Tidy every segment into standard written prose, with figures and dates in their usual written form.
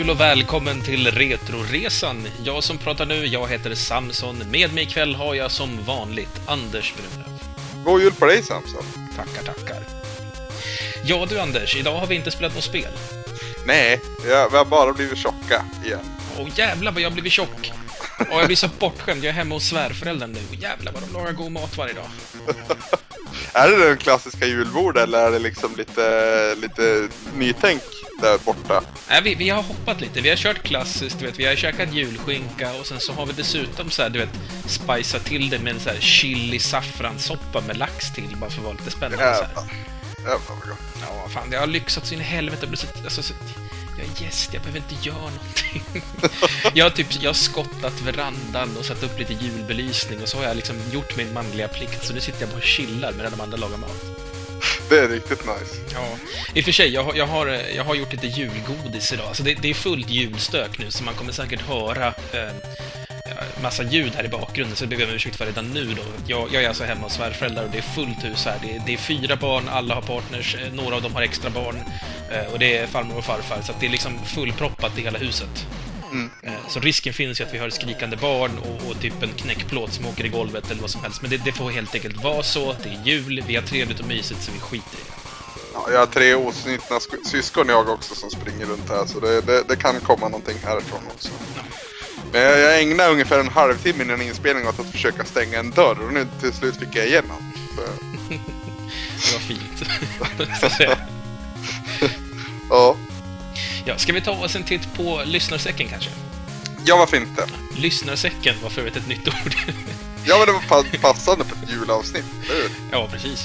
jul och välkommen till Retroresan. Jag som pratar nu, jag heter Samson. Med mig ikväll har jag som vanligt Anders Brunlöv. God jul på dig, Samson. Tackar. Ja du Anders, idag har vi inte spelat något spel. Nej, vi har bara blivit tjocka igen. Åh jävlar vad jag har blivit tjock. Och jag blir så bortskämd, jag är hemma hos svärföräldern nu. Jävlar vad de lagar god mat varje dag. Är det den klassiska julbordet eller är det liksom lite nytänk där borta? Nej, vi har hoppat lite. Vi har kört klassiskt, du vet. Vi har käkat julskinka och sen så har vi dessutom så här, du vet, spicea till det med en så här chili saffransoppa med lax till, bara för att vara lite spännande så här. Jävlar vad gott. Ja, fan, det har lyxat så in i helvete. Jag är gäst, jag behöver inte göra någonting. Jag har skottat verandan och satt upp lite julbelysning och så har jag liksom gjort min manliga plikt. Så nu sitter jag bara och chillar medan de andra lagar mat. Det är riktigt nice. Ja, i och för sig, jag har gjort lite julgodis idag. Alltså det är fullt julstök nu, så man kommer säkert höra massa ljud här i bakgrunden. Så det ber jag om ursäkt för redan nu då. Jag är alltså hemma hos svärföräldrar och det är fullt hus här. Det är 4 barn, alla har partners, några av dem har extra barn. Och det är farmor och farfar, så att det är liksom fullproppat i hela huset. Så risken finns ju att vi har skrikande barn och typ en knäckplåt som åker i golvet eller vad som helst. Men det får helt enkelt vara så. Det är jul, vi har trevligt och mysigt, så vi skiter i det. Ja, jag har 3 osnitna syskon jag också som springer runt här, så det kan komma någonting härifrån också. Ja. Men jag ägnade ungefär en halvtimme innan inspelningen åt att försöka stänga en dörr och nu till slut fick jag igen den. Det var fint, så att säga. Ja. Ja, ska vi ta oss en titt på lyssnarsäcken kanske? Ja, varför inte? Lyssnarsäcken var för övrigt ett nytt ord. Ja, men det var passande på ett julavsnitt. Ja, precis.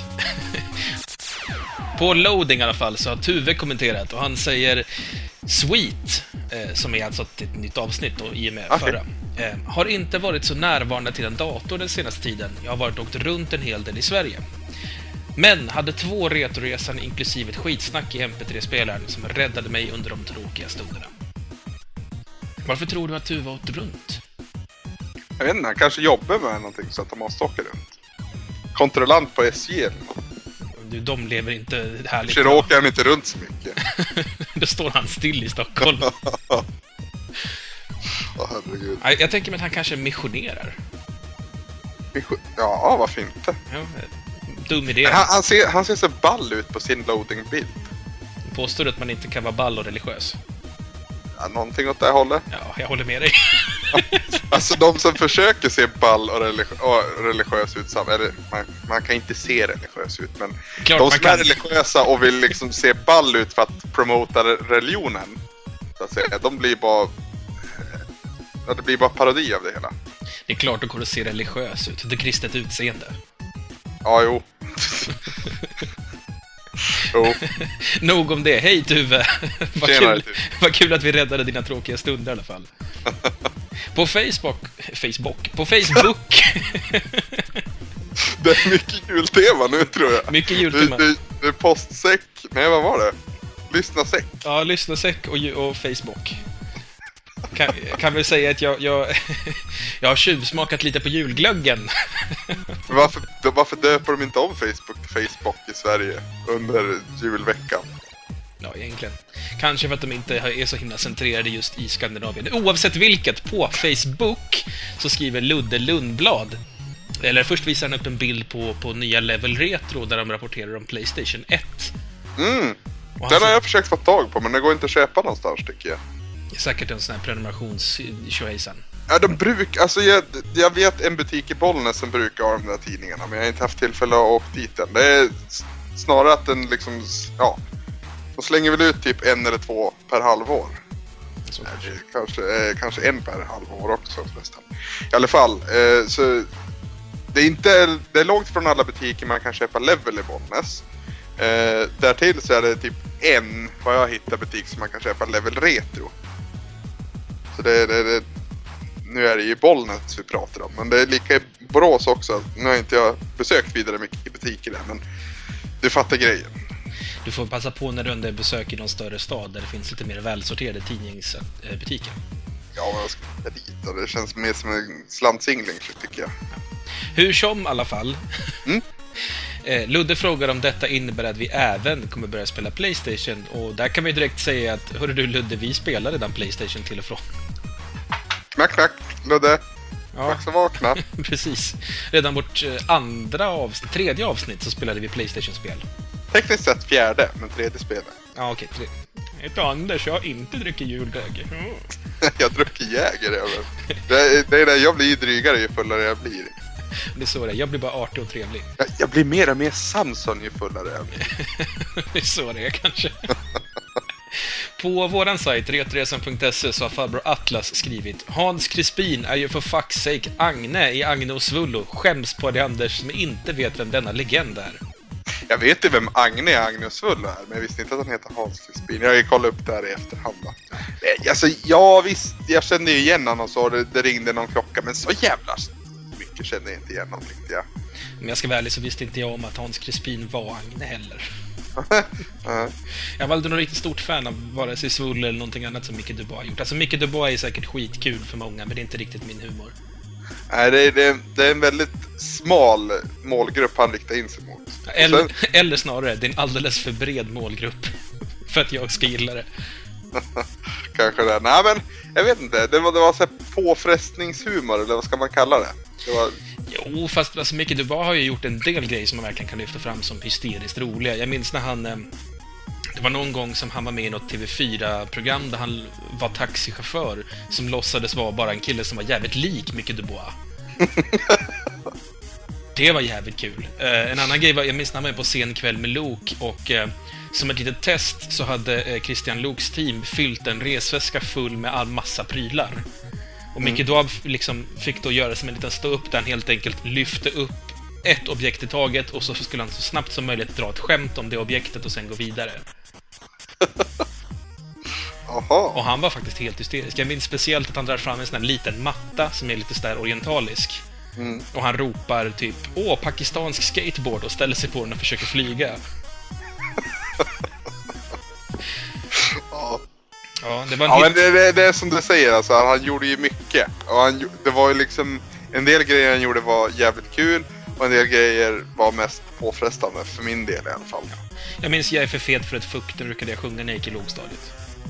På loading i alla fall så har Tuve kommenterat och han säger Sweet, som är alltså ett nytt avsnitt då, i och med förra. Har inte varit så närvarande till en dator den senaste tiden. Jag har varit åkt runt en hel del i Sverige. Men hade 2 retroresan inklusive ett skitsnack i MP3-spelaren som räddade mig under de tråkiga stunderna. Varför tror du att Tuve åkt runt? Jag vet inte, han kanske jobbar med någonting så att han måste åka runt. Kontrollant på SJ eller något. De lever inte härligt. Kanske åker han inte runt så mycket. Då står han still i Stockholm. Herregud. Jag tänker mig att han kanske missionerar. Ja, varför inte? Ja, dum idé. Han ser så ball ut på sin loadingbild. Påstår du att man inte kan vara ball och religiös? Ja, någonting åt det hållet. Ja, jag håller med dig. Alltså de som försöker se ball och religiös ut, eller man kan inte se religiös ut, men klart de som är religiösa och vill liksom se ball ut för att promota religionen, så att säga, de blir bara det blir bara parodi av det hela. Det är klart att går att se religiös ut. Det är kristet utseende. Ja, jo. Jo. Nog om det. Hej Tuve. Vad kul att vi räddade dina tråkiga stunder i alla fall. På Facebook. Det är mycket jultema nu, tror jag. Mycket jultema. Det är postsäck. Nej, vad var det? Lyssnasäck. Ja, lyssnasäck och Facebook. Kan väl säga att jag har tjuvsmakat lite på julglöggen. Varför döper de inte om Facebook i Sverige under julveckan? Ja, egentligen. Kanske för att de inte är så himla centrerade just i Skandinavien. Oavsett vilket, på Facebook så skriver Ludde Lundblad. Eller först visar han upp en bild på nya Level Retro där de rapporterar om PlayStation 1. Den har jag försökt få tag på, men det går inte att köpa någonstans, tycker jag. Det är säkert en sån här prenumerations-tjohejsan. Ja, alltså jag vet en butik i Bollnäs som brukar ha de där tidningarna, men jag har inte haft tillfälle att åka dit än. Det är snarare att den liksom, ja, de slänger väl ut typ 1 eller 2 per halvår. Så kanske 1 per halvår också förresten. I alla fall, så det är långt från alla butiker man kan köpa Level i Bollnäs. Därtill så är det typ vad jag hittar butik som man kan köpa Level Retro. Så nu är det ju Bollnäs vi pratar om, men det är lika i Borås också. Nu har inte jag besökt vidare mycket i butiker där, men du fattar grejen. Du får passa på när du ändå besöker någon större stad där det finns lite mer välsorterade tidningsbutiker. Ja, jag ska inte dit och det känns mer som en slantsingling, tycker jag. Hur som i alla fall. Ludde frågar om detta innebär att vi även kommer börja spela PlayStation. Och där kan vi direkt säga att, hörru du Ludde, vi spelar redan PlayStation till och från. Knack, knack, Ludde. Ja. Dags att vakna. Precis. Redan vårt tredje avsnitt så spelade vi PlayStation-spel. Tekniskt sett fjärde, men tredje spelet. Ja, okej. Jag heter Anders, jag har inte druckit juldäge. Jag druckit Jäger över. Det är det, jag blir drygare ju fullare jag blir. Det är så det är. Jag blir bara artig och trevlig. Jag blir mer och mer Samson ju fullare jag blir. Det är så det är kanske. På våran sajt, retresan.se, så har farbror Atlas skrivit: Hans Crispin är ju för fuck's sake Agne i Agne och Svullo. Skäms på det Anders som inte vet vem denna legend är. Jag vet ju vem Agne och Svullo är, men jag visste inte att han heter Hans Crispin. Jag har ju kollat upp det här i efterhand. Alltså, ja visst, jag kände ju igen honom och så det ringde någon klocka, men så jävla mycket kände jag inte igen honom, tyckte jag. Men jag ska vara ärlig så visste inte jag om att Hans Crispin var Agne heller. Jag var aldrig någon riktigt stort fan av vare sig Svullo eller någonting annat som Micke Dubois har gjort. Alltså Micke Dubois är säkert skitkul för många, men det är inte riktigt min humor. Nej, det är en väldigt smal målgrupp han riktar in sig mot. Eller snarare, det är en alldeles för bred målgrupp för att jag ska gilla det. Kanske det. Nej, men jag vet inte. Det var så här påfrestningshumor, eller vad ska man kalla det? Jo, fast alltså, Micke Dubois har ju gjort en del grejer som man verkligen kan lyfta fram som hysteriskt roliga. Jag minns när han... Det var någon gång som han var med i något TV4-program där han var taxichaufför som låtsades vara bara en kille som var jävligt lik Micke Dubois. Det var jävligt kul. En annan grej var, jag minns när han var på Sen kväll med Lok och som ett litet test så hade Christian Loks team fyllt en resväska full med all massa prylar. Och Micke Dubois liksom fick då göra som en liten stå-upp där han helt enkelt lyfte upp ett objekt i taget och så skulle han så snabbt som möjligt dra ett skämt om det objektet och sen gå vidare. Aha. Och han var faktiskt helt hysterisk. Jag minns speciellt att han drar fram en sån här liten matta som är lite sådär orientalisk. Och han ropar typ: åh, pakistansk skateboard, och ställer sig på den och försöker flyga. Ja, det var en hit. Men det är som du säger, alltså, han gjorde ju mycket. Och det var ju liksom, en del grejer han gjorde var jävligt kul och en del grejer var mest påfrestande, för min del i alla fall. Jag minns Jag är för fet för ett fuck, den brukade jag sjunga när jag gick i lågstadiet.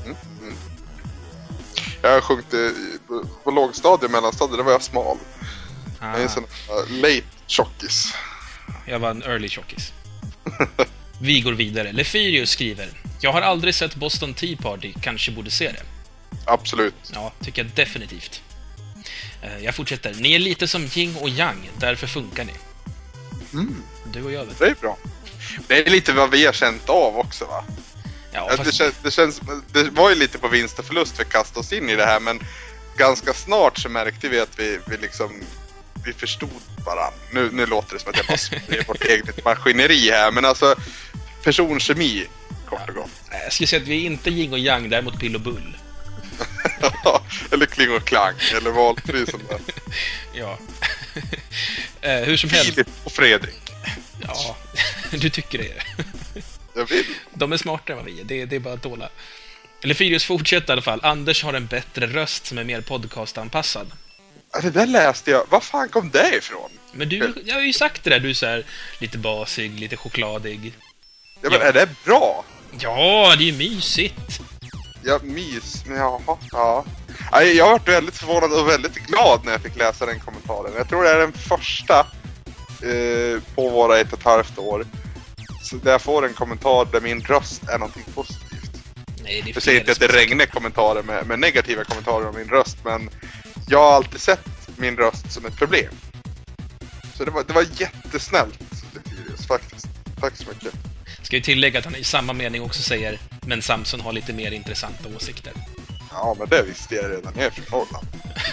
Jag har sjungit på lågstadiet, mellanstadiet, det var jag smal. Jag är en sån late tjockis. Jag var en early tjockis. Vi går vidare. Lefirius skriver: jag har aldrig sett Boston Tea Party, kanske borde se det. Absolut. Ja, tycker jag definitivt. Jag fortsätter. Ni är lite som yin och yang, därför funkar ni. Du och jag vet. Det är bra. Det är lite vad vi har känt av också, va? Ja, fast... det var ju lite på vinst och förlust för att kasta oss in i det här, men ganska snart så märkte vi att vi förstod varandra. Nu låter det som att jag bara springer vårt eget maskineri här, men alltså personkemi, kort och gott. Jag skulle säga att vi är inte yin och yang, däremot pill och bull. Eller kling och klang, eller valfri som det. Ja. Hur som helst. Filip och Fredrik. Ja, du tycker det. Jag vill. De är smartare än vad vi är, det är bara att tåla. Lefirius fortsätter i alla fall. Anders har en bättre röst som är mer podcastanpassad. Det där läste jag. Vad fan kom det ifrån? Men jag har ju sagt det där. Du är så här lite basig, lite chokladig. Ja, men är det bra? Ja, det är ju mysigt. Ja, men jaha, ja. Jag har varit väldigt förvånad och väldigt glad när jag fick läsa den kommentaren. Jag tror det är den första på våra 1,5 år. Så där jag får en kommentar där min röst är någonting positivt. Nej, det är jag säger inte att det regnar kommentarer med negativa kommentarer om min röst, men jag har alltid sett min röst som ett problem. Så det var jättesnällt, faktiskt. Tack så mycket. Ska ju tillägga att han i samma mening också säger: men Samson har lite mer intressanta åsikter. Ja, men det visste jag redan. Jag är från Norrland.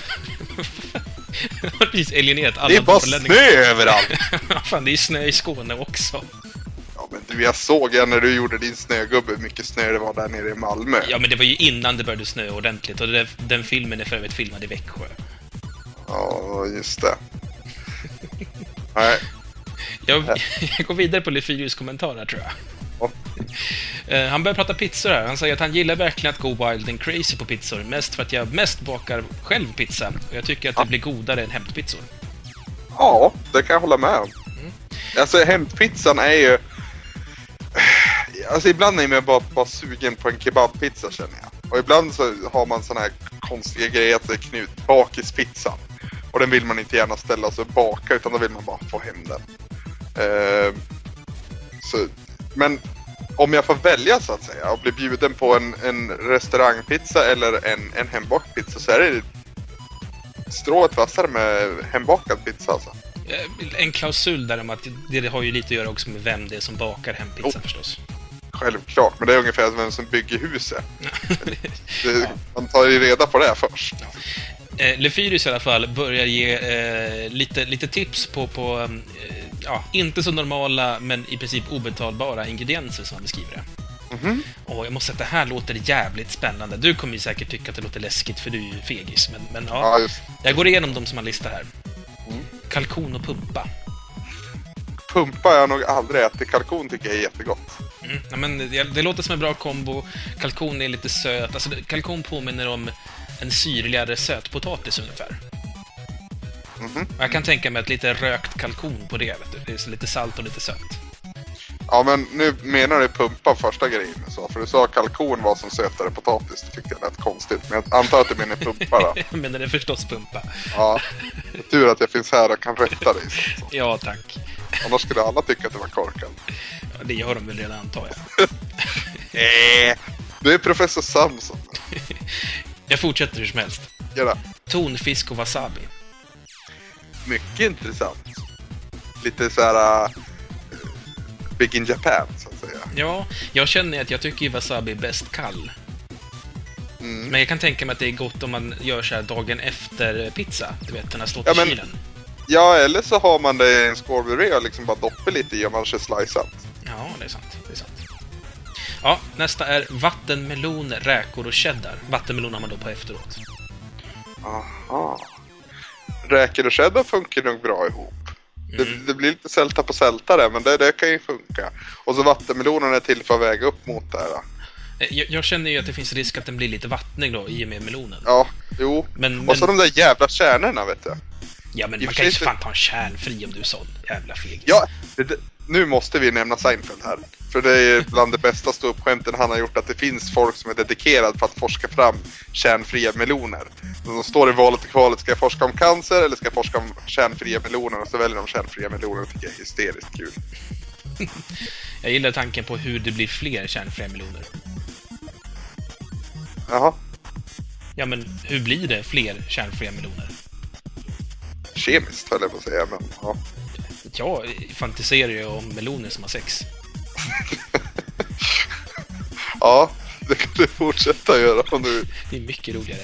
Precis, alienerat alla. Det är bara snö överallt. Fan, det är snö i Skåne också. Ja, men jag såg när du gjorde din snögubbe hur mycket snö det var där nere i Malmö. Ja, men det var ju innan det började snö ordentligt. Och den filmen är för övrigt filmad i Växjö. Ja, just det. Nej. Jag går vidare på Lefirius kommentarer, tror jag. Han börjar prata pizzor här. Han säger att han gillar verkligen att gå wild and crazy på pizzor. Mest för att jag mest bakar själv pizza. Och jag tycker att det blir godare än hämtpizzor. Ja, det kan jag hålla med om. Alltså hämtpizzan är ju... Alltså ibland är man bara sugen på en kebabpizza, känner jag. Och ibland så har man såna här konstiga grejer att det är knut bakispizzan. Och den vill man inte gärna ställa sig och baka, utan då vill man bara få hem den. Men om jag får välja så att säga och bli bjuden på en restaurangpizza eller en hembakad pizza, så är det strået vassare med hembakad pizza alltså. En klausul där om att det har ju lite att göra också med vem det är som bakar hempizzan förstås. Självklart, men det är ungefär som vem som bygger huset. Man tar ju reda på det först. Ja. Lefyrius i alla fall börjar ge lite tips på inte så normala men i princip obetalbara ingredienser som han beskriver det. Mm-hmm. Och jag måste säga att det här låter jävligt spännande. Du kommer ju säkert tycka att det låter läskigt för du är ju fegis. Men jag går igenom dem som man listar här. Kalkon och pumpa. Pumpa har jag nog aldrig ätit. Kalkon tycker jag är jättegott. Ja, men det låter som en bra kombo. Kalkon är lite söt. Alltså, kalkon påminner om en syrligare sötpotatis ungefär. Mm-hmm. Jag kan tänka mig att lite rökt kalkon på det. Vet du. Det är lite salt och lite sött. Ja, men nu menar du pumpa första grejen så. För du sa kalkon var som sötare potatis. Det tyckte jag lät konstigt. Men jag antar att du menar pumpa då. Jag menar det är förstås pumpa. Ja, det är tur att jag finns här och kan rätta dig. Så. Ja, tack. Annars skulle alla tycka att det var korkat. Ja, det har de väl redan, antar jag. Du är professor Samson. Jag fortsätter hur som helst. Gör Tonfisk och wasabi. Mycket intressant. Lite så här Big in Japan, så att säga. Ja, jag känner att jag tycker wasabi är bäst kall. Mm. Men jag kan tänka mig att det är gott om man gör så här dagen efter pizza. Du vet, den har stått i kylen. Ja, eller så har man det i en skålburé och liksom bara doppar lite i och man kör sliceat. Ja, det är sant. Ja, nästa är vattenmelon, räkor och cheddar. Vattenmelon har man då på efteråt. Aha. Räkor och cheddar funkar nog bra ihop. Det blir lite sälta på sälta där, men det kan ju funka. Och så vattenmelonen är till för att väga upp mot det här. Jag känner ju att det finns risk att den blir lite vattnig då, i och med melonen. Ja, jo. Och så de där jävla kärnorna, vet du. Ja, men man kan ju fan ta en kärnfri om du är sån. Jävla fegis. Ja, nu måste vi nämna Seinfeld här. För det är bland det bästa ståuppskämten han har gjort, att det finns folk som är dedikerade för att forska fram kärnfria meloner. De står i valet och kvalet, ska jag forska om cancer eller ska jag forska om kärnfria meloner? Och så väljer de kärnfria meloner, tycker jag är hysteriskt kul. Jag gillar tanken på hur det blir fler kärnfria meloner. Jaha. Ja, men hur blir det fler kärnfria meloner? Kemiskt, höll jag på att säga, men ja. Jag fantiserar ju om meloner som har sex. Ja, det kan du fortsätta göra om du... Det är mycket roligare.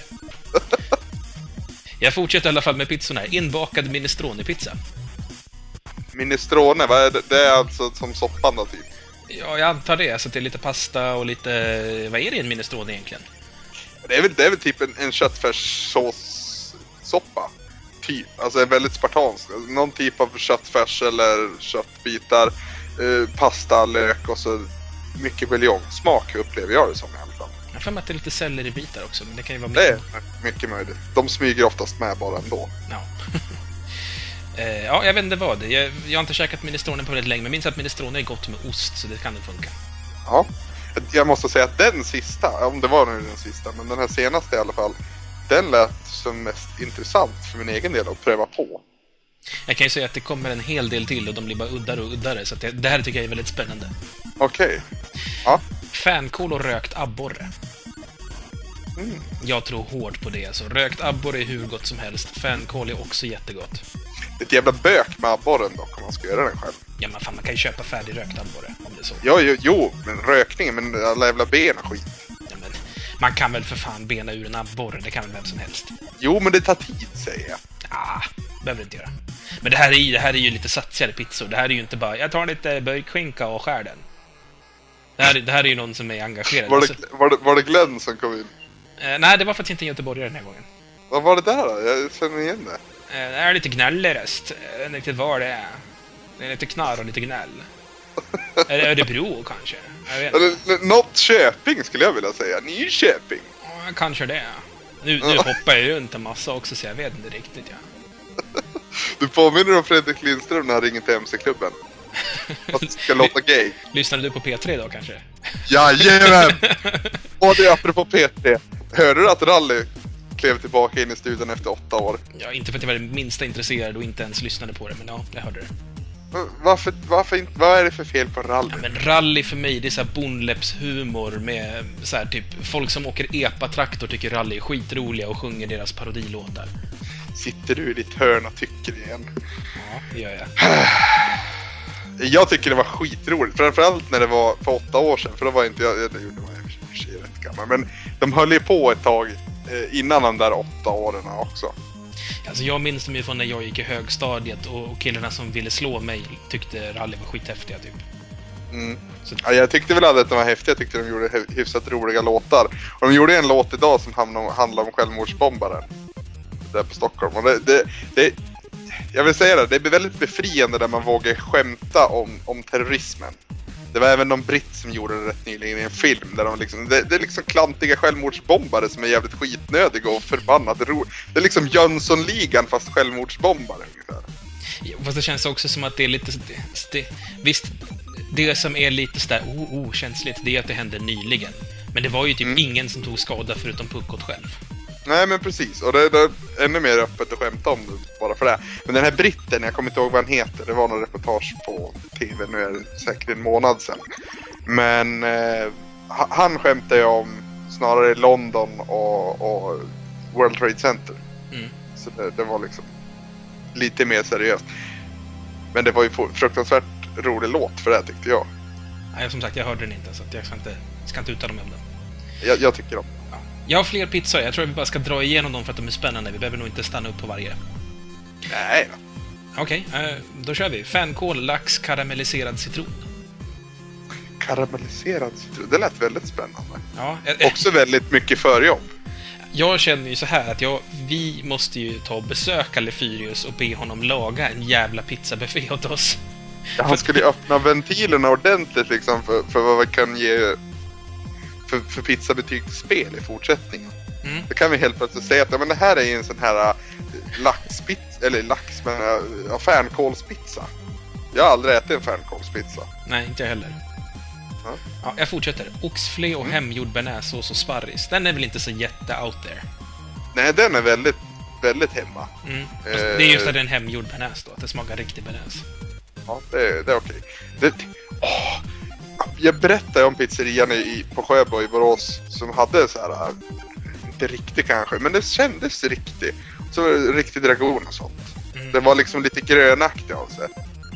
Jag fortsätter i alla fall med pizzorna här. Inbakad minestrone-pizza. Minestrone, vad är det? Det är alltså som soppan då, typ? Ja, jag antar det. Så det är lite pasta och lite... Vad är det i en minestrone egentligen? Det är väl typ en köttfärssås-soppa. Typ. Alltså en väldigt spartansk. Någon typ av köttfärs eller köttbitar. Pasta, lök och så mycket buljong-smak upplever jag det som i alla fall. Jag får med att det är lite selleribitar också, men det kan ju vara mycket. Det är mycket möjligt. De smyger oftast med bara ändå. Ja. Ja, jag vet inte vad. Jag har inte käkat minestrone på väldigt länge, men minns att minestrone är gott med ost, så det kan det funka. Ja. Jag måste säga att den sista, om det var nu den sista, men den här senaste i alla fall, den lät som mest intressant för min egen del att pröva på. Jag kan ju säga att det kommer en hel del till och de blir bara uddare och uddare, så att det här tycker jag är väldigt spännande. Okej. Ja. Fänkål och rökt abborre. Jag tror hårt på det. Alltså, rökt abborre är hur gott som helst. Fänkål är också jättegott. Det är ett jävla bök med abborren dock, om man ska göra den själv. Ja, men fan, man kan ju köpa färdig rökt abborre, om det är så. Jo, men rökningen, men alla jävla ben och skit. Ja, men man kan väl för fan bena ur en abborre, det kan väl vem som helst. Jo, men det tar tid, säger jag. Behöver inte göra. Men det här är ju lite satsigare pizzor. Det här är ju inte bara, jag tar lite böjkskinka och skär den. Det här är ju någon som är engagerad. Var det Glenn som kom in? Nej, det var faktiskt inte en göteborgare den här gången. Vad var det där då? Jag känner igen det. Det är lite gnälleröst. Jag vet inte riktigt vad det är. Det är lite knarr och lite gnäll. Är det Örebro kanske? Jag vet inte. Något Köping skulle jag vilja säga. Nyköping. Ja, kanske det. Nu hoppar jag runt en massa också, så jag vet inte riktigt. Ja. Du påminner om Fredrik Lindström när han ringer till MC-klubben. Att det ska låta gay. Lyssnade du på P3 idag kanske? Jajamän! Och det är apropå P3. Hörde du att Rally klev tillbaka in i studion efter 8 år? Ja, inte för att jag var det minsta intresserad och inte ens lyssnade på det, men ja, jag hörde det. Varför inte? Vad är det för fel på Rally? Ja, men Rally för mig, det är så här bondläppshumor med så här typ folk som åker epa-traktor tycker Rally är skitroliga och sjunger deras parodilåtar. Sitter du i ditt hörn och tycker igen? Ja, det gör jag. Jag tycker det var skitroligt, framförallt när det var för 8 år sedan, för då var inte jag gjorde i och för sig rätt gammal, men de höll ju på ett tag innan de där 8 åren också. Alltså jag minns dem ju från när jag gick i högstadiet och killarna som ville slå mig tyckte Rally var skithäftiga typ. Så... Ja, jag tyckte väl aldrig att de var häftiga, jag tyckte de gjorde hyfsat roliga låtar. Och de gjorde en låt idag som handlar om självmordsbombaren där på Stockholm. Och det jag vill säga det blir väldigt befriande när man vågar skämta om terrorismen. Det var även någon britt som gjorde det rätt nyligen i en film där de liksom, det är liksom klantiga självmordsbombare som är jävligt skitnödiga och förbannat det är liksom Jönssonligan fast självmordsbombare ungefär. Ja, fast det känns också som att det är lite visst, det som är lite sådär känsligt, det är att det hände nyligen. Men det var ju typ ingen som tog skada förutom Puckot själv. Nej, men precis. Och det är ännu mer öppet att skämta om det bara för det. Men den här britten, jag kommer inte ihåg vad han heter. Det var någon reportage på TV, nu är det säkert en månad sedan. Men han skämtade ju om snarare London och World Trade Center. Så det var liksom lite mer seriöst. Men det var ju fruktansvärt rolig låt för det tyckte jag. Nej, som sagt, jag hörde den inte så att jag ska inte uttala mig om Jag den. tycker om. Ja. Jag har fler pizzor. Jag tror att vi bara ska dra igenom dem för att de är spännande. Vi behöver nog inte stanna upp på varje. Nej. Okej, då kör vi. Fänkål, lax, karamelliserad citron. Karamelliserad citron? Det lät väldigt spännande. Ja, också väldigt mycket förjobb. Jag känner ju så här att vi måste ju ta och besöka Lefyrius och be honom laga en jävla pizzabuffé åt oss. Ja, han skulle ju öppna ventilerna ordentligt liksom för vad vi kan ge för pizzabetygsspel i fortsättningen. Då kan vi helt plötsligt säga att ja, men det här är ju en sån här fänkålspizza. Jag har aldrig ätit en fänkålspizza. Nej, inte jag heller. Ja, jag fortsätter. Oxfilé och hemgjord bearnaisesås och sparris. Den är väl inte så jätte out there? Nej, den är väldigt, väldigt hemma. Det är just att det är en hemgjord bearnaise då, att det smakar riktig bearnaise. Ja, det är okej. Jag berättade om pizzerian på Sjöbo i Borås som hade så här, inte riktigt kanske, men det kändes riktigt. Så var det riktigt dragon och sånt. Det var liksom lite grönaktigt av sig.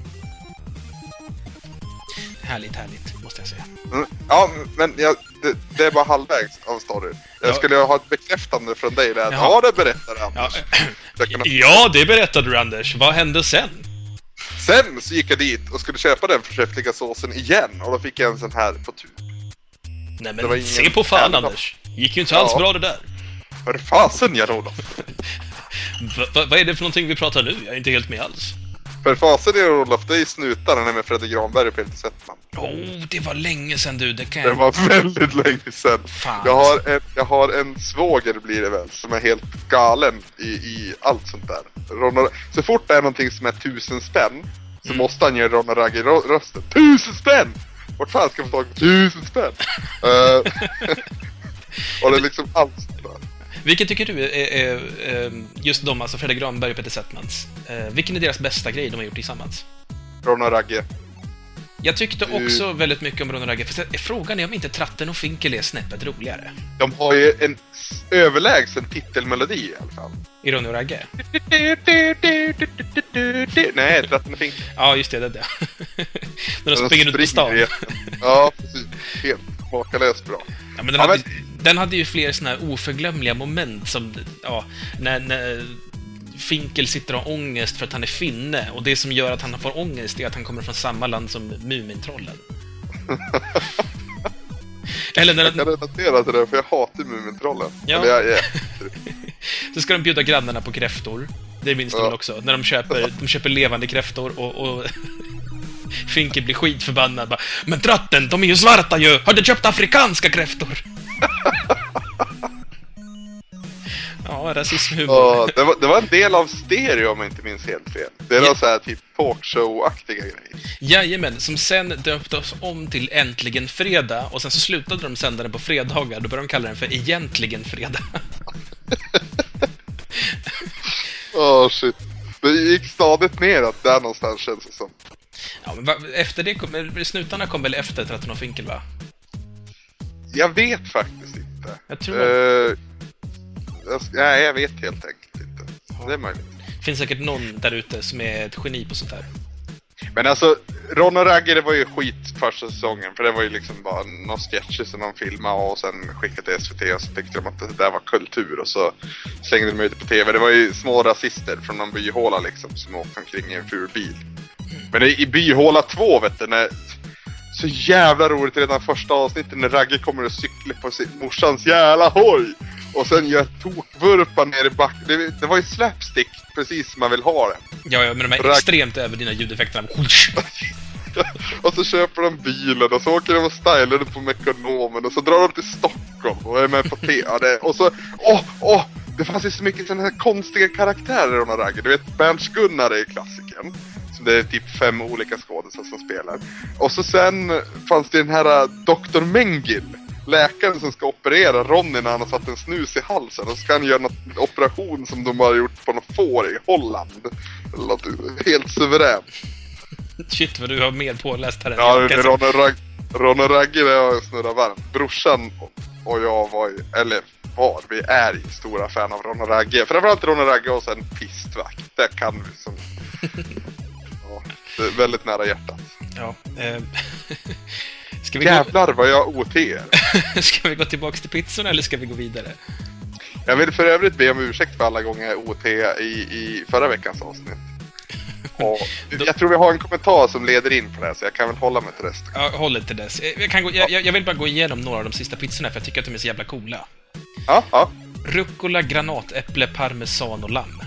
Härligt, måste jag säga. Ja, men det är bara halvvägs av storyn. Jag skulle ha ett bekräftande från dig där. Ja, det berättade Anders. Ja, det berättade du, Anders. Vad hände sen? Sen så gick jag dit och skulle köpa den förträffliga såsen igen. Och då fick jag en sån här på tub. Nej, men se på fan, Anders. Gick ju inte alls bra det där. För fasen, Jan-Olof. Vad är det för någonting vi pratar nu? Jag är inte helt med alls. För fasen, Jan-Olof, det är Snutarna med Fredrik Granberg och Peter Settman. Det var länge sedan du. Det var väldigt länge sedan. Fan. Jag har en svåger blir det väl, som är helt galen i allt sånt där. Så fort det är någonting som är 1000 spänn så måste han göra Ronald Ragge-rösten. 1000 spänn! Vart fan ska man ta 1000 spänn? Och det är liksom allt sånt där. Vilken tycker du är just de, alltså Fredrik Granberg och Peter Settmans, vilken är deras bästa grej de har gjort tillsammans? Ronald Ragge. Jag tyckte också väldigt mycket om Ronald Ragge. För frågan är om inte Tratten och Finkel är snäppet roligare. De har ju en överlägsen titelmelodi i alla fall. I Ronald Ragge? Nej, Tratten och Finkel. Ja, just det. När de springer ut på stan. Ja, precis. Helt makalöst bra. Ja, men den hade ju fler såna här oförglömliga moment som, när Finkel sitter och har ångest för att han är finne, och det som gör att han får ångest är att han kommer från samma land som Mumintrollen. Eller när jag kan relatera till det, för jag hatar Mumintrollen. Ja. Så ska de bjuda grannarna på kräftor. Det minns de också. När de köper levande kräftor och Finkel blir skitförbannad. Bara, men Tratten, de är ju svarta ju! Har du köpt afrikanska kräftor? Ja, rasismhumor. Ja, det var en del av Stereo om jag inte minns helt fel. Det är så här typ talkshow-aktiga grejer. Jajamän, som sen döptes om till Äntligen Fredag, och sen så slutade de sända den på fredagar. Då började de kalla den för Egentligen Fredag. Shit. Det gick stadigt neråt där någonstans, känns det som. Ja, men efter det snutarna kom väl efter 13 och Finkel, va? Jag vet faktiskt inte. Jag tror nej, jag vet helt enkelt inte. Ja. Det är möjligt. Det finns säkert någon där ute som är ett geni på sånt här. Men alltså, Ron och Ragge, det var ju skit första säsongen. För det var ju liksom bara någon sketcher som de filmade och sen skickade till SVT och så tyckte de att det där var kultur och så slängde de ut det på TV. Det var ju små rasister från någon byhåla liksom som åkte omkring i en ful bil. Men i byhåla 2, vet du, när... Så jävla roligt redan första avsnittet när Ragge kommer och cyklar på sin morsans jävla hoj. Och sen gör tokvurpa ner i backen. Det var ju slapstick, precis som man vill ha det. Ja, men de är extremt över dina ljudeffekterna. Och så köper de bilen och så åker de och stylar det på Mekonomen. Och så drar de till Stockholm och är med på TV. Och så, det fanns ju så mycket sådana här konstiga karaktärer de Ragge. Du vet, Bernt Gunnar är klassikern. Det är typ 5 olika skådespelare som spelar. Och så sen fanns det den här Dr. Mengil, läkaren som ska operera Ronny när han har satt en snus i halsen. Och så ska han göra en operation som de har gjort på något får i Holland. Helt suverän. Shit, vad du har mer påläst här. Ja, Ron och Ragge, det har jag snurrat varmt. Brorsan och jag vi är ju stora fan av Ron och Ragge. Framförallt Ron och Ragge och sen Pistvakt. Det kan vi som... Det är väldigt nära hjärtat. Ja. Jävlar vad jag OT. Ska vi gå tillbaka till pizzorna eller ska vi gå vidare? Jag vill för övrigt be om ursäkt för alla gånger jag OT i förra veckans avsnitt. Och jag tror vi har en kommentar som leder in på det här, så jag kan väl hålla mig till resten. Ja, håll det till dess. Jag vill bara gå igenom några av de sista pizzorna för jag tycker att de är så jävla coola. Ja. Rucola, granatäpple, parmesan och lamm.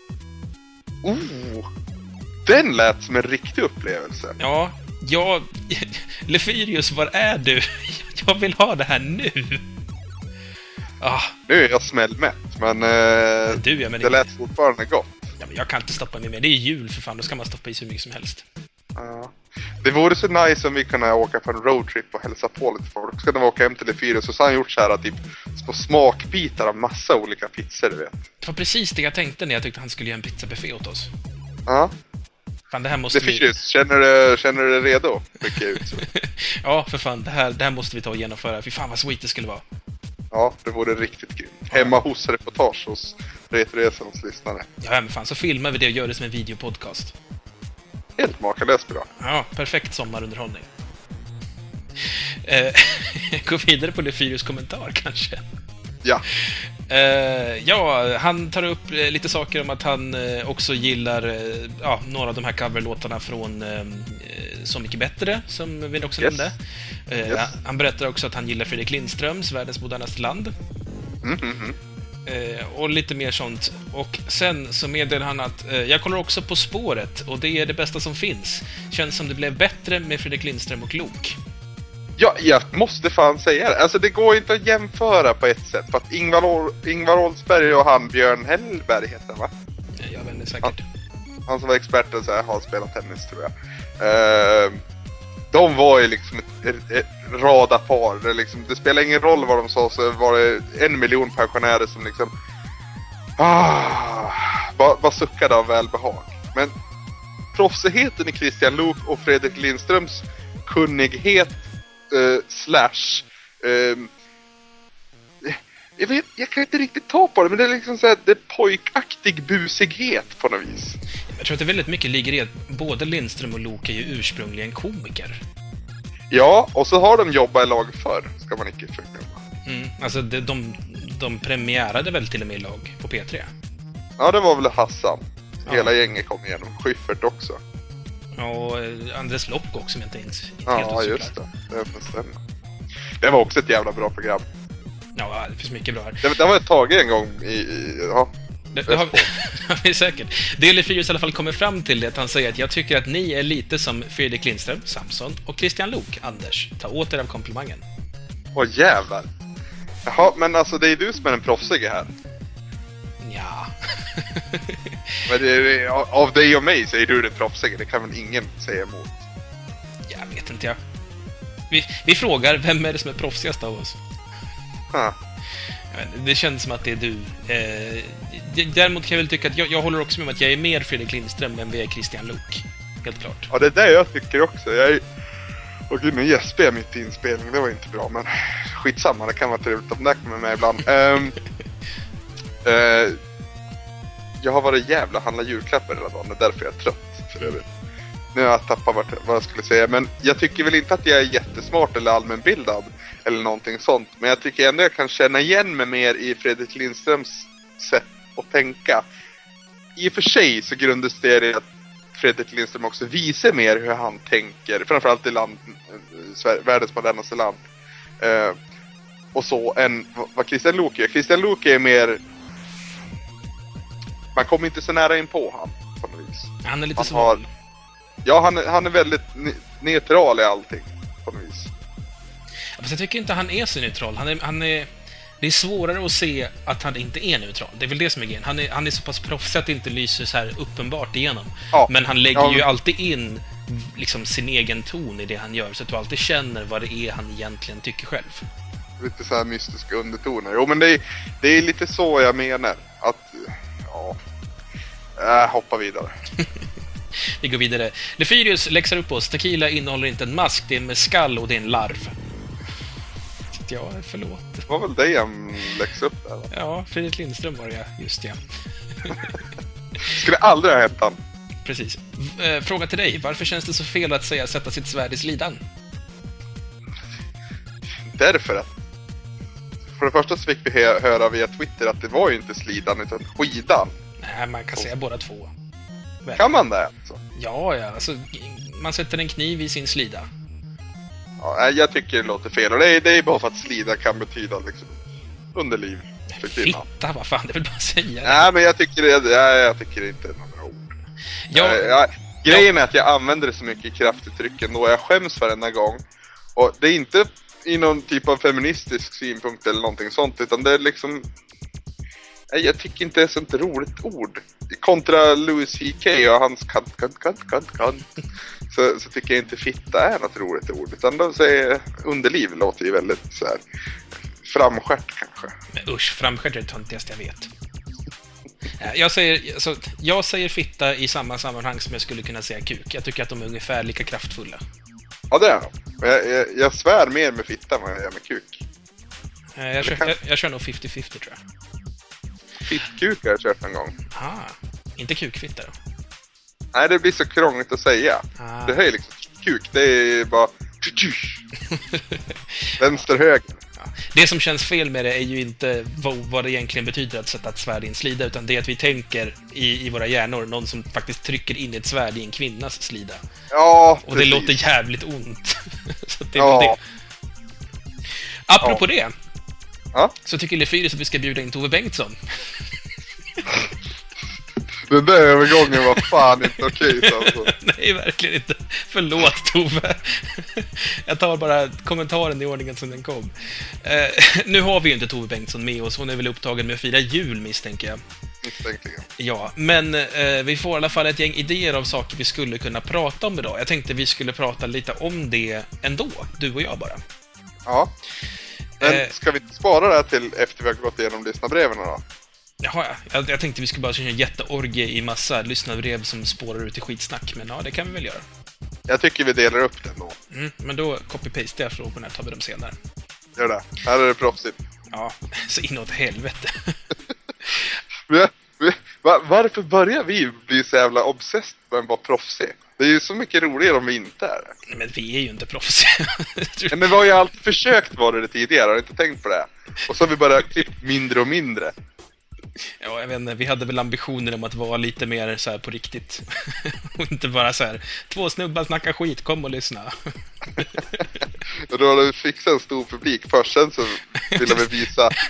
Den lät som en riktig upplevelse. Ja, Lefyrius, var är du? Jag vill ha det här nu. Nu är jag smällmätt, men, det lät fortfarande gott. Ja, men jag kan inte stoppa mig med. Det är jul för fan, då ska man stoppa i så mycket som helst. Ja. Det vore så nice om vi kunde åka på en roadtrip och hälsa på lite folk. Så kunde vi åka hem till Lefyrius och så har han gjort så här typ små smakbitar av massa olika pizzor, du vet. Det var precis det jag tänkte när jag tyckte han skulle göra en pizzabuffé åt oss. Ja. Fan, det här måste Lefyrius, känner du dig redo? Ut, ja, för fan, det här måste vi ta och genomföra. Fy fan vad sweet det skulle vara. Ja, det vore riktigt grymt. Hemma hos reportage hos Retroresans lyssnare. Ja, men fan, så filmar vi det och gör det som en videopodcast. Helt makalöst bra. Ja, perfekt sommarunderhållning. Gå vidare på Lefyrius kommentar, kanske. Ja. Ja, han tar upp lite saker om att han också gillar några av de här coverlåtarna från Så mycket bättre, som vi också nämnde. Han berättar också att han gillar Fredrik Lindströms Världens modernaste land. Och lite mer sånt. Och sen så meddelar han att jag kollar också På spåret och det är det bästa som finns. Känns som det blev bättre med Fredrik Lindström och Lok. Ja, jag måste fan säga det. Alltså det går inte att jämföra på ett sätt. För att Ingvar Oldsberg och han Björn Hellberg heter han, va? Jag vet inte säkert. Han som var expert och så här, har spelat tennis, tror jag. De var ju liksom ett radarpar. Det spelar ingen roll vad de sa, så var det 1 miljon pensionärer som liksom bara suckade av välbehag. Men proffsigheten i Christian Lok och Fredrik Lindströms kunnighet jag kan inte riktigt ta på det, men det är liksom så här, det är pojkaktig busighet på något vis. Jag tror att det väldigt mycket ligger i att både Lindström och Lok är ju ursprungligen komiker. Ja, och så har de jobbat i lag förr, ska man inte förglömma. Alltså de premiärade väl till och med i lag på P3? Ja, det var väl Hassan. Hela gänget kom igenom. Schyffert också. Och Andres Lock också, om jag inte ens. Ja, just det. Det får stämma. Det var också ett jävla bra program. Ja, det finns mycket bra här. Det var ett tag en gång det har vi säkert. Det Lefyrius i alla fall kommer fram till är att han säger att jag tycker att ni är lite som Fredrik Lindström, Samson och Christian Lok, Anders. Ta åt er av komplimangen. Jävlar. Jaha, men alltså det är du som är den proffsiga här. Men av dig och mig säger du det proffsiga. Det kan väl ingen säga emot? Jag vet inte, vi frågar, vem är det som är proffsigast av oss? Det känns som att det är du. Däremot kan jag väl tycka att jag håller också med om att jag är mer Fredrik Lindström än vi är Christian Luuk. Helt klart. Ja, det är det jag tycker också. Och gud, nu gäspar jag mitt i inspelning. Det var inte bra, men skitsamma. Det kan vara trevligt att nacka med mig ibland. Jag har varit jävla handla julklappar hela dagen. Det är därför jag är trött, för övrigt. Nu har jag tappat vad jag skulle säga. Men jag tycker väl inte att jag är jättesmart eller allmänbildad eller någonting sånt. Men jag tycker ändå jag kan känna igen mig mer i Fredrik Lindströms sätt att tänka. I och för sig så grundas det i att Fredrik Lindström också visar mer hur han tänker. Framförallt i världens modernaste land. Och så än vad Christian Luuk är. Christian Luuk är mer... Man kommer inte så nära in på han på något vis. Han är lite svår. Ja, han är väldigt neutral i allting på något vis. Fast jag tycker inte han är så neutral. Det är svårare att se att han inte är neutral. Det är väl det som är grejen. Han är så pass proffsig att det inte lyser så här uppenbart igenom. Ja. Men han lägger ju alltid in liksom sin egen ton i det han gör, så att du alltid känner vad det är han egentligen tycker själv. Lite så här mystiska undertoner. Jo, men det är lite så jag menar. Att, hoppa vidare. Vi går vidare. Lefyrius läxar upp oss. Tequila innehåller inte en mask, det är mezcal och det är en larv. Ja, förlåt. Det var väl det jag läxade upp där, va? Ja, Fredrik Lindström var det, just det. Skulle aldrig ha hett han. Precis. Fråga till dig. Varför känns det så fel att säga sätta sitt svärd i slidan? Därför att för det första så fick vi höra via Twitter att det var ju inte slidan utan skidan. Nej, man kan säga båda två. Kan man det? Alltså? Ja, alltså man sätter en kniv i sin slida. Ja, jag tycker det låter fel. Och det är bara för att slida kan betyda liksom underliv för kvinnan. Fitta, vad fan, det vill bara säga. Nej, men jag tycker det inte är några ord. Grejen är att jag använder det så mycket i kraftuttrycken då jag skäms varenda gång. Och det är inte i någon typ av feministisk synpunkt eller någonting sånt, utan det är liksom... Jag tycker inte det är så ett roligt ord. Kontra Louis CK och hans kant. Så tycker jag inte fitta är något roligt ord. Utan de säger underliv låter ju väldigt så här framskärt kanske. Men usch, framskärt är det töntigaste jag vet. Jag säger fitta i samma sammanhang som jag skulle kunna säga kuk. Jag tycker att de är ungefär lika kraftfulla. Ja, det är de. Jag svär mer med fitta än vad jag gör med kuk. Jag kör nog 50-50, tror jag. Fittkuk har jag kört en gång. Inte kukfitta då? Nej, det blir så krångligt att säga. Det här är liksom kuk, det är bara vänster, höger. Det som känns fel med det är ju inte vad det egentligen betyder att sätta ett svärd i en slida, utan det är att vi tänker i våra hjärnor någon som faktiskt trycker in ett svärd i en kvinnas slida. Ja, och det låter jävligt ont. Så det är väl det. Apropå det, så tycker Lefyrius att vi ska bjuda in Tove Bengtsson. Den där övergången var fan inte okej, alltså. Nej, verkligen inte. Förlåt, Tove. Jag tar bara kommentaren i ordningen som den kom. Nu har vi ju inte Tove Bengtsson med oss. Hon är väl upptagen med att fira jul, misstänker jag. Misstänker. Ja, men vi får i alla fall ett gäng idéer av saker vi skulle kunna prata om idag. Jag tänkte vi skulle prata lite om det ändå, du och jag bara. Ja. Men ska vi spara det här till efter vi har gått igenom lyssnarbreven då? Jaha, jag tänkte vi skulle bara köra en jätteorgie i massa lyssnarbrev som spårar ut i skitsnack, men ja, det kan vi väl göra. Jag tycker vi delar upp den då. Men då copy-paste jag frågorna, tar vi dem senare. Gör det. Här är det proffsigt. Ja, så inåt helvete. Varför börjar vi bli så jävla obsessed med att vara proffsig? Det är ju så mycket roligare om vi inte är det. Nej, men vi är ju inte proffsiga. Men vi har ju alltid försökt vara det tidigare, har inte tänkt på det. Och så har vi bara klippt mindre och mindre. Ja, jag vet inte, vi hade väl ambitioner om att vara lite mer så här på riktigt. Och inte bara så här, 2 snubbar snackar skit, kom och lyssna. Och då hade vi fixat en stor publik. Först sen så ville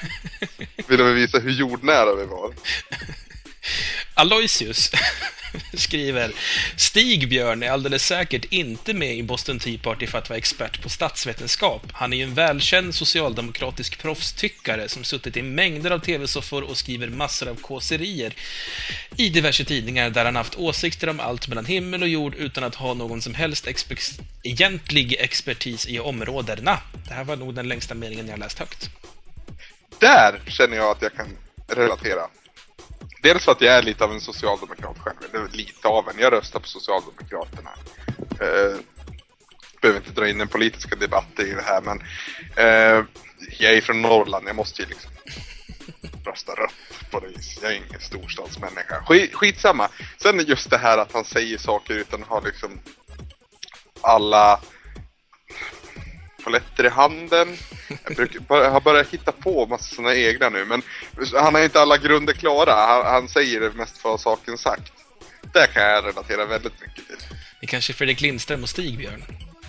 vi visa hur jordnära vi var. Aloysius skriver: Stigbjörn är alldeles säkert inte med i Boston Tea Party för att vara expert på statsvetenskap. Han är ju en välkänd socialdemokratisk proffstyckare som suttit i mängder av tv-soffor och skriver massor av kåserier i diverse tidningar där han haft åsikter om allt mellan himmel och jord utan att ha någon som helst egentlig expertis i områdena. Det här var nog den längsta meningen jag läst högt. Där känner jag att jag kan relatera. Dels för att jag är lite av en socialdemokrat själv. Eller lite av en. Jag röstar på Socialdemokraterna. Behöver inte dra in den politiska debatten i det här. Men jag är från Norrland. Jag måste ju liksom rösta rött på det vis. Jag är ingen storstadsmänniska. Skitsamma. Sen just det här att han säger saker utan att ha liksom alla paletter i handen. Jag har börjat hitta på massa såna egna nu. Men han har inte alla grunder klara. Han säger det mest för saken sagt. Det kan jag relatera väldigt mycket till. Det kanske är Fredrik Lindström och Stigbjörn.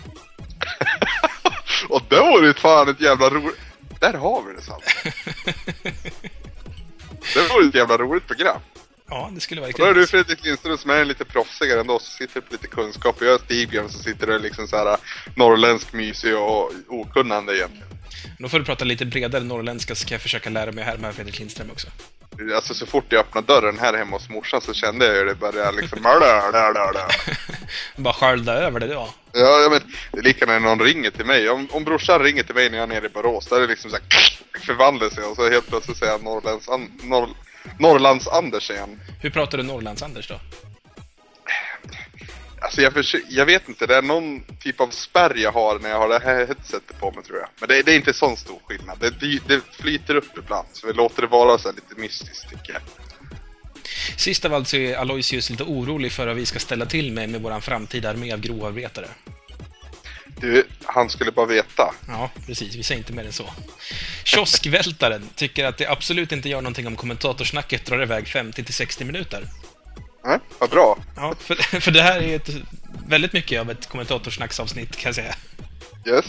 Och det var ju fan ett jävla roligt... Där har vi det sant. Det var ju ett jävla roligt program. Ja, det skulle vara kul. Då är du Fredrik Lindström som är lite proffsigare ändå, så sitter på lite kunskap. Och jag är Stigbjörn så sitter du liksom så här norrländsk mysig och okunnande egentligen. Då får du prata lite bredare norrländska så kan jag försöka lära mig här med Fredrik Lindström också. Alltså så fort jag öppnade dörren här hemma hos morsan så kände jag ju det började liksom... Bara skölda över det då. Ja, men det är lika när någon ringer till mig. Om brorsan ringer till mig när jag är nere i Borås, där är det liksom så här förvandlar sig och så helt plötsligt säger jag Norrlands Anders igen. Hur pratar du Norrlands Anders då? Alltså jag vet inte, det är någon typ av spärr jag har när jag har det här headsetet på mig tror jag. Men det är inte sån stor skillnad. Det flyter upp ibland så vi låter det vara så här lite mystiskt tycker jag. Sist av allt så är Aloysius lite orolig för att vi ska ställa till med våran framtida armé av grovarbetare. Du, han skulle bara veta. Ja, precis. Vi säger inte mer än så. Kioskvältaren tycker att det absolut inte gör någonting om kommentatorsnacket drar iväg 50-60 minuter. Nej, vad bra. Ja, för det här är väldigt mycket av ett kommentatorsnacksavsnitt kan jag säga. Yes.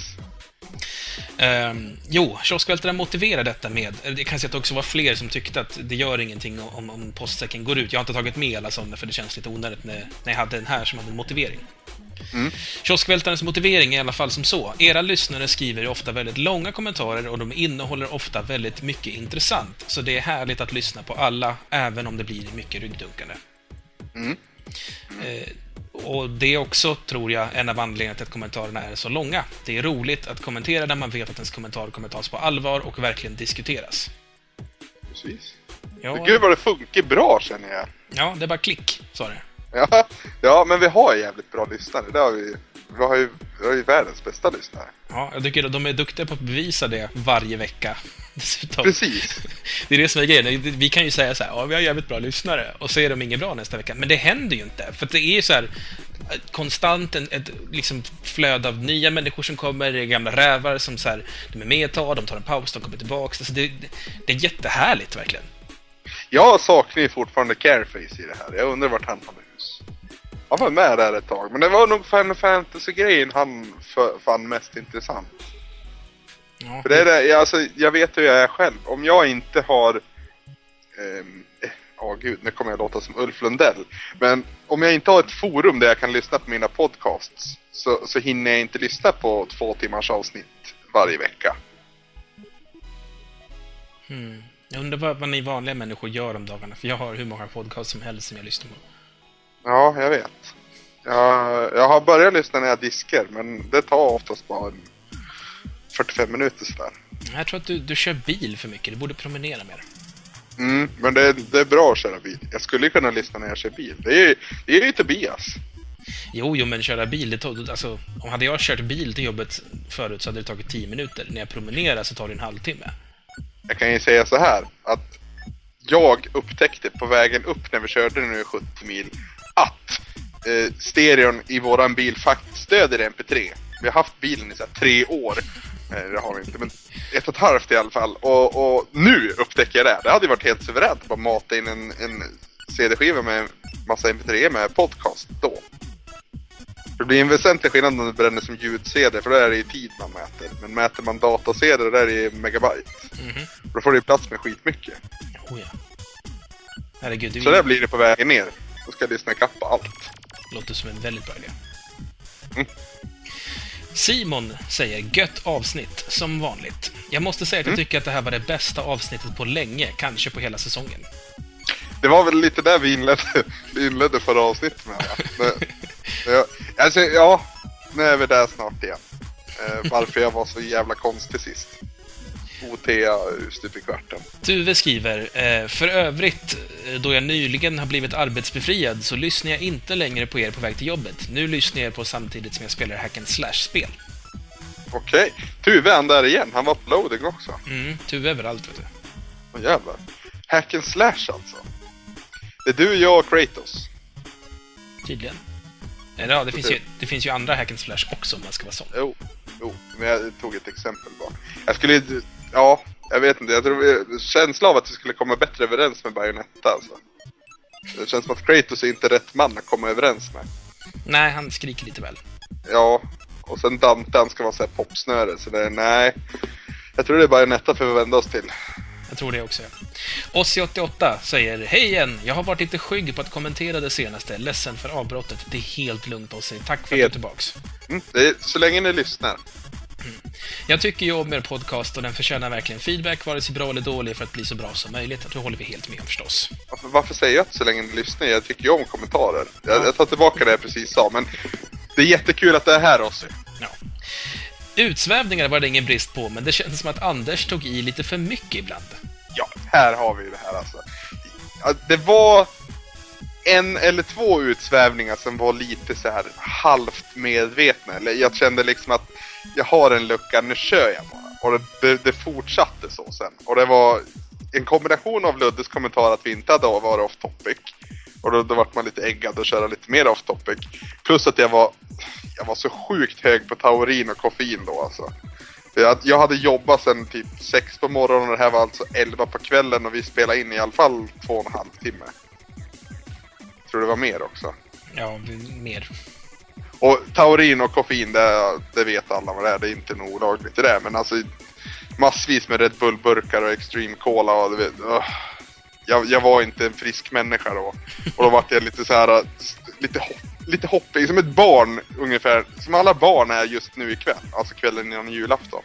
Kioskvältaren motiverar detta med, det kan säga att det också var fler som tyckte att det gör ingenting om postsäcken går ut. Jag har inte tagit med alla sådana för det känns lite onödigt när jag hade den här som hade en motivering. Kioskvältarens motivering är i alla fall som så. Era lyssnare skriver ofta väldigt långa kommentarer och de innehåller ofta väldigt mycket intressant. Så det är härligt att lyssna på alla, även om det blir mycket ryggdunkande. Och det är också, tror jag, en av anledningarna till att kommentarerna är så långa. Det är roligt att kommentera där man vet att ens kommentar kommer tas på allvar och verkligen diskuteras. Precis. Ja, gud vad det funkar bra känner jag. Ja, det är bara klick, sa det. Ja, men vi har jävligt bra lyssnare. Det har vi har ju världens bästa lyssnare. Ja, jag tycker att de är duktiga på att bevisa det varje vecka. Dessutom. Precis. Det är det som är grejen. Vi kan ju säga så här, ja, vi har jävligt bra lyssnare. Och så är de inget bra nästa vecka. Men det händer ju inte. För det är ju så här konstant ett liksom flöde av nya människor som kommer. Det är gamla rävar som så här, de är med ett tag, de tar en paus, de kommer tillbaka. Alltså det är jättehärligt verkligen. Jag saknar ju fortfarande Careface i det här. Jag undrar vart han har hus. Han var med där ett tag. Men det var nog Final Fantasy-grejen han fann mest intressant. Ja. För det är det, alltså, jag vet hur jag är själv. Om jag inte har... gud, nu kommer jag låta som Ulf Lundell. Men om jag inte har ett forum där jag kan lyssna på mina podcasts så hinner jag inte lyssna på 2 timmars avsnitt varje vecka. Jag undrar vad ni vanliga människor gör om dagarna. För jag har hur många podcasts som helst som jag lyssnar på. Ja, jag vet. Jag har börjat lyssna när jag diskar. Men det tar oftast bara 45 minuter sådär. Jag tror att du kör bil för mycket. Du borde promenera mer. Men det är bra att köra bil. Jag skulle kunna lyssna när jag kör bil. Det är ju Tobias. Jo, men köra bil, alltså, om hade jag kört bil till jobbet förut så hade det tagit 10 minuter. När jag promenerar så tar det en halvtimme. Jag kan ju säga så här, att jag upptäckte på vägen upp när vi körde nu 70 mil att stereon i våran bil faktiskt stöder MP3. Vi har haft bilen i så här 3 år. Det har vi inte, men 1,5 i alla fall. Och nu upptäcker jag det. Det hade ju varit helt suveränt att bara mata in en CD-skiva med massa MP3 med podcast då. Det blir en väsentlig skillnad om det bränner som ljud-CD, för då är det ju tid man mäter. Men mäter man data-CD, då är det ju megabyte. Då får det ju plats med skitmycket. Oh ja. Herregud, så där blir det på vägen ner. Då ska jag lyssna ikapp på allt. Låter som en väldigt bra idé. Mm. Simon säger, gött avsnitt, som vanligt. Jag måste säga att jag tycker att det här var det bästa avsnittet på länge, kanske på hela säsongen. Det var väl lite där vi inledde förra avsnittet med, va? Nu är vi där snart igen. Varför jag var så jävla konstig sist. OTA stup i kvarten. Tuve skriver, för övrigt, då jag nyligen har blivit arbetsbefriad så lyssnar jag inte längre på er på väg till jobbet. Nu lyssnar jag på samtidigt som jag spelar hack and slash-spel. Okej. Tuve är han där igen. Han var uploading också. Tuve överallt, vet du. Åh jävlar. Hack and slash alltså. Det är du, jag och Kratos. Tydligen. Ja, det finns ju andra hack and slash också om man ska vara sån. Jo, men jag tog ett exempel bara. Jag vet inte. Jag tror känslan av att vi skulle komma bättre överens med Bayonetta alltså. Det känns som att Kratos är inte rätt man att komma överens med. Nej, han skriker lite väl. Ja, och sen Dante, han ska vara så här popsnöre. Så det är, nej. Jag tror det är Bayonetta för att vända oss till. Jag tror det också, ja. Ossi88 säger, hej igen, jag har varit lite skygg på att kommentera det senaste. Ledsen för avbrottet. Det är helt lugnt, Ossi. Tack för att du är tillbaks. Det är, så länge ni lyssnar. Jag tycker ju om er podcast och den förtjänar verkligen feedback, vare sig bra eller dålig, för att bli så bra som möjligt. Det håller vi helt med om förstås. Varför säger jag att så länge ni lyssnar? Jag tycker ju om kommentarer. Jag tar tillbaka det jag precis sa, men det är jättekul att det är här också. Ja. Utsvävningar var det ingen brist på, men det känns som att Anders tog i lite för mycket ibland. Ja, här har vi det här alltså. Det var en eller två utsvävningar som var lite så här halvt medvetna. Eller jag kände liksom att jag har en lucka, nu kör jag bara. Och det fortsatte så sen. Och det var en kombination av Luddes kommentar att vi inte hade varit off topic. Och då var man lite äggad och köra lite mer off topic. Plus att jag var så sjukt hög på taurin och koffein då alltså. Jag hade jobbat sen typ 6 på morgonen och det här var alltså 11 på kvällen och vi spelade in i alla fall 2,5 timme. Jag tror det var mer också. Ja, mer. Och taurin och koffein, det vet alla vad det är. Det är inte nog olagligt det där. Men alltså massvis med Red Bull-burkar och Extreme Cola och du vet. Jag var inte en frisk människa då. Och då var jag lite så här lite hoppig, som ett barn ungefär. Som alla barn är just nu ikväll. Alltså kvällen innan julafton.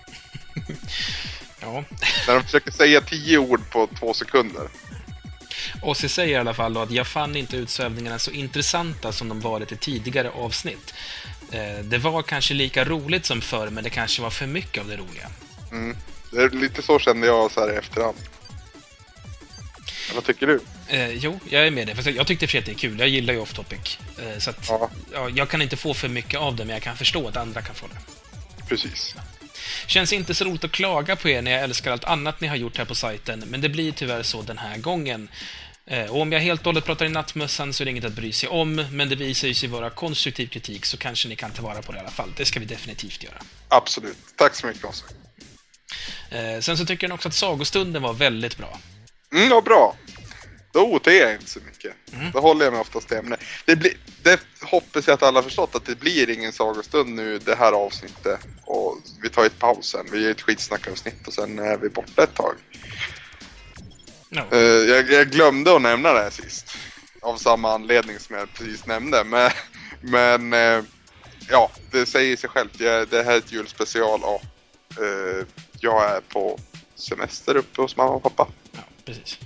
Ja. När de försöker säga 10 ord på 2 sekunder. Och så säger i alla fall då att jag fann inte utsvävningarna så intressanta som de varit i tidigare avsnitt. Det var kanske lika roligt som förr, men det kanske var för mycket av det roliga. Det är lite så kände jag så här i efterhand. Vad tycker du? Jo, jag är med det. Fast jag tyckte för att det är kul. Jag gillar ju off-topic. Så att, ja, jag kan inte få för mycket av det, men jag kan förstå att andra kan få det. Precis. Känns inte så roligt att klaga på er när jag älskar allt annat ni har gjort här på sajten, men det blir tyvärr så den här gången. Och om jag helt och hållet pratar i nattmössan så är det inget att bry sig om, men det visar ju sig vara konstruktiv kritik, så kanske ni kan ta vara på det i alla fall. Det ska vi definitivt göra. Absolut. Tack så mycket också. Sen så tycker jag också att sagostunden var väldigt bra. Ja, bra. Då otar jag inte så mycket. Då håller jag mig oftast till ämne. Det hoppas jag att alla har förstått att det blir ingen sagostund nu det här avsnittet. Och vi tar ett paus sen. Vi gör ett skitsnackavsnitt och sen är vi borta ett tag. No. Jag glömde att nämna det här sist. Av samma anledning som jag precis nämnde. Men ja, det säger sig självt. Det här är ett julspecial och jag är på semester uppe hos mamma och pappa. Ja, precis.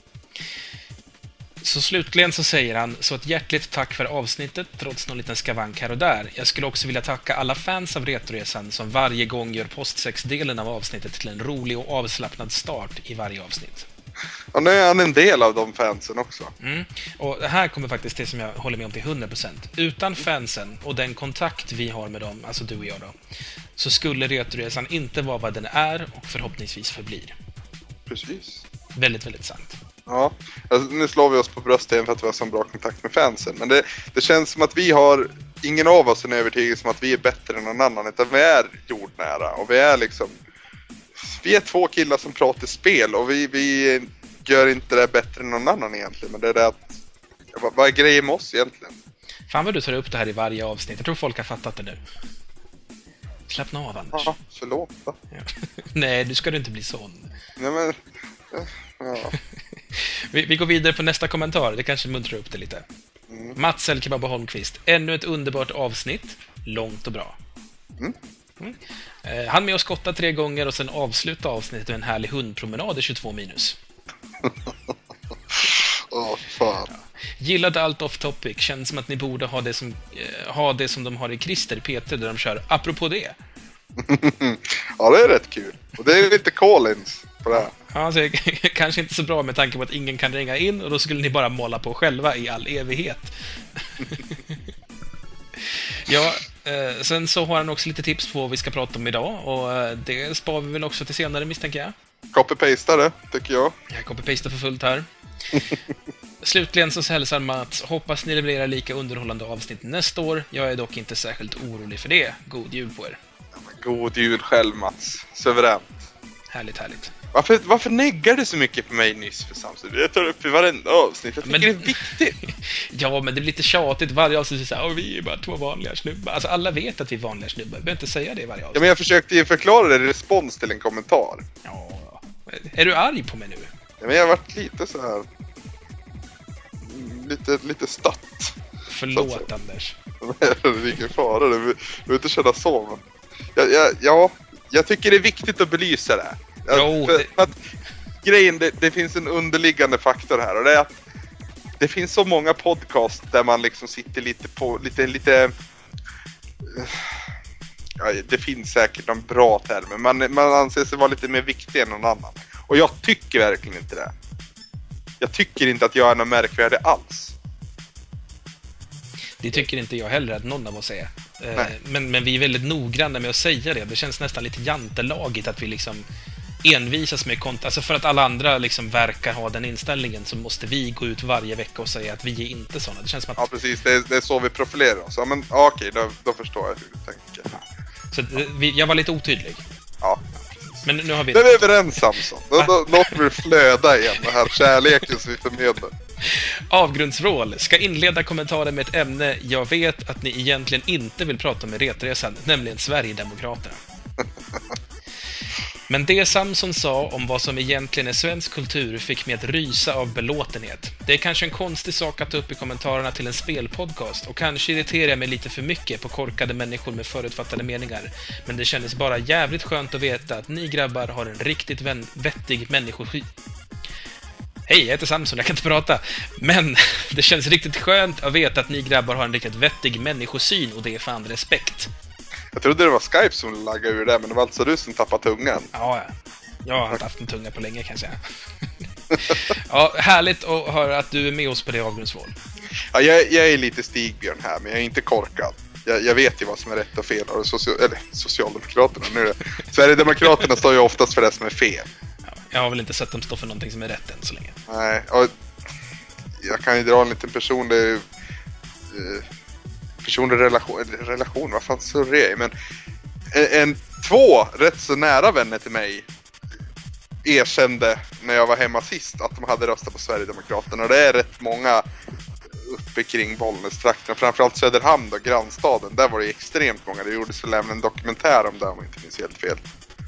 Så slutligen så säger han, så ett hjärtligt tack för avsnittet, trots någon liten skavank här och där. Jag skulle också vilja tacka alla fans av Retroresan som varje gång gör postsex-delen av avsnittet till en rolig och avslappnad start i varje avsnitt. Ja, nu är han en del av de fansen också. Och det här kommer faktiskt det som jag håller med om till 100%. Utan fansen och den kontakt vi har med dem, alltså du och jag då, så skulle Retroresan inte vara vad den är och förhoppningsvis förblir. Precis. Väldigt, väldigt sant. Ja, alltså, nu slår vi oss på bröstet för att vi har så bra kontakt med fansen. Men det känns som att vi har, ingen av oss är övertygad om att vi är bättre än någon annan. Utan vi är jordnära och vi är liksom, vi är 2 killar som pratar spel och vi gör inte det bättre än någon annan egentligen. Men det är det att, vad är grejen med oss egentligen? Fan vad du tar upp det här i varje avsnitt. Jag tror folk har fattat det nu. Slappna av, Anders. Ja, förlåt. Ja. Nej, du ska inte bli sån. Nej, men... Ja. Vi går vidare på nästa kommentar. Det kanske muntrar upp det lite. Mats Elkebab Holmqvist. Ännu ett underbart avsnitt. Långt och bra. Han med och skotta 3 gånger och sen avsluta avsnittet med en härlig hundpromenad i 22 minus. Fan. Gillade allt off topic. Känns som att ni borde ha det som de har i Christer Peter där de kör apropå det. Ja, det är rätt kul. Och det är lite Collins på det här. Ja, alltså, kanske inte så bra med tanke på att ingen kan ringa in och då skulle ni bara måla på själva i all evighet. Ja, sen så har han också lite tips på vad vi ska prata om idag och det spar vi väl också till senare, misstänker jag. Copy-paste det, tycker jag. Jag copy-pastar för fullt här. Slutligen så hälsar Mats, hoppas ni levererar lika underhållande avsnitt nästa år. Jag är dock inte särskilt orolig för det. God jul på er. Ja, men god jul själv, Mats. Suveränt. Härligt, härligt. Varför neggar du så mycket på mig nyss för Samsung? Jag tar upp i varenda avsnitt. Jag tycker det är viktigt. Ja, men det blir lite tjatigt varje avsnitt. Så här, vi är bara 2 vanliga snubbar. Alltså, alla vet att vi är vanliga snubbar. Vi behöver inte säga det i varje avsnitt. Ja, men jag försökte ju förklara det i respons till en kommentar. Ja. Är du arg på mig nu? Ja, men jag har varit lite så här... Lite statt. Förlåt, Anders. Det är ingen fara. Du vill inte känna så. Jag tycker det är viktigt att belysa det. För att grejen, det finns en underliggande faktor här. Och det är att det finns så många podcast där man liksom sitter lite på... Lite ja, det finns säkert någon bra termer. Man anser sig vara lite mer viktig än någon annan. Och jag tycker verkligen inte det. Jag tycker inte att jag är någon märkvärdig alls. Det tycker inte jag heller att någon av oss är. Men vi är väldigt noggranna med att säga det. Det känns nästan lite jantelagigt att vi liksom envisas med alltså för att alla andra liksom verkar ha den inställningen så måste vi gå ut varje vecka och säga att vi är inte sådana. Det känns som att... Ja, precis. Det är så vi profilerar oss. Ja, men okej, då förstår jag hur du tänker. Så jag var lite otydlig. Ja. Men nu har vi... Det är vi överens, Samson. Låt mig flöda igen, den här kärleken som vi förmedlar. Avgrundsvrål ska inleda kommentaren med ett ämne jag vet att ni egentligen inte vill prata med retresan, nämligen Sverigedemokraterna. Men det Samson sa om vad som egentligen är svensk kultur fick mig att rysa av belåtenhet. Det är kanske en konstig sak att ta upp i kommentarerna till en spelpodcast och kanske irriterar jag mig lite för mycket på korkade människor med förutfattade meningar. Men det kändes bara jävligt skönt att veta att ni grabbar har en riktigt vettig människosyn. Hej, jag heter Samson, jag kan inte prata. Men det känns riktigt skönt att veta att ni grabbar har en riktigt vettig människosyn och det är fan respekt. Jag trodde det var Skype som laggade ur det, men det var alltså du som tappade tungan. Ja. Jag har inte haft en tunga på länge, kan jag säga. Ja, härligt att höra att du är med oss på det avgrundsvåld. Ja, jag är lite Stigbjörn här, men jag är inte korkad. Jag vet ju vad som är rätt och fel. Och Socialdemokraterna nu är det. Sverigedemokraterna står ju oftast för det som är fel. Ja, jag har väl inte sett dem stå för någonting som är rätt än så länge. Nej, och jag kan ju dra en liten personlig relation, vad fan surrar jag i? Men två rätt så nära vänner till mig erkände när jag var hemma sist att de hade röstat på Sverigedemokraterna. Och det är rätt många uppe kring Bollnäs-trakten, framförallt Söderhamn och grannstaden. Där var det extremt många. Det gjordes väl även en dokumentär om det, om jag inte minns helt fel,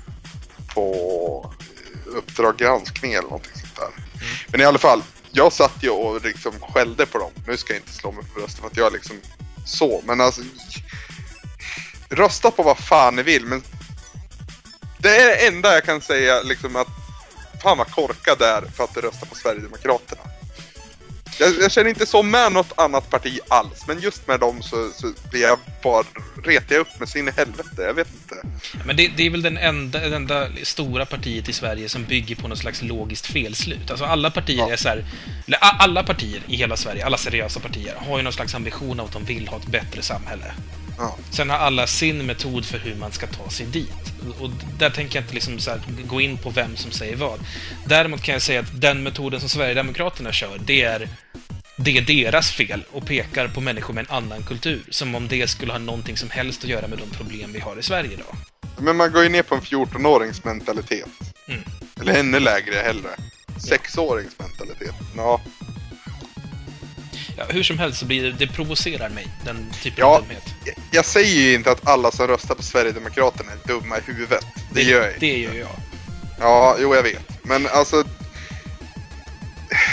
på Uppdrag granskning eller någonting sånt där. Men i alla fall, jag satt ju och liksom skällde på dem. Nu ska jag inte slå mig på rösten för att jag liksom så, men alltså rösta på vad fan ni vill, men det är det enda jag kan säga liksom, att fan vad korkad där för att du röstar på Sverigedemokraterna. Jag känner inte så med något annat parti alls, men just med dem så blir jag bara retar jag upp med sin i helvete, jag vet inte. Men det är väl den enda stora partiet i Sverige som bygger på något slags logiskt felslut. Alltså alla partier är så här, alla partier i hela Sverige, alla seriösa partier har ju någon slags ambition av att de vill ha ett bättre samhälle. Ja. Sen har alla sin metod för hur man ska ta sig dit. Och där tänker jag inte liksom så här, gå in på vem som säger vad. Däremot kan jag säga att den metoden som Sverigedemokraterna kör, det är deras fel och pekar på människor med en annan kultur. Som om det skulle ha någonting som helst att göra med de problem vi har i Sverige idag. Men man går ju ner på en 14-årings mentalitet. Eller ännu lägre hellre. 6-årings mentalitet. Ja. Ja, hur som helst så blir det provocerar mig, den typen av dumhet. Jag säger ju inte att alla som röstar på Sverigedemokraterna är dumma i huvudet. Det gör jag. Det gör jag. Ja, jo jag vet. Men alltså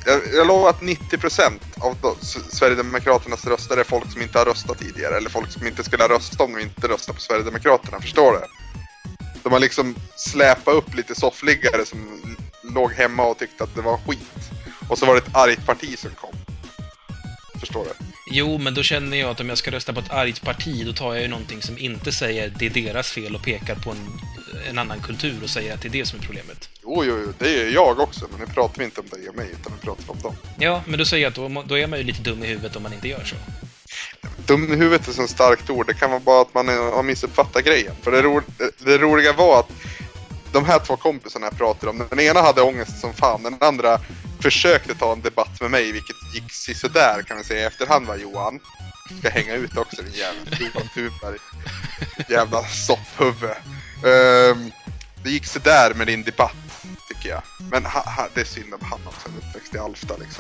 jag lovar att 90% av Sverigedemokraternas röster är folk som inte har röstat tidigare. Eller folk som inte skulle ha röstat om de inte röstar på Sverigedemokraterna, förstår du? De har liksom släpat upp lite soffliggare som låg hemma och tyckte att det var skit. Och så var det ett argt parti som kom. Förstår du? Jo, men då känner jag att om jag ska rösta på ett argt parti, då tar jag ju någonting som inte säger det är deras fel och pekar på en annan kultur och säger att det är det som är problemet. Jo, det är jag också, men nu pratar vi inte om dig och mig, utan vi pratar om dem. Ja, men då säger jag att då är man ju lite dum i huvudet om man inte gör så. Dum i huvudet är så ett starkt ord, det kan vara bara att man har missuppfattat grejen. För det roliga var att de här två kompisarna jag pratade om, den ena hade ångest som fan, den andra försökte ta en debatt med mig, vilket gick sådär kan vi säga i efterhand, var Johan. Ska hänga ut också, din jävla Johan Tuberg. Jävla sopphuvud. Det gick sådär med din debatt, tycker jag. Men det är synd om han också, uppväxt i Alfta liksom.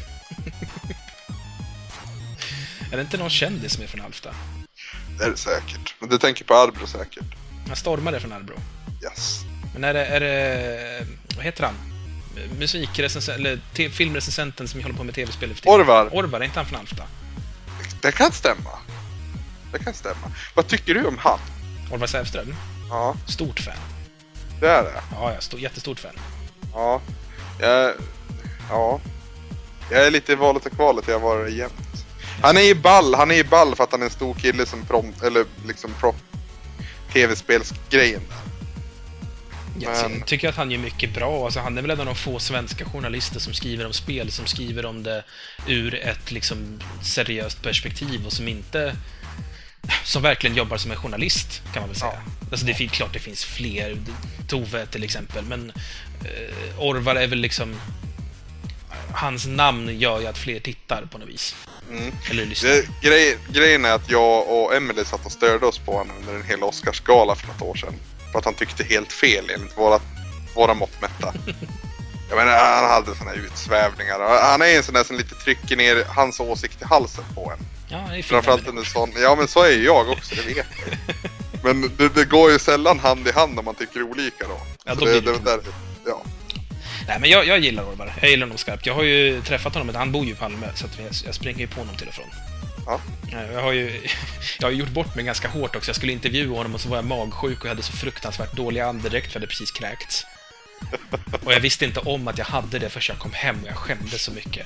Är det inte någon kändis som är från Alfta? Det är det säkert. Men du tänker på Arbro säkert. Han stormade från Arbro. Yes. Men är det vad heter han? Musikrecensent eller filmrecensenten som håller på med tv-spel för Orvar, är inte han från Alfta? Det kan stämma. Vad tycker du om han? Orvar Sävström? Ja. Stort fan. Det är det? Ja, jättestort fan. Ja. Jag är lite i valet och kvalet, jag var det jämt. Han är i ball för att han är en stor kille som tv-spelsgrejen där. Jag tycker att han gör mycket bra. Alltså, han är väl en av de få svenska journalister som skriver om spel, som skriver om det ur ett liksom seriöst perspektiv och som verkligen jobbar som en journalist, kan man väl säga. Ja. Alltså, det är klart det finns fler, Tove till exempel, men Orvar är väl liksom, hans namn gör ju att fler tittar på något vis. Eller lyssnar. Grejen är att jag och Emily satt och störde oss på honom under en hel Oscarsgala för något år sedan. För att han tyckte helt fel enligt våra måttmätta. Jag menar, han hade såna här utsvävningar. Han är en sån där som lite trycker ner hans åsikt i halsen på en. Ja, det är framförallt en sån. Ja, men så är ju jag också, det vet jag. Men det går ju sällan hand i hand om man tycker olika då. Ja, då blir det där, ja. Nej, men jag gillar Orvar. Jag gillar honom skarpt. Jag har ju träffat honom, men han bor ju på Palme, så att jag springer ju på honom till och från. Ja. Jag har ju gjort bort mig ganska hårt också. Jag skulle intervjua honom och så var jag magsjuk och jag hade så fruktansvärt dåliga andedräkt för jag hade precis kräkts. Och jag visste inte om att jag hade det förrän jag kom hem och jag skämdes så mycket.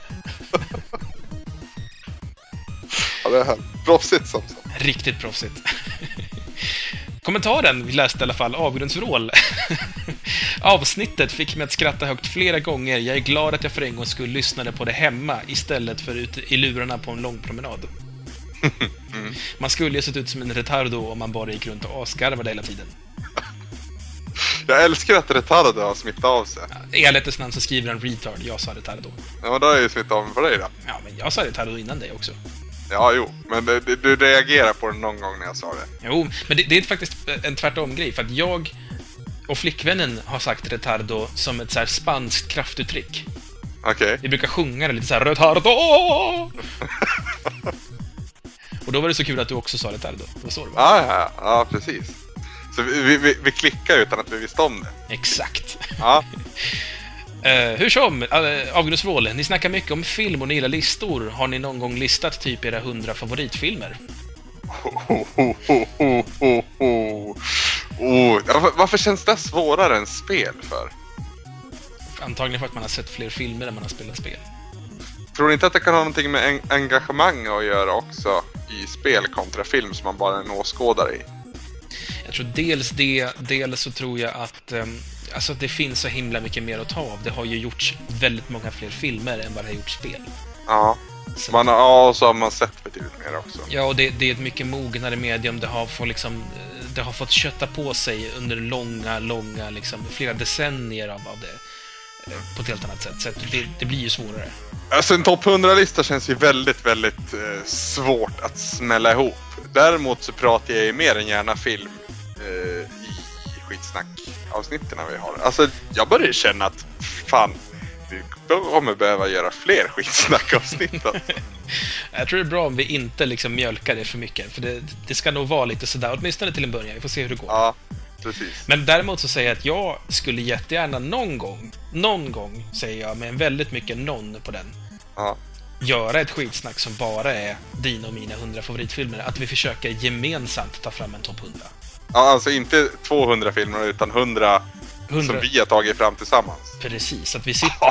Ja, det är här. Proffsigt Samson. Riktigt proffsigt. Kommentaren vi läste i alla fall, avgrundsvrål. Avsnittet fick mig att skratta högt flera gånger. Jag är glad att jag för en gång skulle lyssna på det hemma istället för ute i lurarna på en lång promenad. Man skulle ju sett ut som en retardo om man bara gick runt och asgarvade hela tiden. Jag älskar att retardo har smittat av sig. I ärlighetens namn så skriver han retard. Jag sa retardo. Ja, men då är ju smittat av mig på dig då. Ja, men jag sa retardo innan dig också. Ja, jo. Men du reagerar på det någon gång när jag sa det. Jo, men det är faktiskt en tvärtom-grej. För att jag och flickvännen har sagt retardo som ett så här spanskt kraftuttryck. Okej. Vi brukar sjunga det lite så här retardo! Och då var det så kul att du också sa retardo. Vad står det? Ja, precis. Så vi klickar utan att vi visste om det. Exakt. Ja. Hur som, avgrundsvrål, ni snackar mycket om film och ni gillar listor. Har ni någon gång listat typ era 100 favoritfilmer? Varför känns det svårare än spel för? Antagligen för att man har sett fler filmer än man har spelat spel. Tror du inte att det kan ha någonting med engagemang att göra också i spel kontra film som man bara är en åskådare i? Jag tror dels så tror jag att alltså det finns så himla mycket mer att ta av. Det har ju gjorts väldigt många fler filmer än vad det har gjort spel. Ja. Så så har man sett betydligt mer också. Ja, och det är ett mycket mognare medium. Det har fått kötta på sig under långa liksom, flera decennier av det på ett helt annat sätt. Så det blir ju svårare. Alltså en topp 100-lista känns ju väldigt, väldigt svårt att smälla ihop. Däremot så pratar jag ju mer än gärna film i skitsnack-avsnitten vi har. Alltså jag börjar känna att fan, vi kommer behöva göra fler skitsnack-avsnitt. Alltså. Jag tror det är bra om vi inte liksom mjölkar det för mycket. För det ska nog vara lite sådär, åtminstone till en början. Vi får se hur det går. Ja. precis. Men däremot så säger jag att jag skulle jättegärna någon gång, säger jag med en väldigt mycket någon på den, Ja. göra ett skitsnack som bara är dina och mina 100 favoritfilmer. Att vi försöker gemensamt ta fram en topp 100. Ja, alltså inte 200 filmer utan 100 som vi har tagit fram tillsammans. Precis, att vi sitter...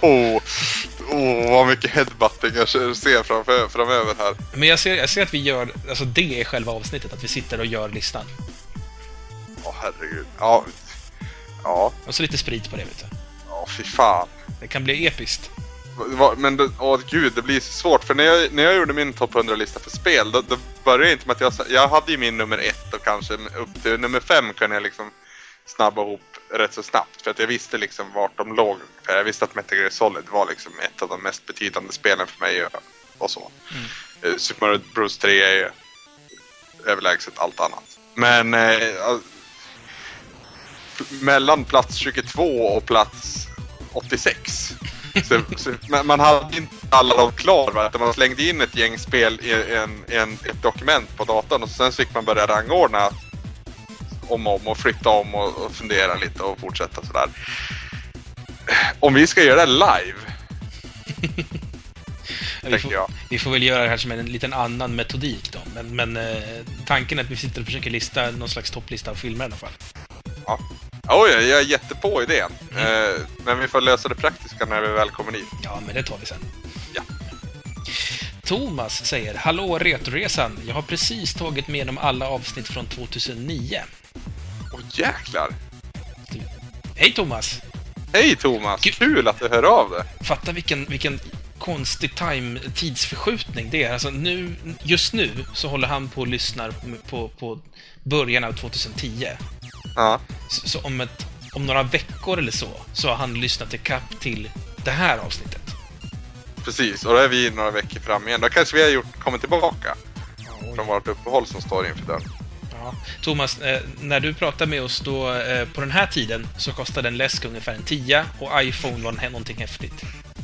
Vad mycket headbutting jag ser framöver här. Men jag ser att vi gör... Alltså det är själva avsnittet, att vi sitter och gör listan. Herregud. Ja. Och så lite sprit på det, vet du. Ja, fy fan. Det kan bli episkt. Men gud, det blir så svårt. För när jag gjorde min topp 100-lista för spel, då började jag inte med att jag hade ju min nummer 1 och kanske upp till nummer 5 kunde jag liksom snabba ihop rätt så snabbt. För att jag visste liksom vart de låg. För jag visste att Metal Gear Solid var liksom ett av de mest betydande spelen för mig och så. Super Mario Bros 3 är överlägset allt annat. Men mellan plats 22 och plats 86 så man hade inte alla dem klar, va? Man slängde in ett gäng spel i ett dokument på datorn och sen fick man börja rangordna om och flytta om och fundera lite och fortsätta sådär. Om vi ska göra det live vi får väl göra det här som en liten annan metodik då. Men tanken är att vi sitter och försöker lista någon slags topplista av filmer i alla fall. Ja. Jag är jättepå idén. Men vi får lösa det praktiska när vi väl kommer dit. Ja, men det tar vi sen. Ja. Thomas säger: Hallå Retroresan, jag har precis tagit med om alla avsnitt från 2009. Jäklar. Hej Thomas. Hej Thomas, kul att du hör av dig. Fatta vilken konstig tidsförskjutning det är. Alltså just nu så håller han på och lyssnar på början av 2010. Ja. Så om några veckor eller så har han lyssnat till kapp till det här avsnittet. Precis, och då är vi några veckor fram igen. Då kanske vi har kommit tillbaka från vårt uppehåll som står inför dörren. Ja. Thomas, när du pratar med oss då på den här tiden så kostade en läsk ungefär en 10 och iPhone var någonting häftigt.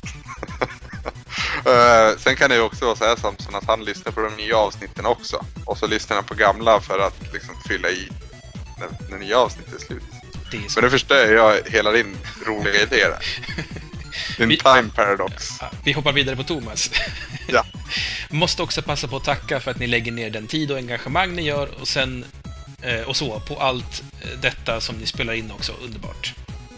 Sen kan det ju också vara så här Samson att han lyssnar på de nya avsnitten också. Och så lyssnar han på gamla för att liksom fylla i när nya avsnitt är slut. Men det förstör jag hela din roliga idé där. Din time paradox. Vi hoppar vidare på Thomas. Ja. Måste också passa på att tacka för att ni lägger ner den tid och engagemang ni gör och sen och så på allt detta som ni spelar in också. Underbart.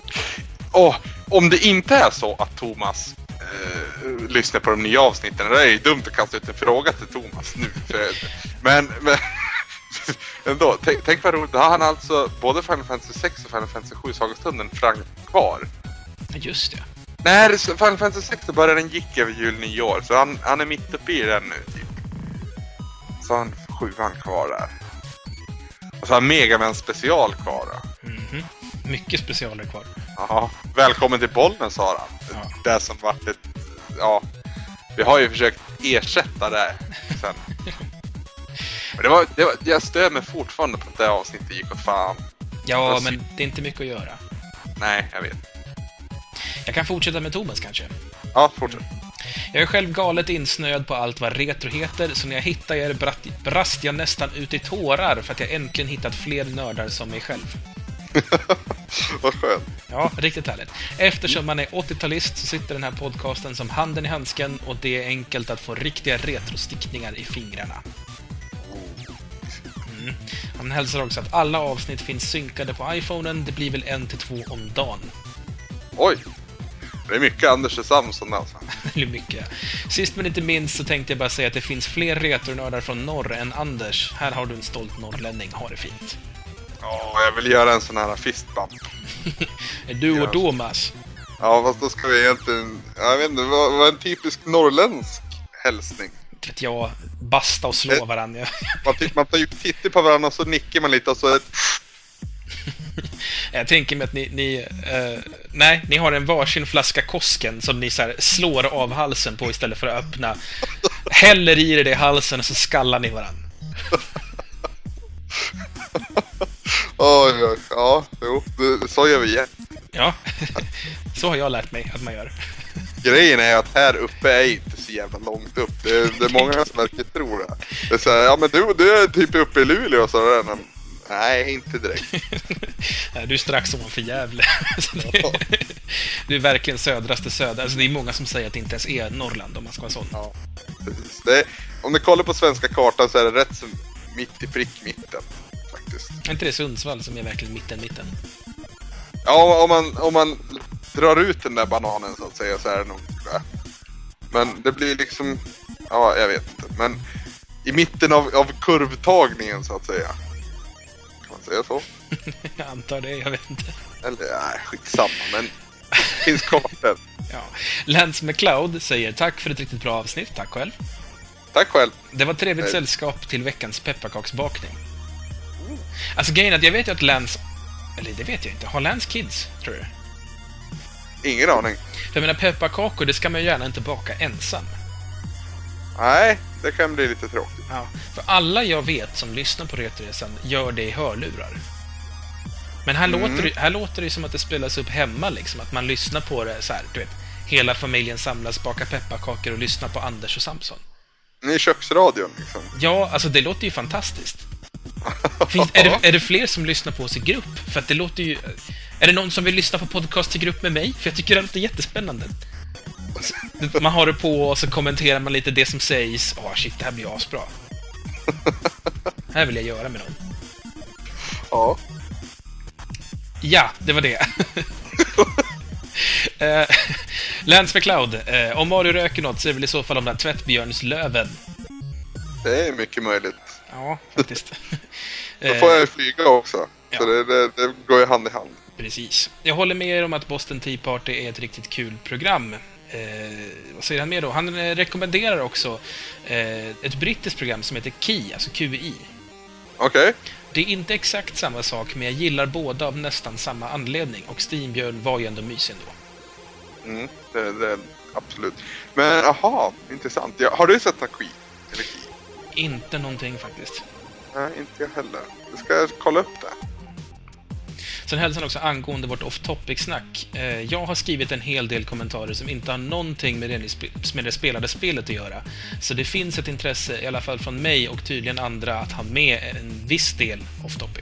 Om det inte är så att Thomas lyssnar på de nya avsnitten, det är ju dumt att kasta ut en fråga till Thomas nu. Men ändå, tänk vad roligt. Då har han alltså både Final Fantasy 6 och Final Fantasy 7 Sagostunden kvar. Just det. Nej, Final Fantasy 6 börjar den gick över jul 9 år. Så han är mitt uppe i den nu typ. Så han 7an kvar där. Och så har Mega Man special kvar då. Mm-hmm. Mycket specialer kvar. Ja, välkommen till Bollnäs, Sara. Ja. Det som varit ett... Ja, vi har ju försökt ersätta det sen. Men jag stör mig fortfarande på att det här avsnittet gick åt fan. Ja, men det är inte mycket att göra. Nej, jag vet. Jag kan fortsätta med Thomas kanske. Ja, fortsätt. Jag är själv galet insnöad på allt vad retro heter, så när jag hittar er brast jag nästan ut i tårar för att jag äntligen hittat fler nördar som mig själv. Vad skönt. Ja, riktigt härligt. Eftersom man är 80-talist så sitter den här podcasten som handen i handsken och det är enkelt att få riktiga retrostickningar i fingrarna. Han hälsar också att alla avsnitt finns synkade på iPhonen. Det blir väl 1-2 om dagen. Oj! Det är mycket Anders och Samson alltså. Det blir mycket. Sist men inte minst så tänkte jag bara säga att det finns fler retronördar från norr än Anders. Här har du en stolt norrlänning. Ha det fint. Ja, jag vill göra en sån här fistbump. Är du och Thomas? Ja, fast då ska vi egentligen... Jag vet inte, vad en typisk norrländsk hälsning? Vet jag, basta och slå varandra. Man tar ju tittar på varandra och så nickar man lite och så... Jag tänker mig att ni har en varsin flaska Kosken som ni så här slår av halsen på istället för att öppna. Häller i det i halsen och så skallar ni varandra. Ja, jo, så gör vi igen. Ja, så har jag lärt mig att man gör. Grejen är att här uppe är inte så jävla långt upp. Det är många som verkar tro det. Det är så här, ja men du är typ uppe i Luleå så där. Nej, inte direkt. Du är strax ovanför Gävle. Du är verkligen södraste söder. Alltså det är många som säger att det inte ens är Norrland om man ska vara sån. Ja, precis. Om du kollar på svenska kartan så är det rätt så mitt i prick mitten, faktiskt. Är inte det Sundsvall som är verkligen mitten? Ja, om man drar ut den där bananen så att säga så är det nog det. Men det blir liksom... Ja, jag vet inte. Men i mitten av kurvtagningen så att säga. Kan man säga så? Jag antar det, jag vet inte. Eller, nej, skitsamma, men det finns kartor. Ja. Lance McLeod säger tack för ett riktigt bra avsnitt. Tack själv. Tack själv. Det var trevligt sällskap till veckans pepparkaksbakning. Alltså grejen är att jag vet ju att Lance... Eller det vet jag inte. Har Lance kids, tror du? Ingen aning. För jag menar, pepparkakor, det ska man ju gärna inte baka ensam. Nej, det kan bli lite tråkigt. Ja, för alla jag vet som lyssnar på Retroresan gör det i hörlurar. Men här låter det som att det spelas upp hemma liksom, att man lyssnar på det så här, du vet, hela familjen samlas, bakar pepparkakor och lyssnar på Anders och Samson. I köksradion liksom. Ja, alltså det låter ju fantastiskt. Är det fler som lyssnar på oss i grupp? För att det låter ju... Är det någon som vill lyssna på podcast i grupp med mig? För jag tycker det låter jättespännande. Man har det på och så kommenterar man lite det som sägs. Shit, det här blir asbra. Det här vill jag göra med någon. Ja. Ja, det var det. Lance McLeod, om Mario röker något så är det väl i så fall om den här tvättbjörnslöven. Det är mycket möjligt. Ja, faktiskt. Då får jag flyga också. Ja. Så det går ju hand i hand. Precis. Jag håller med er om att Boston Tea Party är ett riktigt kul program. Vad säger han mer då? Han rekommenderar också ett brittiskt program som heter KI, alltså QI. Okej. Det är inte exakt samma sak, men jag gillar båda av nästan samma anledning. Och Steambjörn var ju ändå mysig ändå. Det absolut. Men, aha, intressant. Ja, har du sett Akui? Eller KI? Inte någonting faktiskt. Nej, inte jag heller. Jag ska kolla upp det. Sen hälsar han också angående vårt off-topic-snack. Jag har skrivit en hel del kommentarer som inte har någonting med det spelade spelet att göra. Så det finns ett intresse, i alla fall från mig och tydligen andra, att ha med en viss del off-topic.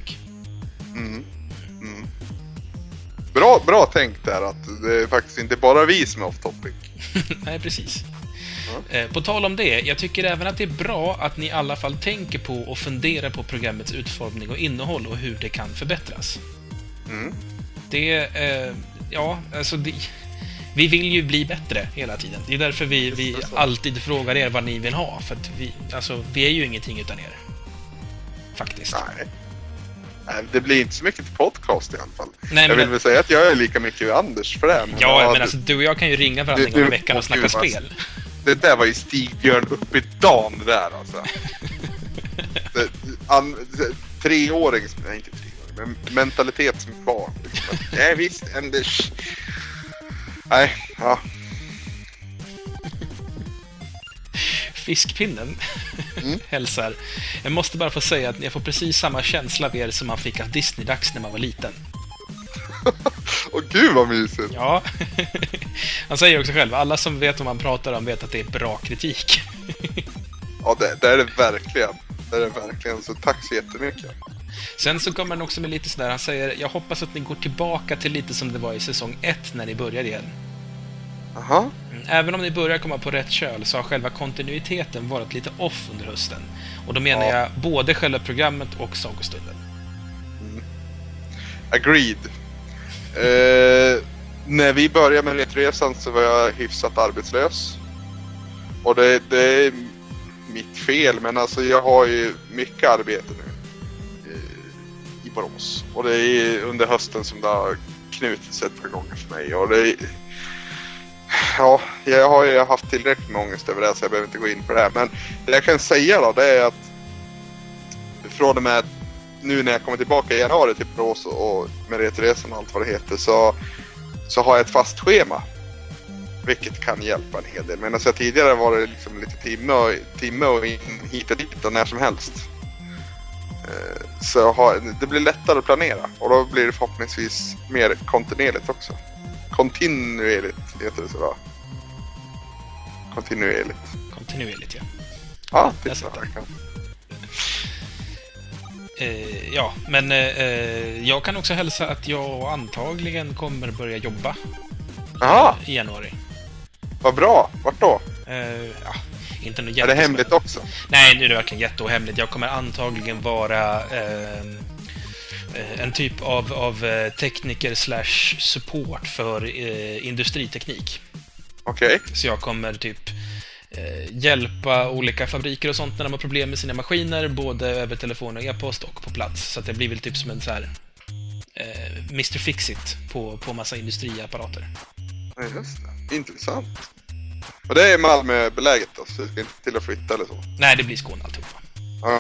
Bra tänkt där att det är faktiskt inte bara vi som är off-topic. Nej, precis. På tal om det, jag tycker även att det är bra att ni i alla fall tänker på och funderar på programmets utformning och innehåll och hur det kan förbättras. Det, vi vill ju bli bättre hela tiden. Det är därför vi alltid frågar er vad ni vill ha. För att vi är ju ingenting utan er. Faktiskt. Nej, det blir inte så mycket till podcast i alla fall. Nej, jag vill väl säga att jag är lika mycket Anders för det. Men alltså, du och jag kan ju ringa varandra en gång i veckan och snacka spel. Det där var ju Stigbjörn upp i dagen det där alltså. Treårings, nej inte treåring, men mentalitet som barn. Liksom. Nej visst, Anders. Nej, ja. Fiskpinnen hälsar. Jag måste bara få säga att jag får precis samma känsla av er som man fick av Disney-dags när man var liten. Åh gud vad mysigt. Ja. Han säger också själv, alla som vet vad man pratar om vet att det är bra kritik. Ja, det är det verkligen. Det är det verkligen, så tack så jättemycket. Sen så kommer han också med lite sådär, han säger, jag hoppas att ni går tillbaka till lite som det var i säsong 1 när ni började igen. Aha. Även om ni börjar komma på rätt köl så har själva kontinuiteten varit lite off under hösten. Och då menar jag både själva programmet och sagostunden. Agreed. När vi började med Retroresan så var jag hyfsat arbetslös. Och det är mitt fel, men alltså jag har ju mycket arbete nu i Borås. Och det är under hösten som det har knutits ett par gånger för mig. Och det är, ja, jag har ju haft tillräckligt med ångest över det, så jag behöver inte gå in på det här. Men det jag kan säga då, det är att från och med nu när jag kommer tillbaka i januari till Borås och med Retroresan och allt vad det heter, så har jag ett fast schema. Vilket kan hjälpa en hel del. Men alltså tidigare var det liksom lite timme och in hit och dit och när som helst. Så det blir lättare att planera. Och då blir det förhoppningsvis mer kontinuerligt också. Kontinuerligt heter det så va? Kontinuerligt, ja. Ja, det är så. Ja, men jag kan också hälsa att jag antagligen kommer börja jobba i januari. Vad bra. Vart då? Ja, inte något är det hemligt också? Nej, nu är det verkligen jättehemligt. Jag kommer antagligen vara en typ av tekniker / support för industriteknik. Okej. Så jag kommer typ hjälpa olika fabriker och sånt när de har problem med sina maskiner, både över telefon och e-post och på plats. Så att det blir väl typ som en så här Mr. Fixit på massa industriapparater. Ja, just det. Intressant. Och det är Malmö-beläget då, så det ska inte till att flytta eller så? Nej, det blir Skåne alltihopa. Ja.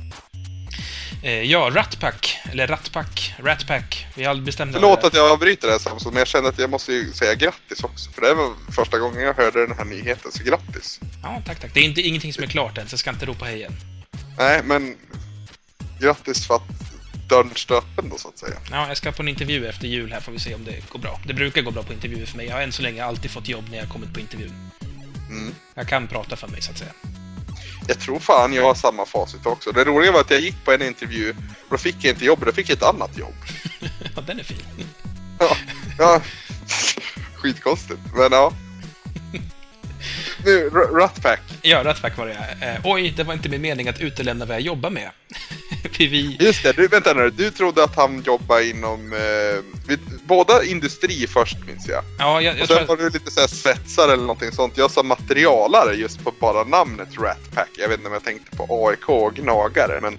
Ja, Rat Pack. Vi har aldrig bestämt. Förlåt att jag avbryter det här Samson, men jag känner att jag måste ju säga grattis också. För det var första gången jag hörde den här nyheten, så grattis. Ja, tack. Det är ingenting som är klart än, så jag ska inte ropa hej igen. Nej, men grattis för att dörren står öppen då, så att säga. Ja, jag ska på en intervju efter jul här, får vi se om det går bra. Det brukar gå bra på intervjuer för mig. Jag har än så länge alltid fått jobb när jag kommit på intervjun. Jag kan prata för mig, så att säga. Jag tror fan jag har samma facit också. Det roliga var att jag gick på en intervju och då fick jag inte jobb, då fick jag ett annat jobb. Ja, den är fin. Ja. Skitkonstigt, men ja. Nu, Rat Pack. Ja, Rat Pack var det. Oj, det var inte min mening att utelämna vad jag jobbar med. Just det, vänta nu. Du trodde att han jobbade inom båda industri först, minns jag. Ja, jag och sen tror var du lite såhär svetsare eller någonting sånt. Jag sa materialare just på bara namnet Rat Pack. Jag vet inte om jag tänkte på AIK och gnagare, men...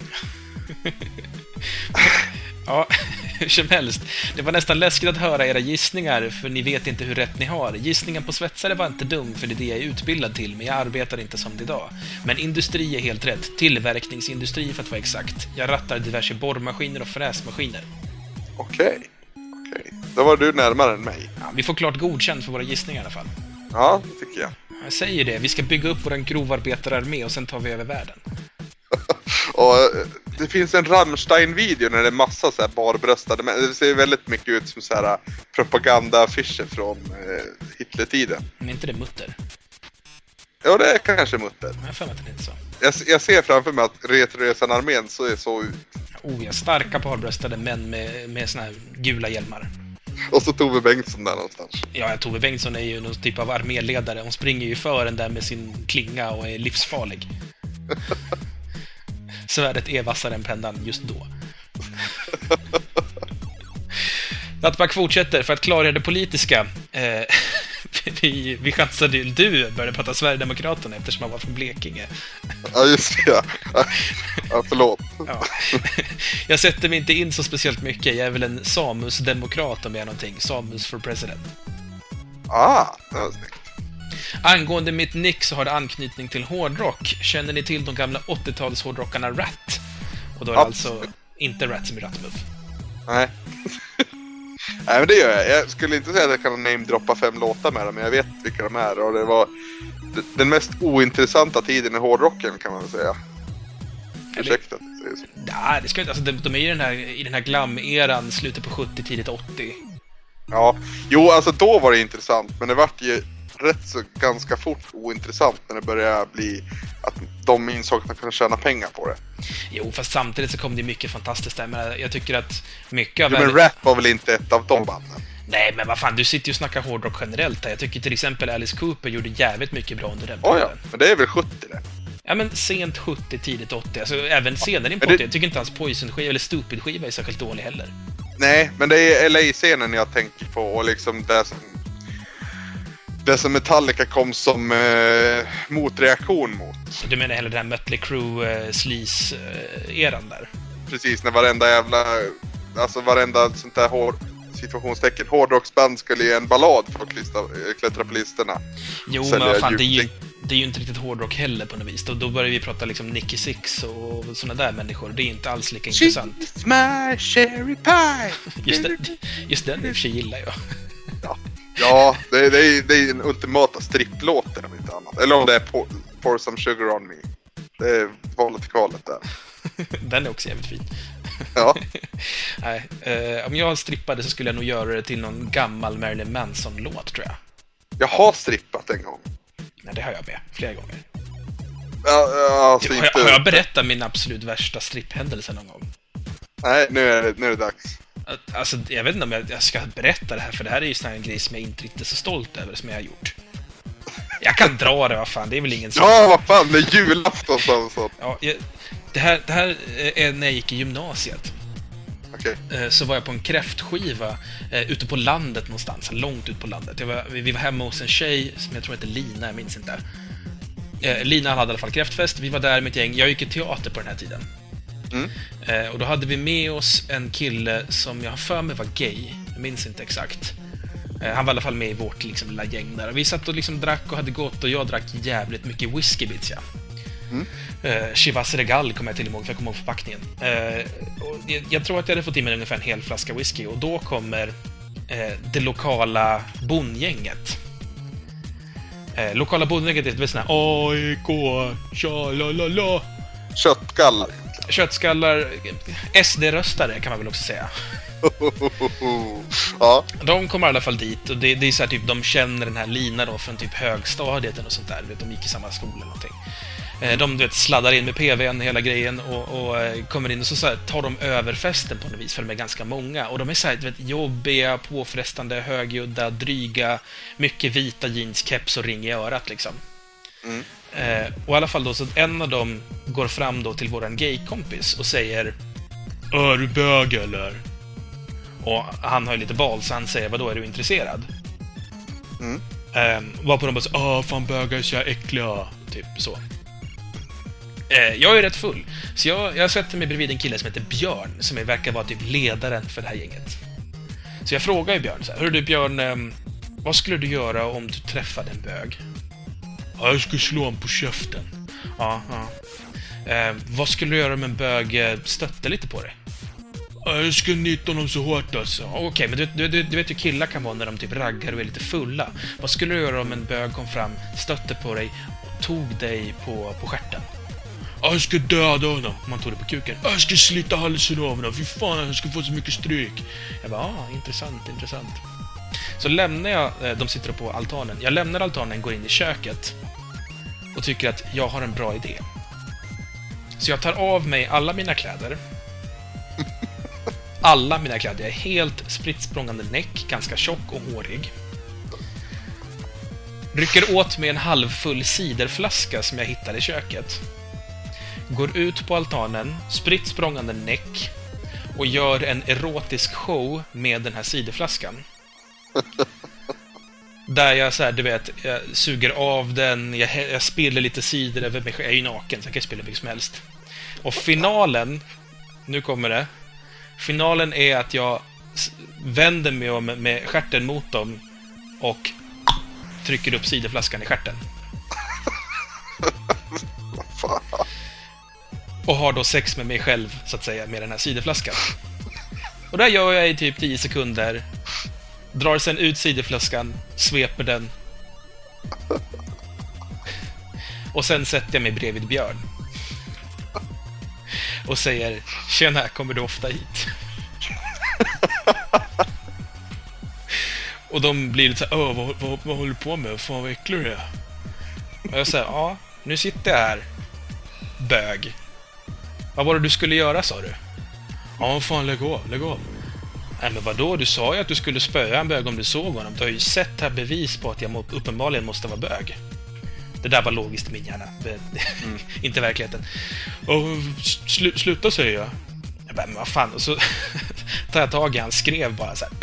Ja, hur som helst. Det var nästan läskigt att höra era gissningar, för ni vet inte hur rätt ni har. Gissningen på svetsare var inte dum, för det är det jag är utbildad till, men jag arbetar inte som det idag. Men industri är helt rätt. Tillverkningsindustri för att vara exakt. Jag rattar diverse borrmaskiner och fräsmaskiner. Okej. Då var du närmare än mig. Ja, vi får klart godkänt för våra gissningar i alla fall. Ja, det tycker jag. Jag säger det. Vi ska bygga upp vår grovarbetararmé och sen tar vi över världen. Och det finns en Rammstein-video när det är massa så här barbröstade, men det ser väldigt mycket ut som så här propagandaaffischer från Hitlertiden. Men inte det Mutter? Ja, det är kanske Mutter. Jag får att det inte så. Jag ser framför mig att Retroresan-armén så ut. Ja, starka barbröstade män med såna här gula hjälmar. Och så Tove Bengtsson där någonstans. Ja, Tove Bengtsson är ju någon typ av arméledare. Hon springer ju för den där med sin klinga och är livsfarlig. Svärdet är vassare än pennan just då. Nattback fortsätter för att klara det politiska. Vi chansade du började prata Sverigedemokraterna eftersom han var från Blekinge. Ja, just det. Ja, förlåt. Ja. Jag sätter mig inte in så speciellt mycket. Jag är väl en Samus-demokrat om jag är någonting. Samus for president. Det var snyggt. Angående mitt nick så har det anknytning till hårdrock. Känner ni till de gamla 80-tals hårdrockarna Rat? Och då är det alltså inte Rat som är Ratmuff. Nej. Nej, men det gör jag. Jag skulle inte säga att jag kan namedroppa 5 låtar med dem, men jag vet vilka de är. Och det var den mest ointressanta tiden i hårdrocken, kan man väl säga. Ursäkta. Nej, det ska inte. Alltså, de är ju i den här glam-eran, slutet på 70, tidigt 80. Ja, jo, alltså då var det intressant, men det vart ju rätt så ganska fort ointressant när det började bli att de insåg att de kunde tjäna pengar på det. Jo, fast samtidigt så kom det mycket fantastiskt där. Men jag tycker att mycket av... Men rap var väl inte ett av de banden? Nej, men vad fan, du sitter ju och snackar hårdrock generellt här. Jag tycker till exempel Alice Cooper gjorde jävligt mycket bra under den perioden. Ja, men det är väl 70 det? Ja, men sent 70, tidigt 80. Alltså även senare in på 80. Jag tycker inte hans Poison-skiva eller Stupid-skiva är särskilt dålig heller. Nej, men det är LA-scenen jag tänker på, och liksom det som Metallica kom som motreaktion mot. Du menar hela den här Mötley Crüe sleaze-eran där? Precis, när varenda sånt där situationstecken hårdrocksband skulle ge en ballad för att klättra på listorna. Jo, men vad fan, det är ju inte riktigt hårdrock heller på något vis. Då börjar vi prata liksom Nicky Six och såna där människor. Det är inte alls lika intressant. She's my cherry pie! Just den i och för sig gillar jag. Ja, det är en ultimata stripplåten om inte annat. Eller om det är Pour Some Sugar On Me. Det är valet i kvalet där. Den är också jävligt fin. Ja. Nej, om jag strippade så skulle jag nog göra det till någon gammal Marilyn Manson-låt, tror jag. Jag har strippat en gång. Nej, det har jag med. Flera gånger. Ja, alltså har jag berättat min absolut värsta stripphändelse någon gång? Nej, nu är det dags. Alltså, jag vet inte om jag ska berätta det här, för det här är ju sån här en grej som jag inte riktigt är så stolt över som jag har gjort. Jag kan dra det, vad fan, det är väl ingen som... Ja, vad fan, det är julafton så. Ja, det här är när jag gick i gymnasiet. Okej. Så var jag på en kräftskiva ute på landet någonstans, långt ut på landet. Vi var hemma hos en tjej som jag tror heter Lina, jag minns inte. Lina hade i alla fall kräftfest, vi var där med ett gäng. Jag gick i teater på den här tiden. Och då hade vi med oss en kille som jag har för mig var gay. Jag minns inte exakt. Han var i alla fall med i vårt liksom, lilla gäng där. Och vi satt och liksom drack och hade gått, och jag drack jävligt mycket whisky, bits, ja. Chivas Regal kommer jag till ihåg, för jag kommer ihåg förpackningen. Och jag tror att jag hade fått i mig ungefär en hel flaska whisky. Och då kommer det lokala bondgänget. Lokala bondgänget är ett sånt här AIK, tja-la-la-la. Köttgallar. Köttskallar, SD-röstare kan man väl också säga. Ja. De kommer i alla fall dit, och det är så här, typ, de känner den här Lina då från typ högstadiet och sånt där. De gick i samma skola eller någonting. De, du vet, sladdar in med PV:n hela grejen och kommer in, och så här, tar de över festen på något vis, för de är ganska många. Och de är så här, du vet, jobbiga, påfrestande, högljudda, dryga, mycket vita jeans, keps och ring i örat liksom. Och i alla fall då, så en av dem går fram då till våran gaykompis och säger: är du bög eller? Och han har ju lite bal, så han säger: vadå, är du intresserad? Varpå de bara så: fan, bögar är så äckliga, typ så. Jag är rätt full, så jag sätter mig bredvid en kille som heter Björn, som verkar vara typ ledaren för det här gänget. Så jag frågar ju Björn så här: hör du Björn, vad skulle du göra om du träffade en bög? Ja, jag skulle slå honom på käften. Ja. Vad skulle du göra om en bög stötte lite på dig? Ja, jag skulle nita honom så hårt alltså. Okej, men du vet ju killar kan vara när de typ raggar och är lite fulla. Vad skulle du göra om en bög kom fram, stötte på dig och tog dig på stjärten? Ja, jag skulle döda honom om man tog det på kuken. Ja, jag skulle slita halsen av honom. Fy fan, jag skulle få så mycket stryk. Jag bara, intressant. Så lämnar jag, de sitter på altanen. Jag lämnar altanen, går in i köket och tycker att jag har en bra idé. Så jag tar av mig alla mina kläder. Alla mina kläder. Jag är helt spritt språngande näck, ganska tjock och hårig. Rycker åt mig en halvfull ciderflaska som jag hittar i köket. Går ut på altanen, spritt språngande näck, och gör en erotisk show med den här ciderflaskan. Där jag så här, du vet, jag suger av den, jag spiller lite cider över mig. Jag är ju naken, så jag kan spilla mycket som helst. Och finalen, nu kommer det. Finalen är att jag vänder mig om med stjärten mot dem och trycker upp ciderflaskan i stjärten. Och har då sex med mig själv, så att säga, med den här ciderflaskan. Och där gör jag i typ 10 sekunder. Drar sen ut ciderflaskan, sveper den. Och sen sätter jag mig bredvid Björn. Och säger: tjena, kommer du ofta hit? Och de blir lite så här: vad håller du på med? Fan, vad äcklig du är. Och jag säger: ja, nu sitter jag här, bög. Vad var det du skulle göra, sa du? Ja, fan, lägg av. Nej, men vadå? Du sa ju att du skulle spöa en bög om du såg honom. Du har ju sett här bevis på att jag uppenbarligen måste vara bög. Det där var logiskt i min hjärna. Inte verkligheten. Och sluta, säger jag. Jag bara, men vad fan. Och så tar jag tag i han, skrev bara så här.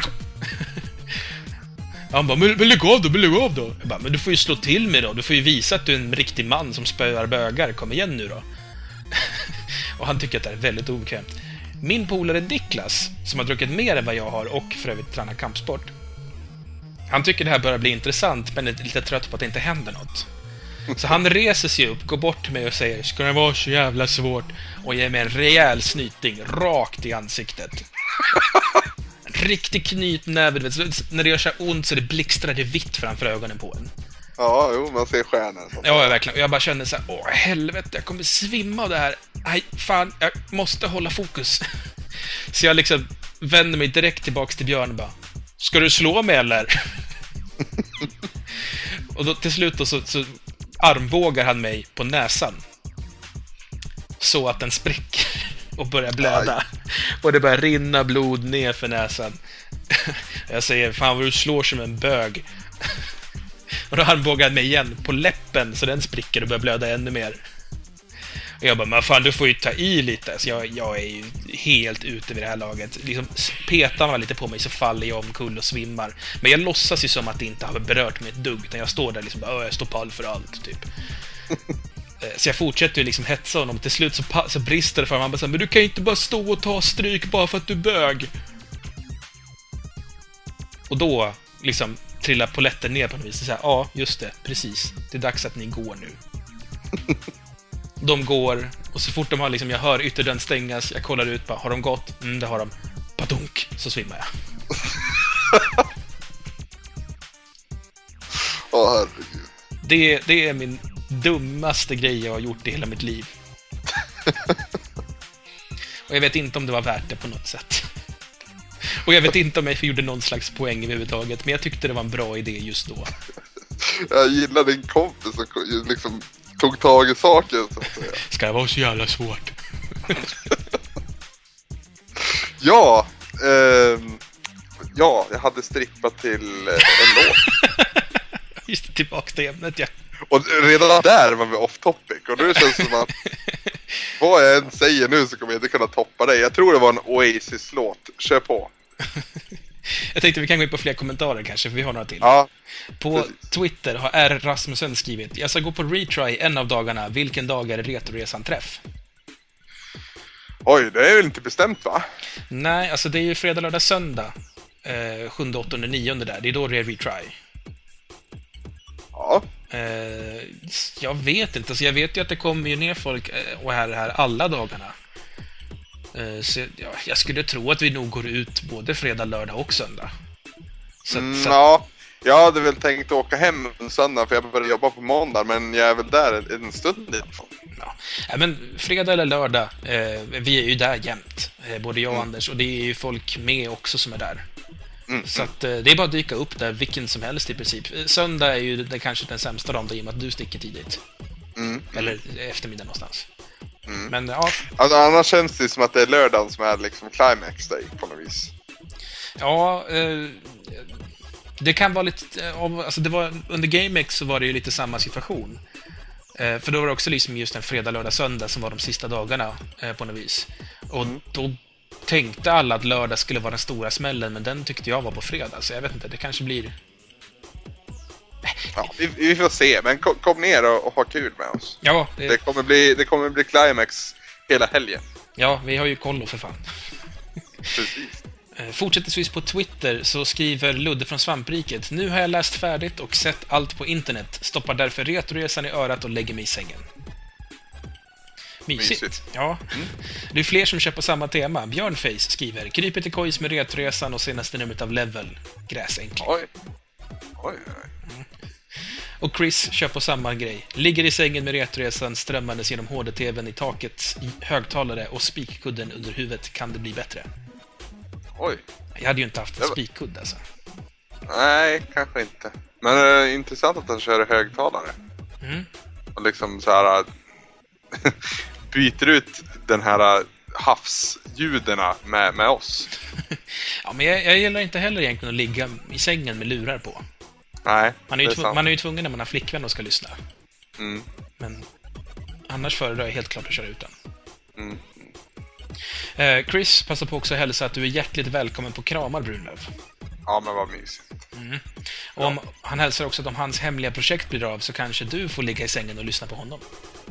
Han bara, men lägg av då. Jag bara, men du får ju slå till mig då. Du får ju visa att du är en riktig man som spöar bögar. Kom igen nu då. Och han tycker att det är väldigt obekvämt. Min polare Niklas, som har druckit mer än vad jag har och för övrigt tränar kampsport, han tycker det här börjar bli intressant, men är lite trött på att det inte händer något. Så han reser sig upp, går bort till mig och säger: ska det vara så jävla svårt? Och ger mig en rejäl snyting rakt i ansiktet. En riktig knytnäve. När det gör så ont så det blixtrar det vitt framför ögonen på en. Ja, jo, man ser stjärnor. Ja, verkligen. Och jag bara känner så här: åh, helvete, jag kommer svimma av det här. Nej, fan, jag måste hålla fokus. Så jag liksom vänder mig direkt tillbaks till Björn och bara: ska du slå mig eller? Och då till slut då, så armbågar han mig på näsan. Så att den spricker. och börjar blöda. Och det börjar rinna blod ner för näsan. Jag säger, fan vad du slår som en bög. Och då armbågar han mig igen på läppen så den spricker och börjar blöda ännu mer. Och jag bara, men fan du får ju ta i lite. Så jag är ju helt ute vid det här laget. Liksom, petar man lite på mig så faller jag omkull och svimmar. Men jag låtsas ju som att det inte har berört mig ett dugg. Utan jag står där liksom, jag står pall för allt typ. Så jag fortsätter ju liksom hetsa honom. Till slut så brister det för honom. Han bara, men du kan ju inte bara stå och ta stryk bara för att du bög. Och då liksom trillar polletten ner på något vis. Så här, ja, just det, precis. Det är dags att ni går nu. De går, och så fort de har liksom, jag hör ytterdörren stängas, jag kollar ut, bara, har de gått? Det har de. Padunk, så svimmar jag. Herregud. Det är min dummaste grej jag har gjort i hela mitt liv. Och jag vet inte om det var värt det på något sätt. Och jag vet inte om jag gjorde någon slags poäng överhuvudtaget, men jag tyckte det var en bra idé just då. Jag gillar din kompis som liksom tog tag i saken, så att säga. Ska det vara så jävla svårt? Ja, jag hade strippat till en låt. Just det, tillbaka till ämnet, ja. Och redan där var vi off topic. Och nu känns det som att vad jag än säger nu så kommer jag inte kunna toppa dig. Jag tror det var en Oasis-låt. Kör på. Jag tänkte vi kan gå in på fler kommentarer kanske, för vi har några till. Ja, på precis. Twitter har R. Rasmussen skrivit: jag ska gå på retry en av dagarna. Vilken dag är det Retroresan-träff? Oj, det är väl inte bestämt, va? Nej, alltså det är ju fredag, lördag, söndag. 7, 8, 9 där. Det är då det är retry. Ja. Jag vet inte. Alltså jag vet ju att det kommer ju ner folk och här alla dagarna. Så jag skulle tro att vi nog går ut både fredag, lördag och söndag. Ja, jag hade väl tänkt åka hem en söndag för jag började jobba på måndag, men jag är väl där en stund i alla fall. Ja, men fredag eller lördag, vi är ju där jämt, både jag och Anders, och det är ju folk med också som är där. Så att det är bara att dyka upp där vilken som helst i princip. Söndag är ju det kanske den sämsta dagen i och med att du sticker tidigt. Eller eftermiddag någonstans. Men ja. Alltså, annars känns det som att det är lördagen som är liksom climax day på något vis. Ja, det kan vara lite, alltså det var under GameX så var det ju lite samma situation. För då var det också liksom just en fredag, lördag, söndag som var de sista dagarna på något vis. Och då tänkte alla att lördag skulle vara den stora smällen, men den tyckte jag var på fredag, så jag vet inte, det kanske blir... Ja, vi får se, men kom ner och ha kul med oss. Ja, det kommer bli climax hela helgen. Ja, vi har ju koll för fan. Precis. Fortsättningsvis på Twitter så skriver Ludde från Svampriket: nu har jag läst färdigt och sett allt på internet. Stoppar därför Retroresan i örat och lägger mig i sängen. Mysigt. Ja. Det är fler som kör på samma tema. Björnface skriver: kryper till kojs med Retroresan och senaste numret av Level. Gräsänkling. Oj. Och Chris kör på samma grej. Ligger i sängen med Retroresan strömmandes genom HD-tvn i takets högtalare och spikkudden under huvudet. Kan det bli bättre? Oj. Jag hade ju inte haft en spikkudd alltså. Nej, kanske inte. Men det är intressant att den kör högtalare. Och liksom så här byter ut den här havsljudena med oss. Ja, men jag gillar inte heller egentligen att ligga i sängen med lurar på. Nej, man är ju tvungen när man har flickvän och ska lyssna. Men annars föredrar jag helt klart att köra utan. Chris passar på också att hälsa att du är hjärtligt välkommen på Kramar, Brunlöv. Ja, men vad mysigt. Och om, han hälsar också att om hans hemliga projekt blir av så kanske du får ligga i sängen och lyssna på honom.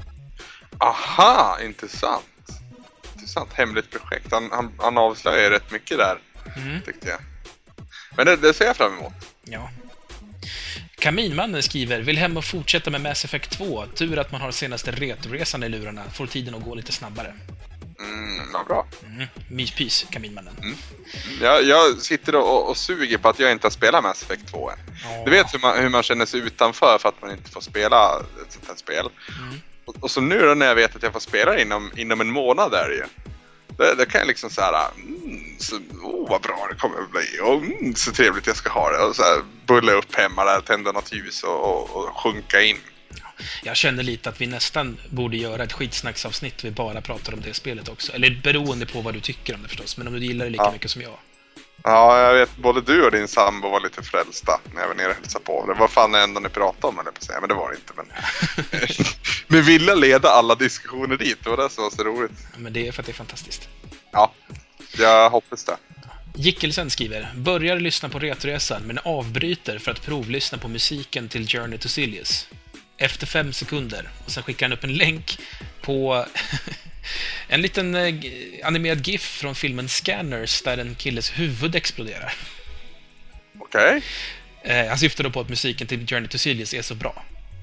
Aha, intressant. Hemligt projekt. Han avslöjar rätt mycket där, tyckte jag. Men det ser jag fram emot. Ja. Kaminmannen skriver: vill hem och fortsätta med Mass Effect 2. Tur att man har senaste Retroresan i lurarna. Får tiden att gå lite snabbare. Ja, bra. Myspys, Kaminmannen. Jag sitter och suger på att jag inte har spelat Mass Effect 2 än. Du vet hur man känner sig utanför för att man inte får spela ett sånt här spel. Och så nu då, när jag vet att jag får spela inom en månad där ju. Det kan jag liksom så här, vad bra det kommer att bli, och så trevligt jag ska ha det, och så här bulla upp hemma där, tända något ljus och sjunka in. Jag känner lite att vi nästan borde göra ett skitsnacksavsnitt vi bara pratar om det spelet också. Eller beroende på vad du tycker om det förstås, men om du gillar det lika mycket som jag. Ja, jag vet, både du och din sambo var lite frälsta när jag var nere och hälsade på. Det var fan det enda ni pratade om, eller på att säga, men det var det inte. Men ville leda alla diskussioner dit, det var det som var så roligt. Ja, men det är för att det är fantastiskt. Ja, jag hoppas det. Gickelsen skriver: börjar lyssna på Retroresan men avbryter för att provlyssna på musiken till Journey to Silius. Efter 5 sekunder. Och sen skickar han upp en länk på en liten animerad GIF från filmen Scanners där en killes huvud exploderar. Okej. Han syftar då på att musiken till Journey to Silius är så bra.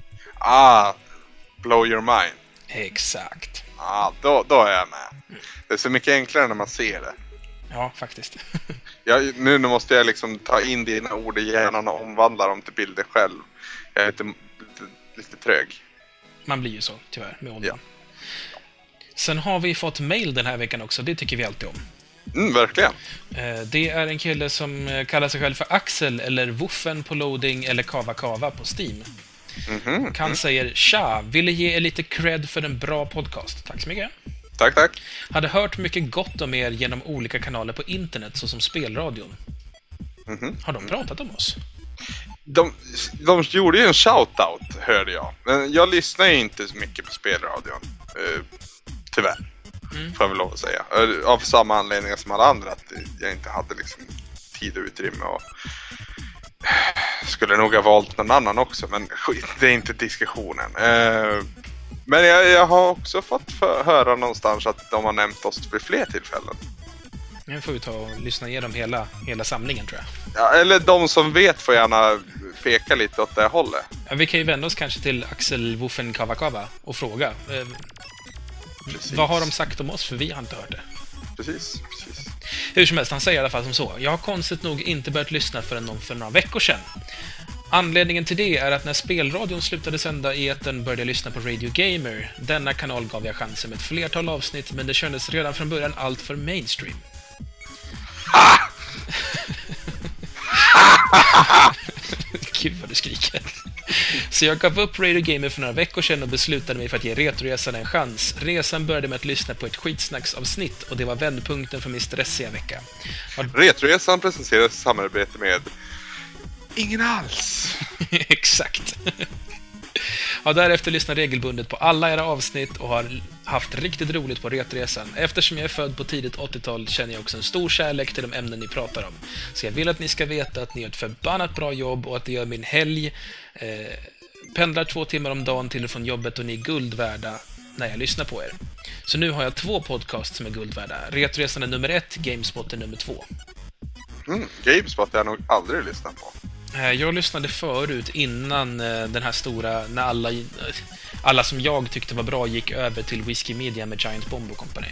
Blow your mind. Exakt. Då är jag med. Det är så mycket enklare när man ser det. Ja, faktiskt. Nu måste jag liksom ta in dina ord i hjärnan och omvandla dem till bilder själv. Jag är lite trög. Man blir ju så, tyvärr, med åldern. Ja. Sen har vi fått mail den här veckan också, det tycker vi alltid om. Verkligen. Det är en kille som kallar sig själv för Axel, eller Wuffen på loading, eller Kava Kava på Steam. Han säger: tja, ville ge er lite cred för en bra podcast. Tack så mycket. Tack. Hade hört mycket gott om er genom olika kanaler på internet, såsom Spelradion. Har de pratat om oss? De gjorde ju en shoutout, hörde jag. Men jag lyssnar ju inte så mycket på Spelradion. Tyvärr. Får jag väl lov att säga. Av samma anledningar som alla andra. Att jag inte hade liksom tid och utrymme. Och skulle nog ha valt någon annan också. Men det är inte diskussionen. Men jag har också fått höra någonstans att de har nämnt oss vid fler tillfällen. Nu får vi ta och lyssna igenom hela samlingen, tror jag. Ja, eller de som vet får gärna peka lite åt det hållet. Ja, vi kan ju vända oss kanske till Axel Wuffen Kava Kava och fråga. Vad har de sagt om oss? För vi har inte hört det. Precis. Hur som helst, han säger i alla fall som så: jag har konstigt nog inte börjat lyssna förrän för några veckor sedan. Anledningen till det är att när Spelradion slutade sända i etern började jag lyssna på Radio Gamer. Denna kanal gav jag chansen med ett flertal avsnitt, men det kändes redan från början allt för mainstream. Gud vad du skriker. Så jag gav upp Radio Gamer för några veckor sedan och beslutade mig för att ge Retroresan en chans. Resan började med att lyssna på ett skitsnacksavsnitt och det var vändpunkten för min stressiga vecka. Retroresan presenteras i samarbete med ingen alls. Exakt. Har därefter lyssnat regelbundet på alla era avsnitt och har haft riktigt roligt på Retroresan. Eftersom jag är född på tidigt 80-tal känner jag också en stor kärlek till de ämnen ni pratar om. Så jag vill att ni ska veta att ni gör ett förbannat bra jobb och att det gör min helg. Pendlar 2 timmar om dagen till och från jobbet och ni är guld värda när jag lyssnar på er. Så nu har jag 2 podcasts som är guld värda. Retroresan är nummer 1, Gamespot är nummer 2. Gamespot har jag nog aldrig lyssnat på. Jag lyssnade förut innan den här stora, när alla som jag tyckte var bra gick över till Whiskey Media med Giant Bomb Company.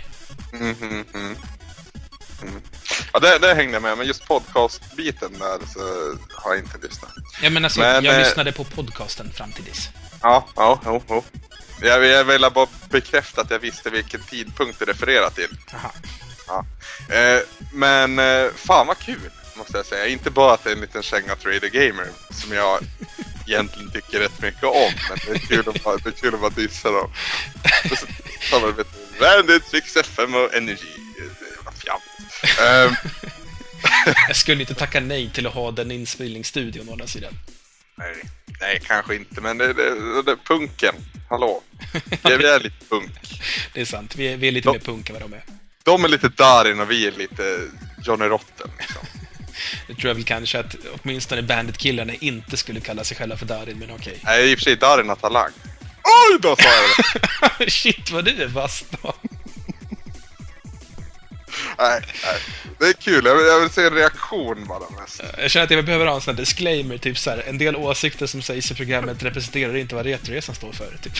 Ja, det hängde jag med, men just podcast-biten där så har jag inte lyssnat. Ja, men alltså, jag lyssnade på podcasten fram till dess. Ja. Jag ville bara bekräfta att jag visste vilken tidpunkt det refererar till. Aha. Ja. Men fan vad kul, måste jag säga. Inte bara att det är en liten känga till Radio Gamer som jag egentligen tycker rätt mycket om, men det är kul att bara dissa dem. Samarbete med Bandit, Fix FM och Energy. Jag skulle inte tacka nej till att ha den inspelningsstudion å andra sidan. Nej, kanske inte, men det är punken. Hallå. Vi är lite punk. Det är sant, vi är lite mer punk än vad de är. De är lite Darin och vi är lite Johnny Rotten liksom. Jag tror jag väl kanske att åtminstone Bandit-killarna inte skulle kalla sig själva för Darin, men okej. Nej, i och för sig Darin har talang. Oj, då sa jag det! Shit, vad du är vass då. Nej, det är kul. Jag vill se en reaktion bara mest. Jag känner att jag behöver ha en sån här disclaimer, typ så här: en del åsikter som sägs i programmet representerar inte vad Retroresan står för, typ.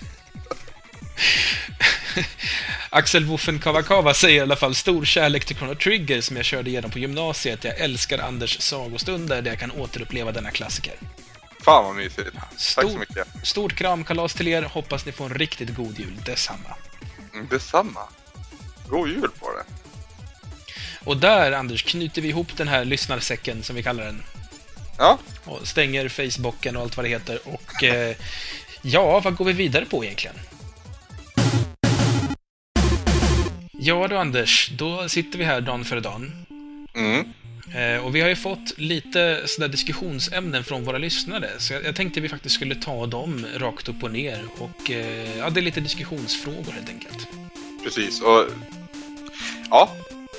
Axel Wuffen Kava Kava säger i alla fall: stor kärlek till Chrono Trigger som jag körde igenom på gymnasiet. Jag älskar Anders sagostunder där jag kan återuppleva denna klassiker. Fan vad mysigt. Tack så mycket. Stort kramkalas till er. Hoppas ni får en riktigt god jul. Detsamma. Detsamma. God jul på det. Och där, Anders, knyter vi ihop den här lyssnarsäcken, som vi kallar den. Ja. Och stänger Facebooken och allt vad det heter. Och Ja, vad går vi vidare på egentligen? Ja då Anders, då sitter vi här dagen före dagen. Och vi har ju fått lite sådär diskussionsämnen från våra lyssnare, så jag tänkte vi faktiskt skulle ta dem rakt upp och ner. Och ja, det är lite diskussionsfrågor helt enkelt. Precis, och ja.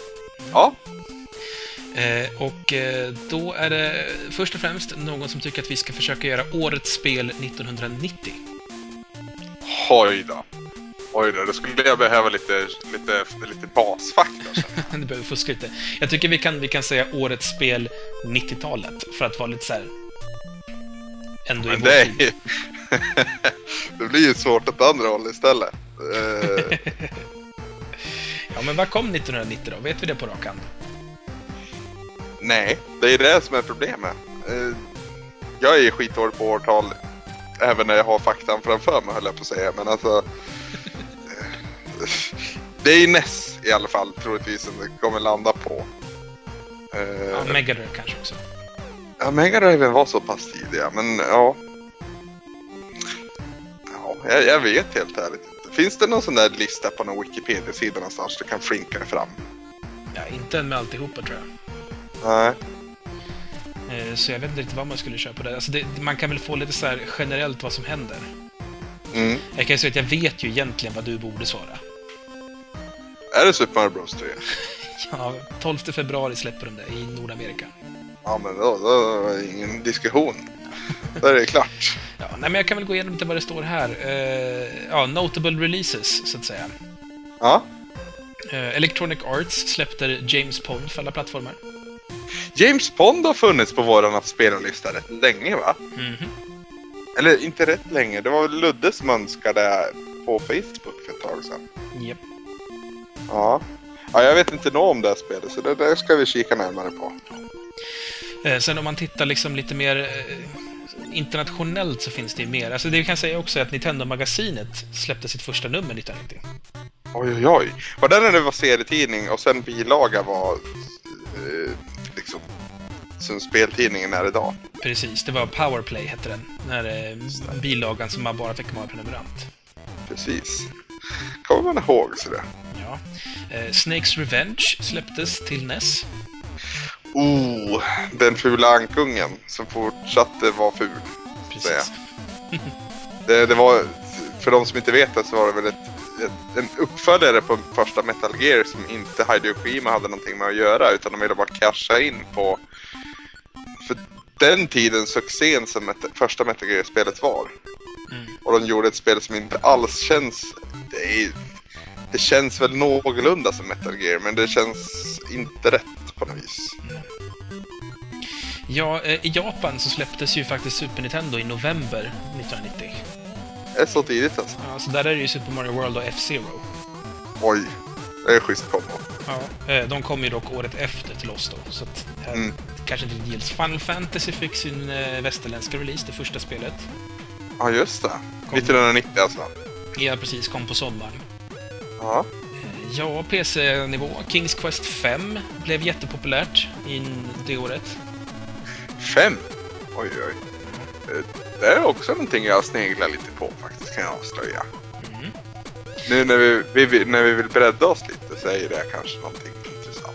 Och då är det först och främst någon som tycker att vi ska försöka göra årets spel 1990. Oj då, då skulle jag behöva lite basfakta. Du behöver fuska lite. Jag tycker vi kan säga årets spel 90-talet, för att vara lite så här ändå men i vår tid. Det blir ju svårt åt andra håll istället. Ja, men vad kom 1990 då? Vet vi det på rak hand? Nej, det är det som är problemet. Jag är skitdålig på årtal även när jag har faktan framför mig, höll jag på att säga. Men alltså, det är NES i alla fall, troligtvis, som det kommer landa på. Ja, Mega Drive kanske också. Ja, Mega Drive var så pass tidiga, men ja. Ja, jag vet helt ärligt inte. Finns det någon sån där lista på någon Wikipedia-sida någonstans du kan flinka fram? Ja, inte en med alltihopa, tror jag. Nej. Så jag vet inte riktigt vad man skulle köra på det. Alltså man kan väl få lite så här generellt vad som händer. Jag kan ju säga att jag vet ju egentligen vad du borde svara. Är det Super Mario Bros 3? Ja, 12 februari släpper de det i Nordamerika. Ja, men då är det ingen diskussion. Då är det klart. Ja, nej, men jag kan väl gå igenom lite vad det står här. Ja, notable releases, så att säga. Ja. Electronic Arts släppte James Bond för alla plattformar. James Bond har funnits på våran spellista rätt länge, va? Eller inte rätt länge. Det var Ludde som önskade på Facebook för ett tag sedan. Japp. Ja, jag vet inte något om det här spelet, så det där ska vi kika närmare på. Sen om man tittar liksom lite mer internationellt, så finns det ju mer. Alltså det vi kan säga också är att Nintendo-magasinet släppte sitt första nummer 1990. Oj. Var det när det var serietidning och sen bilaga var liksom som speltidningen är idag? Precis, det var Powerplay hette den. När bilagan som man bara fick vara prenumerant. Precis. Kommer man ihåg så det? Ja. Snake's Revenge släpptes till NES. Den fula ankungen som fortsatte vara ful. Precis. Det var, för de som inte vet det, så var det väl en uppföljare på första Metal Gear som inte Hideo Kojima hade någonting med att göra, utan de ville bara casha in på för den tiden succén som första Metal Gear-spelet var. Och de gjorde ett spel som inte alls känns... Det känns väl någorlunda som Metal Gear, men det känns inte rätt på något vis. Ja, i Japan så släpptes ju faktiskt Super Nintendo i november 1990. Det är så tidigt alltså. Ja, så där är det ju Super Mario World och F-Zero. Oj, det är schysst kombo. Ja, de kom ju dock året efter till oss då, så att kanske inte gills. Final Fantasy fick sin västerländska release, det första spelet. Ja, just det. 1990 alltså. Ja, precis, kom på sommaren. Ja. Ja, PC-nivå. King's Quest 5 blev jättepopulärt det året. 5? Oj. Det är också någonting jag sneglar lite på faktiskt, kan jag avslöja. Nu när vi vill bredda oss lite, så är det kanske någonting intressant.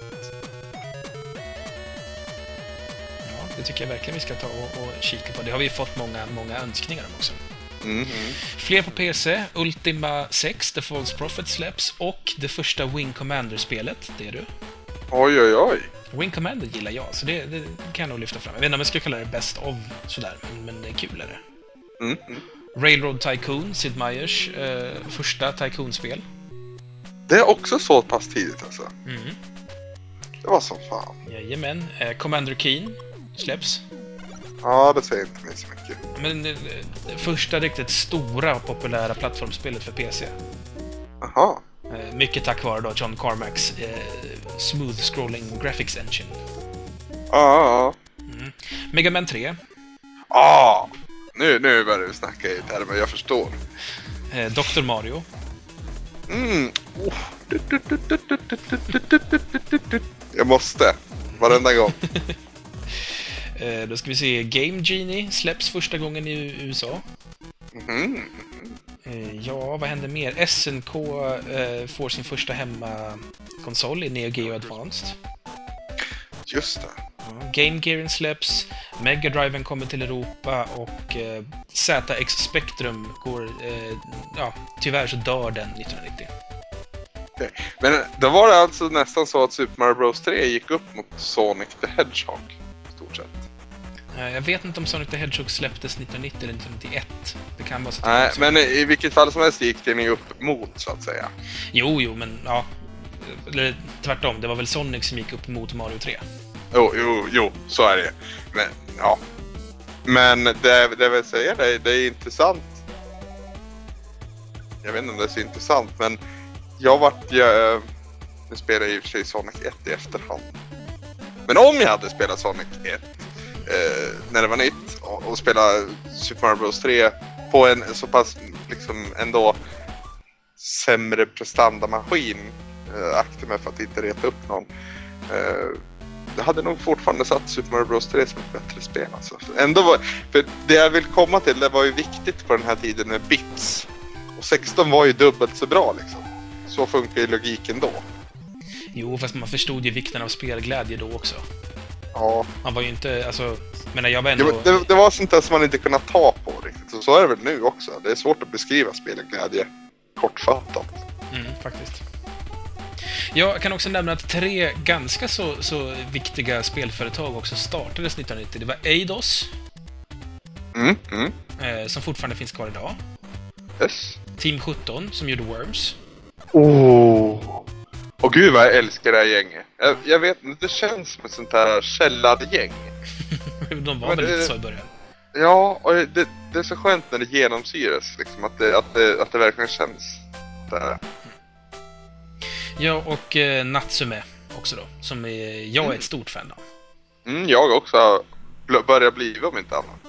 Ja, det tycker jag verkligen vi ska ta och kika på. Det har vi fått många önskningar om också. Fler på PC, Ultima 6, The False Prophet släpps, och det första Wing Commander-spelet, det är du. Oj. Wing Commander gillar jag, så det kan jag nog lyfta fram. Jag vet inte om jag ska kalla det best of sådär, men det är kul, är det. Railroad Tycoon, Sid Meier's första Tycoon-spel. Det är också så pass tidigt alltså. Det var som fan. Jajamän. Commander Keen släpps. Ja, det säger inte mig så mycket. Men första riktigt stora och populära plattformspelet för PC. Aha. Mycket tack vare då John Carmacks smooth scrolling graphics engine. Ja. Mega Man 3. Nu börjar vi snacka i termer, jag förstår. Dr. Mario. Jag måste. Varenda gång. Då ska vi se. Game Genie släpps första gången i USA. Mhm. Ja, vad händer mer? SNK får sin första hemmakonsol i Neo Geo Advanced. Just det. Game Gearin släpps, Mega Driven kommer till Europa och ZX Spectrum går... tyvärr så dör den 1990. Okay. Men då var det alltså nästan så att Super Mario Bros 3 gick upp mot Sonic the Hedgehog, i stort sett. Jag vet inte om Sonic the Hedgehog släpptes 1990 eller 1991. Det kan vara så. Nej, men i vilket fall som helst gick den ju upp mot, så att säga. Jo, men ja. Eller tvärtom, det var väl Sonic som gick upp mot Mario 3. Jo, så är det. Men, ja. Men det vill säga, det är intressant. Jag vet inte om det är så intressant, men nu spelar jag i och för sig Sonic 1 i efterhand. Men om jag hade spelat Sonic 1 när det var nytt och spela Super Mario Bros 3 på en så pass liksom ändå sämre prestandamaskin, akta mig för att inte reta upp någon, det hade nog fortfarande satt Super Mario Bros 3 som ett bättre spel alltså. För det jag vill komma till, det var ju viktigt på den här tiden med bits, och 16 var ju dubbelt så bra liksom. Så funkar ju logiken då. Jo, fast man förstod ju vikten av spelglädje då också. Ja. Man var ju inte, alltså... Men jag var ändå... Det var sånt där som man inte kunnat ta på riktigt. Så är det väl nu också. Det är svårt att beskriva spelglädje kortfattat. Faktiskt. Jag kan också nämna att 3 ganska så viktiga spelföretag också startades 1990. Det var Eidos. Som fortfarande finns kvar idag. Yes. Team 17 som gjorde Worms. Och gud vad jag älskar det här gänget. Jag vet inte, det känns som ett sånt här källargäng. De var väl lite så i början. Ja, och det är så skönt när det genomsyras liksom, att det verkligen känns där. Ja, och Natsume också då, som jag är ett stort fan av. Jag också börjar bli, om inte annat.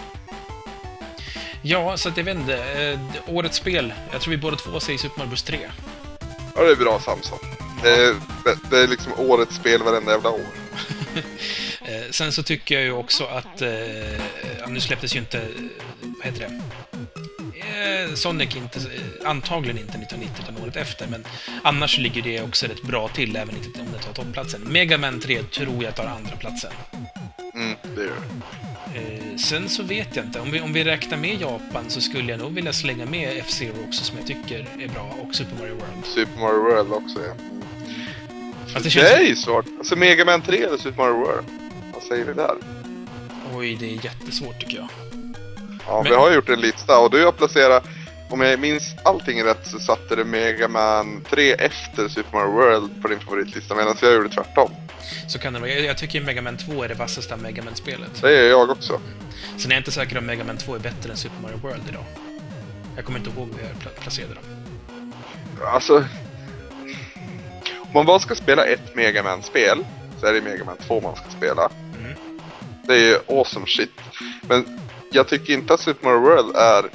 Ja, så att jag vet inte. Årets spel, jag tror vi båda två säger Super Mario Bros 3. Ja, det är bra, Samson. Det är liksom årets spel varenda jävla år. Sen så tycker jag ju också att... nu släpptes ju inte... Vad heter det? Sonic inte, antagligen inte 1990 utan året efter, men annars ligger det också rätt bra till, även inte om det tar toppplatsen. Mega Man 3 tror jag tar andra platsen. Det gör det. Sen så vet jag inte. Om vi räknar med Japan så skulle jag nog vilja slänga med F-Zero också, som jag tycker är bra, och Super Mario World. Super Mario World också, ja. Fast det är ju svårt. Alltså Mega Man 3 eller Super Mario World? Vad säger vi där? Oj, det är jättesvårt tycker jag. Ja, men vi har gjort en lista och du har placerat, om jag minns allting rätt, så satte du Mega Man 3 efter Super Mario World på din favoritlista, medan jag gjorde tvärtom. Så kan det vara. Jag tycker Mega Man 2 är det vassaste Mega Man-spelet. Det är jag också. Sen är jag inte säker om Mega Man 2 är bättre än Super Mario World idag. Jag kommer inte ihåg hur jag placerade dem. Alltså, om man bara ska spela ett Mega Man-spel så är det Mega Man 2 man ska spela. Det är ju awesome shit. Men jag tycker inte att Super Mario World är...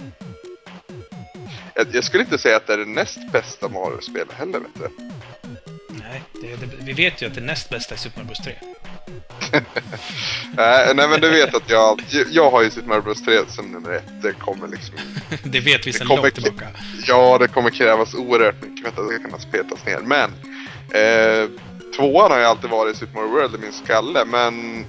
Jag skulle inte säga att det är det näst bästa Mario-spelet heller, vet du. Nej, vi vet ju att det näst bästa är Super Mario Bros 3. Nej, men du vet att jag har ju Super Mario Bros 3 som nummer 1. Det kommer liksom... Det vet vi sedan långt tillbaka. Ja, det kommer krävas oerhört mycket för att det ska kunna spetas ner. Men 2:an har ju alltid varit Super Mario World i min skalle, men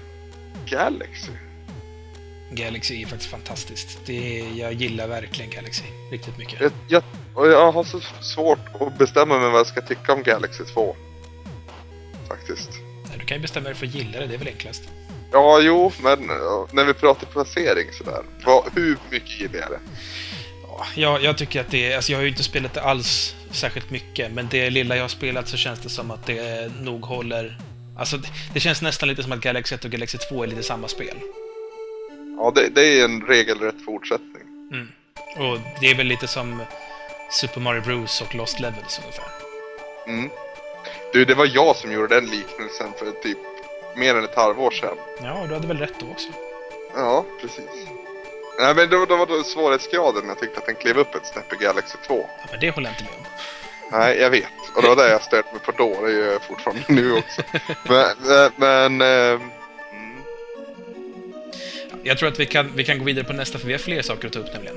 Galaxy är faktiskt fantastiskt. Jag gillar verkligen Galaxy riktigt mycket. Jag har så svårt att bestämma mig vad jag ska tycka om Galaxy 2. Faktiskt. Nej, du kan ju bestämma dig för att gilla det är väl enklast. Ja, jo, men när vi pratar placering sådär, hur mycket gillar jag det? Ja, jag tycker att det är... Alltså jag har ju inte spelat det alls särskilt mycket, men det lilla jag har spelat så känns det som att det nog håller... Alltså det känns nästan lite som att Galaxy 1 och Galaxy 2 är lite samma spel. Ja, det är en regelrätt fortsättning. Och det är väl lite som Super Mario Bros och Lost Levels ungefär. Du, det var jag som gjorde den liknelsen för typ mer än ett halvår sedan. Ja, du hade väl rätt då också. Ja, precis. Nej, men då var det svårighetsgraden. Jag tyckte att den klev upp ett snäpp i Galaxy 2. Ja, men det håller jag inte med om. Nej, jag vet. Och det var det jag stört mig på då. Det gör jag fortfarande nu också. Men jag tror att vi kan gå vidare på nästa, för vi har fler saker att ta upp nämligen.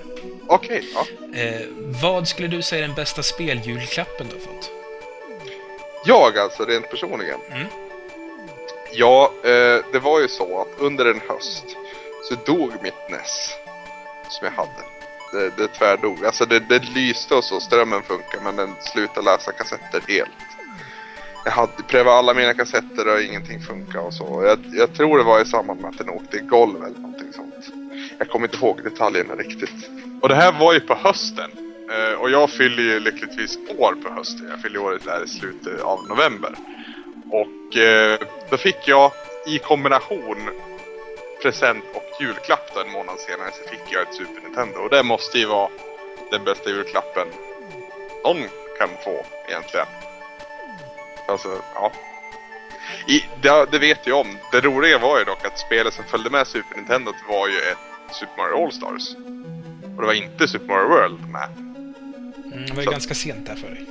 Okej, ja. Vad skulle du säga är den bästa speljulklappen du har fått? Jag alltså, rent personligen. Mm. Ja, det var ju så att under en höst så dog mitt NES som jag hade. Det tvärdog. Alltså det lyste och så, strömmen funkar, men den slutade läsa kassetter helt. Jag hade prövat alla mina kassetter och ingenting funkar och så. Jag tror det var i samband med att den åkte i golv eller någonting sånt. Jag kommer inte ihåg detaljerna riktigt. Och det här var ju på hösten. Och jag fyller ju lyckligtvis år på hösten. Jag fyller året där i slutet av november. Och då fick jag i kombination present och julklapp då, en månad senare så fick jag ett Super Nintendo. Och det måste ju vara den bästa julklappen någon kan få egentligen. Alltså, ja. Det vet jag om. Det roliga var ju dock att spelet som följde med Super Nintendo var ju ett Super Mario All-Stars. Och det var inte Super Mario World med. Det var ju ganska sent där för dig.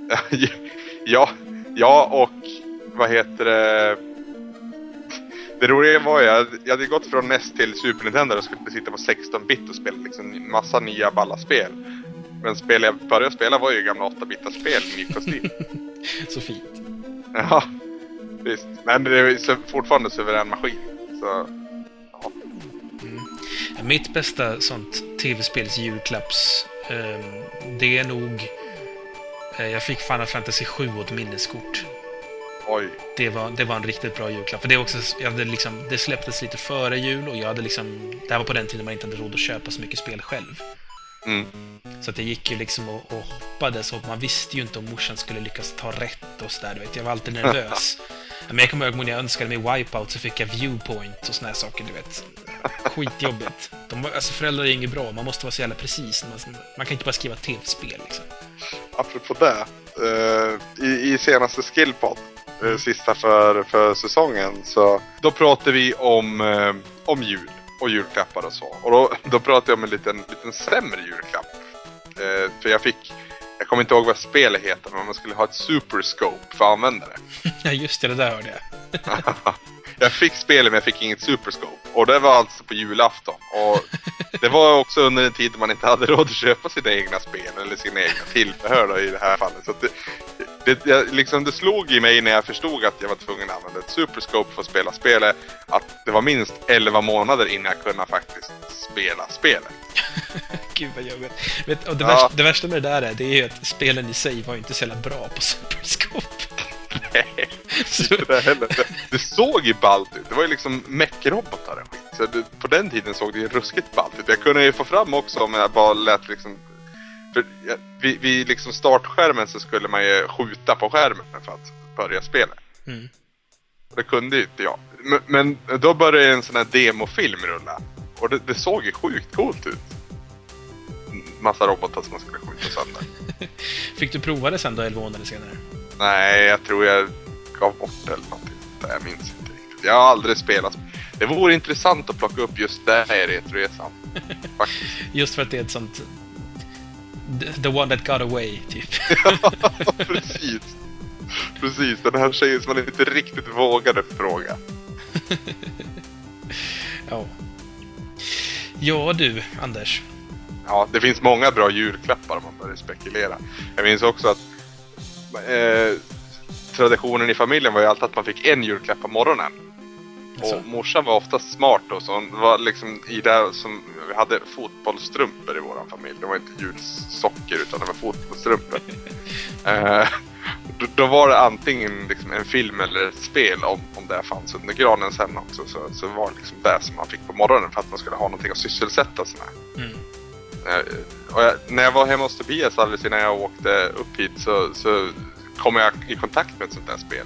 Ja, och vad heter det? Det roliga var ju att jag hade gått från NES till Super Nintendo och skulle sitta på 16-bit och spela liksom massa nya balla spel. Men spel jag började spela var ju gamla 8-bitar-spel med mikrostil. Så fint. Ja, visst. Men det är fortfarande suverän maskin. Så, ja. Mitt bästa sånt tv-spels julklapps det är nog jag fick Final Fantasy 7 åt minneskort. Oj. Det var en riktigt bra julklapp. För det också, det släpptes lite före jul och jag hade liksom, det här var på den tiden man inte hade råd att köpa så mycket spel själv. Mm. Så att det gick ju liksom och hoppades och man visste ju inte om morsan skulle lyckas ta rätt och sådär, du vet. Jag var alltid nervös. Men jag kommer ihåg när jag önskade mig Wipeout så fick jag Viewpoint och såna här saker, du vet. Skitjobbigt. Alltså föräldrar är inget bra, man måste vara så jävla precis. Man kan inte bara skriva tv-spel liksom. Apropå det, i senaste Skillpod, sista för säsongen, så då pratade vi om jul och julklappar och så. Och då pratade jag om en liten sämre julklapp. För jag kommer inte ihåg vad spelet heter, men man skulle ha ett superscope för användare. Ja, just det där hörde jag. Jag fick spelet men jag fick inget superscope. Och det var alltså på julafton. Och det var också under en tid då man inte hade råd att köpa sina egna spel eller sina egna tillbehör då, i det här fallet. Så att det slog i mig när jag förstod att jag var tvungen att använda ett superscope för att spela spelet, att det var minst 11 månader innan jag kunde faktiskt spela spelet. Gud vad jobbigt. Vet, och det värsta med det där är ju att spelen i sig var ju inte så jävla bra på superscope. Nej, inte det heller. Det såg ju ballt ut. Det var ju liksom mech-robotar och skit. Så på den tiden såg det ju ruskigt ballt ut. Jag kunde ju få fram också om jag bara lät liksom... För vid liksom startskärmen så skulle man ju skjuta på skärmen för att börja spela. Mm. Och det kunde ju inte jag. Men då började en sån här demofilm rulla. Och det såg ju sjukt coolt ut. Massa robotar som man skulle skjuta sönder. Fick du prova det sen då 11 månader senare? Nej, jag tror jag gav bort det eller någonting. Jag minns inte riktigt. Jag har aldrig spelat. Det vore intressant att plocka upp just det här i Retroresan. Faktiskt. Just för att det är ett sånt... The one that got away, typ. Ja, precis. Precis, den här tjejen som man inte riktigt vågade fråga. Ja. Ja du, Anders. Ja, det finns många bra julklappar om man börjar spekulera. Jag minns också att traditionen i familjen var ju alltid att man fick en julklapp på morgonen. Alltså. Och morsan var ofta smart då, så hon var liksom i det som vi hade fotbollsstrumpor i våran familj. Det var inte julsocker utan det var fotbollsstrumpor. Då var det antingen liksom en film eller ett spel om det fanns under granen sen också. Så var det liksom det som man fick på morgonen för att man skulle ha någonting att sysselsätta sig med. Mm. När jag var hemma hos Tobias alldeles innan jag åkte upp hit så kom jag i kontakt med ett sånt där spel.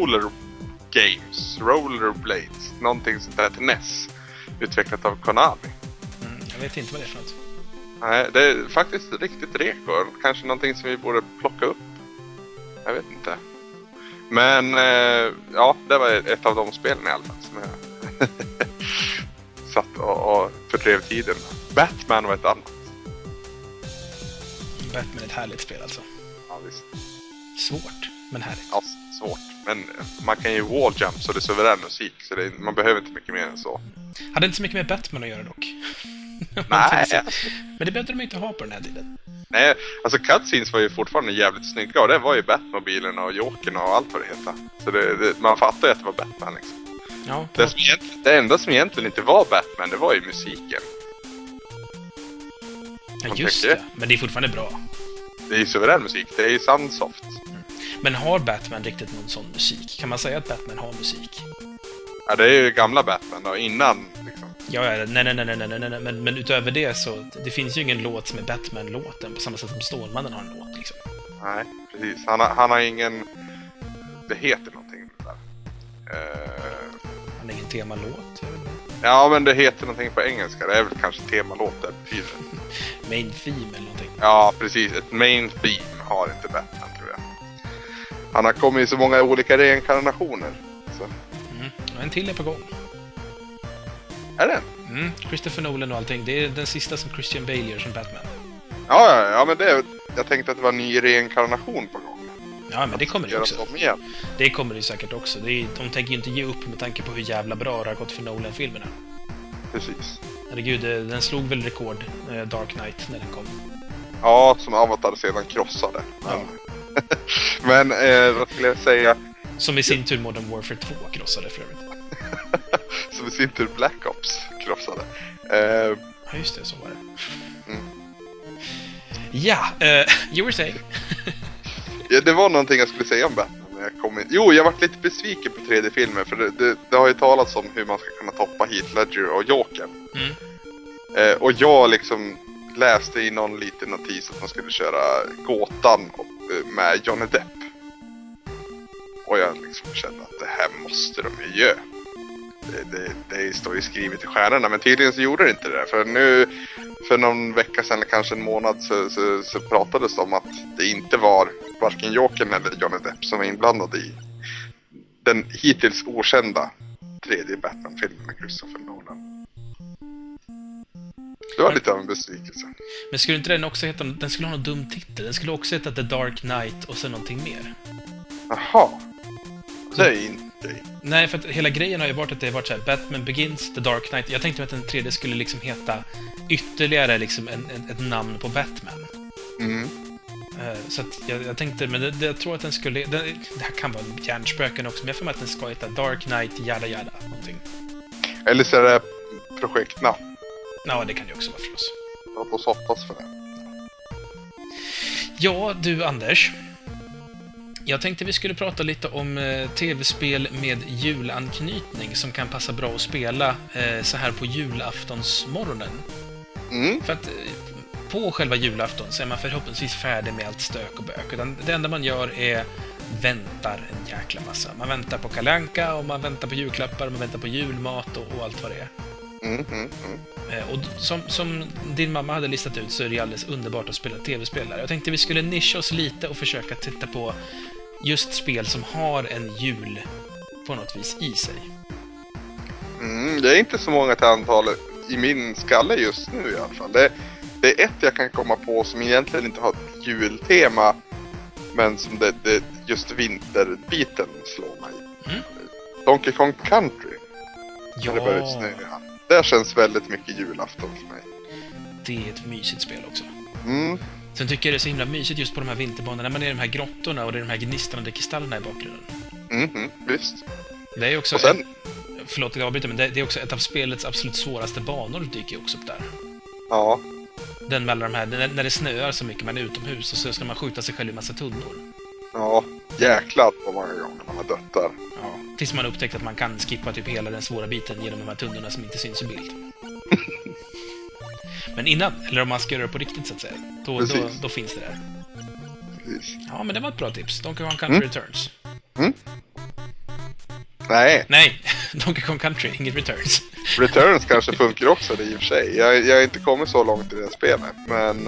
Rollerblades, någonting sånt där till NES, utvecklat av Konami. Jag vet inte vad det är för något. Nej, det är faktiskt riktigt reko. Kanske någonting som vi borde plocka upp. Jag vet inte. Men ja, det var ett av de spelen i alla fall som jag satt och fördrev tiden. Batman var ett annat. Batman är ett härligt spel alltså. Ja, visst. Svårt, men härligt. Ja, svårt. Men man kan ju walljump så det är suverän musik. Så man behöver inte mycket mer än så. Hade inte så mycket med Batman att göra dock. Nej. Men det behövde de inte ha på den här tiden. Nej, alltså cutscenes var ju fortfarande jävligt snygga. Och det var ju Batmobilen och Jokern och allt vad det heter. Så man fattar ju att det var Batman liksom. Ja, Det enda som egentligen inte var Batman, det var ju musiken. ja just det. Men det är fortfarande bra. Det är ju suverän musik, det är ju Sunsoft. Men har Batman riktigt någon sån musik? Kan man säga att Batman har musik? Ja, det är ju gamla Batman då, innan liksom. Ja, nej. Men utöver det så, det finns ju ingen låt som är Batman-låten på samma sätt som Stålmannen har en låt, liksom. Nej, precis. Han har ingen... Det heter någonting där. Han har ingen temalåt. Ja, men det heter någonting på engelska. Det är väl kanske temalåt där betyder. Main theme eller någonting. Ja, precis. Ett main theme har inte Batman, tror jag. Han har kommit i så många olika reinkarnationer. Så. Och en till är på gång. Är det? Christopher Nolan och allting. Det är den sista som Christian Bale gör som Batman. Ja, men jag tänkte att det var en ny reinkarnation på gång. Ja, men det kommer det också. Igen. Det kommer det säkert också. De tänker ju inte ge upp med tanke på hur jävla bra det har gått för Nolan-filmerna. Precis. Herregud, den slog väl rekord, Dark Knight, när den kom. Ja, som Avatar sedan krossade. Ja. Men vad skulle jag säga? Som i sin tur Modern Warfare 2 krossade för övrigt. Som i sin tur Black Ops krossade. Ja, just det, så var det. Ja, you were saying. Ja, det var någonting jag skulle säga om Batman när jag kom in. Jo, jag varit lite besviken på 3D-filmer. För det har ju talats om hur man ska kunna toppa Heath Ledger och Jokern. Och jag liksom läste i någon liten notis att man skulle köra gåtan med Johnny Depp. Och jag liksom kände att det här måste de ju göra. Det står ju skrivet i stjärnorna, men tydligen så gjorde det inte det. För nu, för någon vecka sedan eller kanske en månad så pratades det om att det inte var varken Jokern eller Johnny Depp som var inblandade i den hittills okända tredje Batman-filmen med Christopher Nolan. Det var lite av en besvikelse. Men skulle inte den också heta... Den skulle ha någon dum titel. Den skulle också heta The Dark Knight och sen någonting mer. Jaha. Det är inte... Nej, för att hela grejen har ju varit att det har varit så här: Batman Begins, The Dark Knight. Jag tänkte att den tredje skulle liksom heta ytterligare liksom ett namn på Batman. Så att jag tänkte, men jag tror att den skulle... Det här kan vara hjärnspöken också, men jag får med att den ska heta Dark Knight, yada yada, någonting. Eller så är det Projekt Natt. Ja, det kan ju också vara förstås. Jag får hoppas för det. Ja, du Anders. Jag tänkte vi skulle prata lite om tv-spel med julanknytning som kan passa bra att spela så här på julaftonsmorgonen. För att på själva julafton så är man förhoppningsvis färdig med allt stök och bök. Utan det enda man gör är väntar en jäkla massa. Man väntar på Kalle Anka och man väntar på julklappar, man väntar på julmat och allt vad det är. Och som din mamma hade listat ut så är det alldeles underbart att spela tv-spel där. Jag tänkte vi skulle nischa oss lite och försöka titta på just spel som har en jul på något vis i sig. Det är inte så många till antalet i min skalle just nu i alla fall. Det är ett jag kan komma på som egentligen inte har ett jultema, men som det just vinterbiten slår mig. Donkey Kong Country. Ja. Det börjar snöa. Det känns väldigt mycket julafton för mig. Det är ett mysigt spel också. Sen tycker jag det är så himla mysigt just på de här vinterbanorna. Man är i de här grottorna och det är de här gnistrande kristallerna i bakgrunden. Visst. Det är också... Och sen... Förlåt, jag avbryter, men det är också ett av spelets absolut svåraste banor dyker också upp där. Ja. Den mellan de här, när det snöar så mycket, man är utomhus och så ska man skjuta sig själv i massa tunnor. Ja, jäklar vad många gånger man har dött där. Ja, tills man upptäckt att man kan skippa typ hela den svåra biten genom de här tunnorna som inte syns i bild. Men innan, eller om man ska göra det på riktigt så att säga, då finns det där. Precis. Ja, men det var ett bra tips. Donkey Kong Country Returns. Nej, Donkey Kong Country, inget Returns. Returns kanske funkar också, det i och för sig. Jag har inte kommit så långt i det spelet, men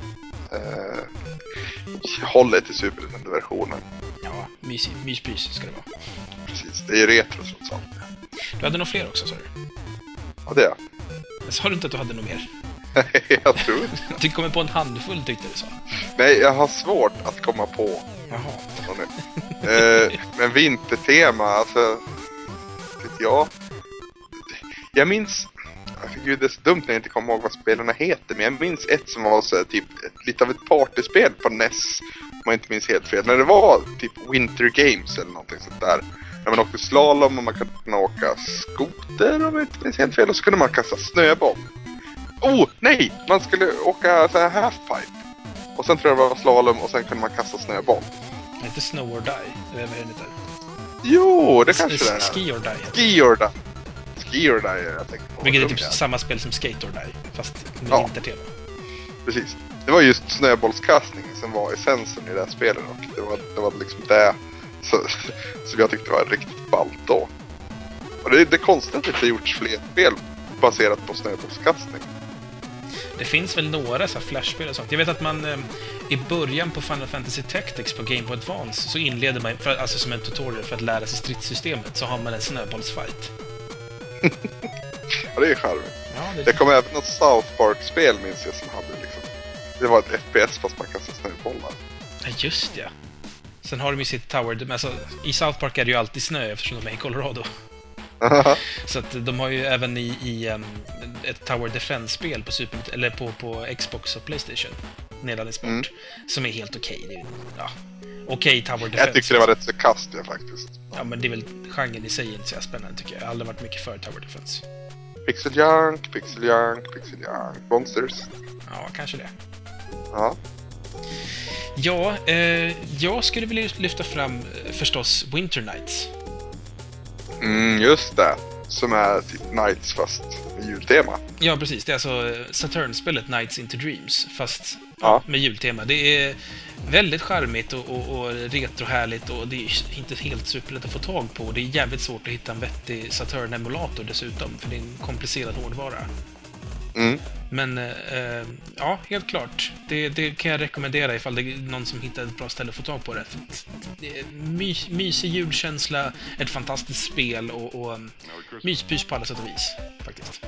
jag håller till Super Nintendo-versionen. Ja, myspys ska det vara. Precis, det är retro trots allt. Du hade nog fler också, sa du? Ja, det är jag. Sa du inte att du hade nog mer? Jag tror inte. Du kommer på en handfull, tyckte du så. Nej, jag har svårt att komma på. Jaha. Men vintertema, alltså... Vet jag minns... gud, det är så dumt när jag inte kommer ihåg vad spelarna heter. Men jag minns ett som var så här, typ lite av ett partyspel på NES. Om jag inte minns helt fel. När det var typ Winter Games eller någonting sånt där. När man åkte slalom och man kunde åka skoter om jag inte minns helt fel. Och så kunde man kasta snöboll. Oh, nej! Man skulle åka så här halfpipe. Och sen tror jag det var slalom och sen kunde man kasta snöboll. Inte Snow or Die, eller vad är det inte? Jo, det kanske det är. Ski or Die. Ski or Die. Ski or Die, jag tänkte på. Vilket är typ samma spel som Skate or Die, fast med vintertema. Precis. Det var just snöbollskastningen som var essensen i det här spelet. Och det var liksom det som jag tyckte var riktigt ballt då. Och det är konstigt att det inte gjorts fler spel baserat på snöbollskastning. Det finns väl några så här flashspel och sånt. Jag vet att man i början på Final Fantasy Tactics på Game Boy Advance så inleder man, alltså som en tutorial för att lära sig stridssystemet, så har man en snöbollsfight. Ja, det är charmigt. Ja, det kom även något South Park-spel minns jag som hade liksom... Det var ett FPS fast man kastade snöbollar. Ja, just det. Sen har de ju sitt Tower... Alltså, i South Park är det ju alltid snö eftersom de är i Colorado. Så att de har ju även i ett Tower Defense-spel på eller på Xbox och PlayStation nedladdningsbart, som är helt okej. Ja, okej Tower Defense. Jag tyckte det var rätt så kastigt faktiskt. Ja, men det är väl genren i sig inte så spännande tycker jag. Jag har aldrig varit mycket för Tower Defense. Pixel Junk, Monsters. Ja, kanske det. Ja. Ja, jag skulle vilja lyfta fram förstås Winter Nights. Just det. Som är typ Nights fast med jultema. Ja, precis. Det är alltså Saturn-spelet Nights into Dreams, fast med jultema. Det är väldigt charmigt och retrohärligt, och det är inte helt superlätt att få tag på. Det är jävligt svårt att hitta en vettig Saturn-emulator dessutom, för det är en komplicerad hårdvara. Men ja, helt klart. Det kan jag rekommendera ifall det är någon som hittar ett bra ställe att få tag på det. För det är mysig julkänsla, ett fantastiskt spel och myspys på alla sätt och vis, faktiskt.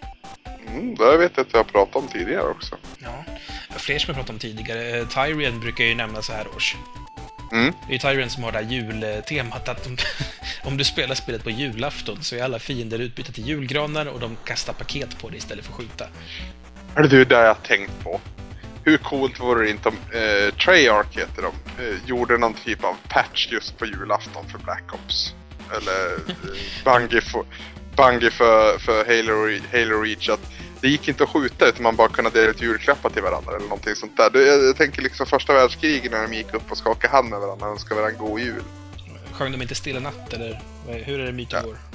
Det vet jag att jag har pratat om tidigare också. Ja, fler som jag pratat om tidigare. Tyrion brukar ju nämna så här års. Det är ju Tyrion som har det här jultemat att om du spelar spelet på julafton så är alla fiender utbytta till julgranar och de kastar paket på dig istället för att skjuta. Är det där jag tänkt på? Hur coolt vore det inte om Treyarch heter de, gjorde någon typ av patch just på julafton för Black Ops? Eller Bungie för Halo Reach, att det gick inte att skjuta utan man bara kunde dela ut julklappar till varandra eller någonting sånt där. Jag tänker liksom första världskriget när de gick upp och skakade hand med varandra och ska vara en god jul. Sjöng de inte Stilla natt eller hur är det myten går?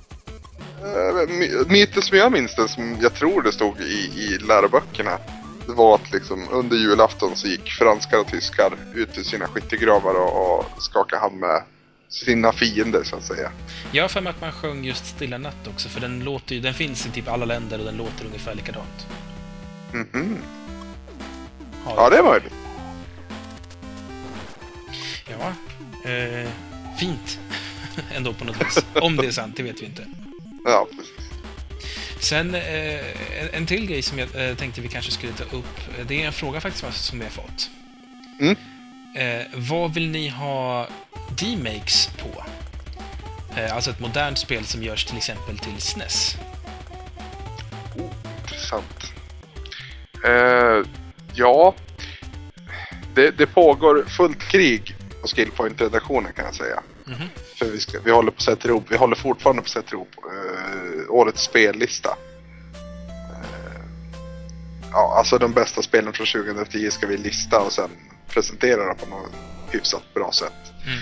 Myten som jag minns den, som jag tror det stod i läroböckerna, det var att liksom under julafton så gick franskar och tyskar ut till sina skyttegravar och skakade hand med sina fiender så att säga. Jag har för mig att man sjöng just Stilla natt också, för den finns i typ alla länder och den låter ungefär likadant. Ja, det var det. Ja, fint ändå på något vis. Om det är sant, det vet vi inte. Ja, precis. Sen en till grej som jag tänkte vi kanske skulle ta upp. Det är en fråga faktiskt som vi har fått. Vad vill ni ha remakes på? Alltså ett modernt spel som görs till exempel till SNES. Intressant. Ja, det pågår fullt krig på Skillpoint-redaktionen kan jag säga. För vi håller på att sätta ihop, vi håller fortfarande på att sätta ihop årets spellista. Ja, alltså de bästa spelen från 2010 ska vi lista och sen presentera dem på något hyfsat bra sätt.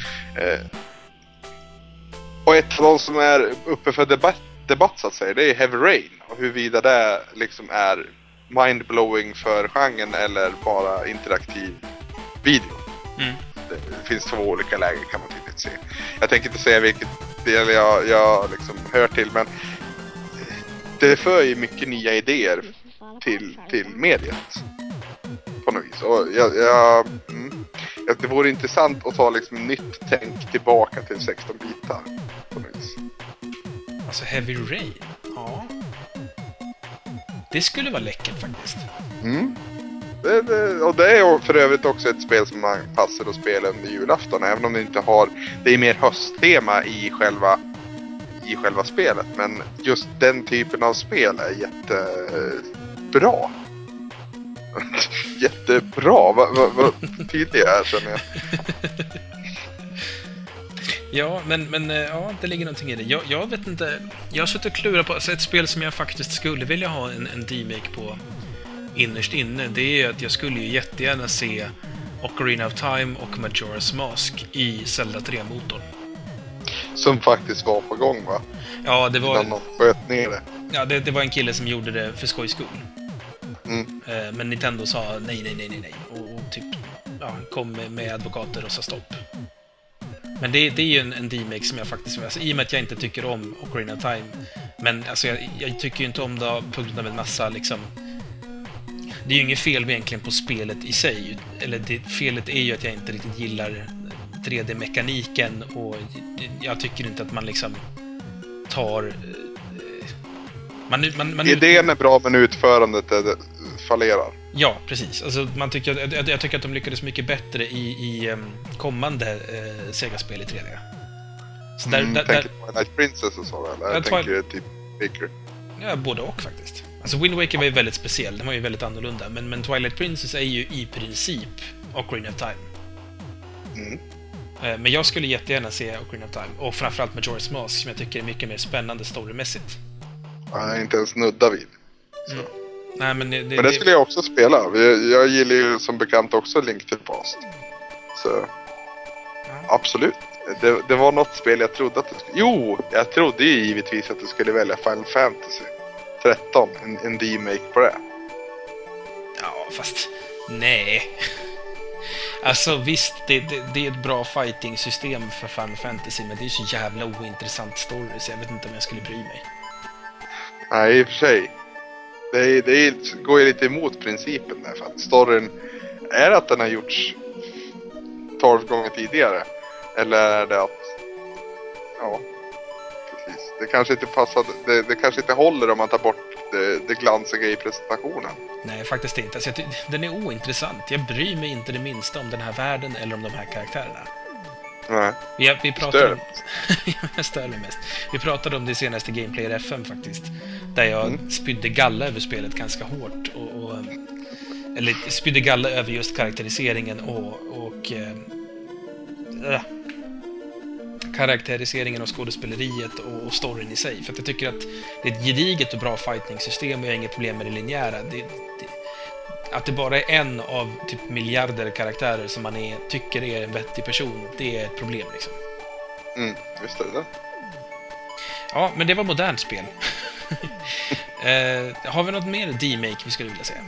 Och ett av de som är uppe för debatt så att säga, det är Heavy Rain. Och huruvida det liksom är mindblowing för genren eller bara interaktiv video. Det finns två olika läger kan man tydligt se. Jag tänker inte säga vilket del jag liksom hör till, men det för ju mycket nya idéer till mediet på något vis. Och det vore intressant att ta liksom nytt tänk tillbaka till 16 bitar på något vis. Alltså Heavy Rain, ja. Det skulle vara läckert faktiskt. Och det är för övrigt också ett spel som man passar att spela under julafton, även om det inte har, det är mer hösttema i själva i själva spelet. Men just den typen av spel är jättebra. Jättebra. Vad tydlig jag är, känner jag. Ja, men ja, det ligger någonting i det. Jag vet inte. Jag har suttit och klurat på ett spel som jag faktiskt skulle vilja ha en remake på innerst inne. Det är att jag skulle ju jättegärna se Ocarina of Time och Majora's Mask i Zelda 3-motorn. Som faktiskt var på gång, va? Ja, det var... Innan någon sköt ner det. Ja, det var en kille som gjorde det för skojs skull. Mm. Men Nintendo sa nej. Och typ kom med advokater och sa stopp. Men det är ju en remake som jag faktiskt... Alltså, i och med att jag inte tycker om Ocarina of Time. Men alltså, jag tycker ju inte om det på grund av en massa liksom... Det är ju inget fel egentligen på spelet i sig. Eller felet är ju att jag inte riktigt gillar 3D-mekaniken. Och jag tycker inte att man liksom tar... Idén är bra, men utförandet fallerar. Ja, precis. Alltså, jag tycker att de lyckades mycket bättre i kommande Sega-spel i 3D. Så tänker du på Twilight Princess och så, eller? Jag tänker typ Waker. Ja, både och faktiskt. Alltså Wind Waker var ju väldigt speciell, den var ju väldigt annorlunda. Men Twilight Princess är ju i princip Ocarina of Time. Men jag skulle jättegärna se Ocarina of Time. Och framförallt Majora's Mask, som jag tycker är mycket mer spännande storymässigt. Ja, inte ens nudda vid. Nej, men det skulle jag också spela. Jag gillar ju som bekant också Link to the Past. Så absolut. Det var något spel jag trodde att det skulle... Jo, jag trodde ju givetvis att du skulle välja Final Fantasy 13. En remake på det. Ja, fast... Nej. Alltså visst, det är ett bra fighting-system för Final Fantasy, men det är så jävla ointressant story, så jag vet inte om jag skulle bry mig. Nej, i och för sig. Det går ju lite emot principen där, för att storyn är att den har gjorts 12 gånger tidigare. Eller är det att... Ja, precis. Det kanske inte passar... Det kanske inte håller om man tar bort det glansiga i presentationen. Nej, faktiskt inte. Alltså, den är ointressant. Jag bryr mig inte det minsta om den här världen eller om de här karaktärerna. Nej. Vi pratade om... Jag stör mig mest. Vi pratade om det senaste Gameplayer FM faktiskt. Där jag spydde galla över spelet ganska hårt. Eller spydde galla över just karaktäriseringen och karaktäriseringen och skådespeleriet och storyn i sig. För att jag tycker att det är ett gediget och bra fighting-system och jag har inget problem med det linjära. Att det bara är en av typ miljarder karaktärer som man tycker är en vettig person, det är ett problem liksom. Visst är det. Ja, men det var modernt spel. Har vi något mer remake vi skulle vilja säga?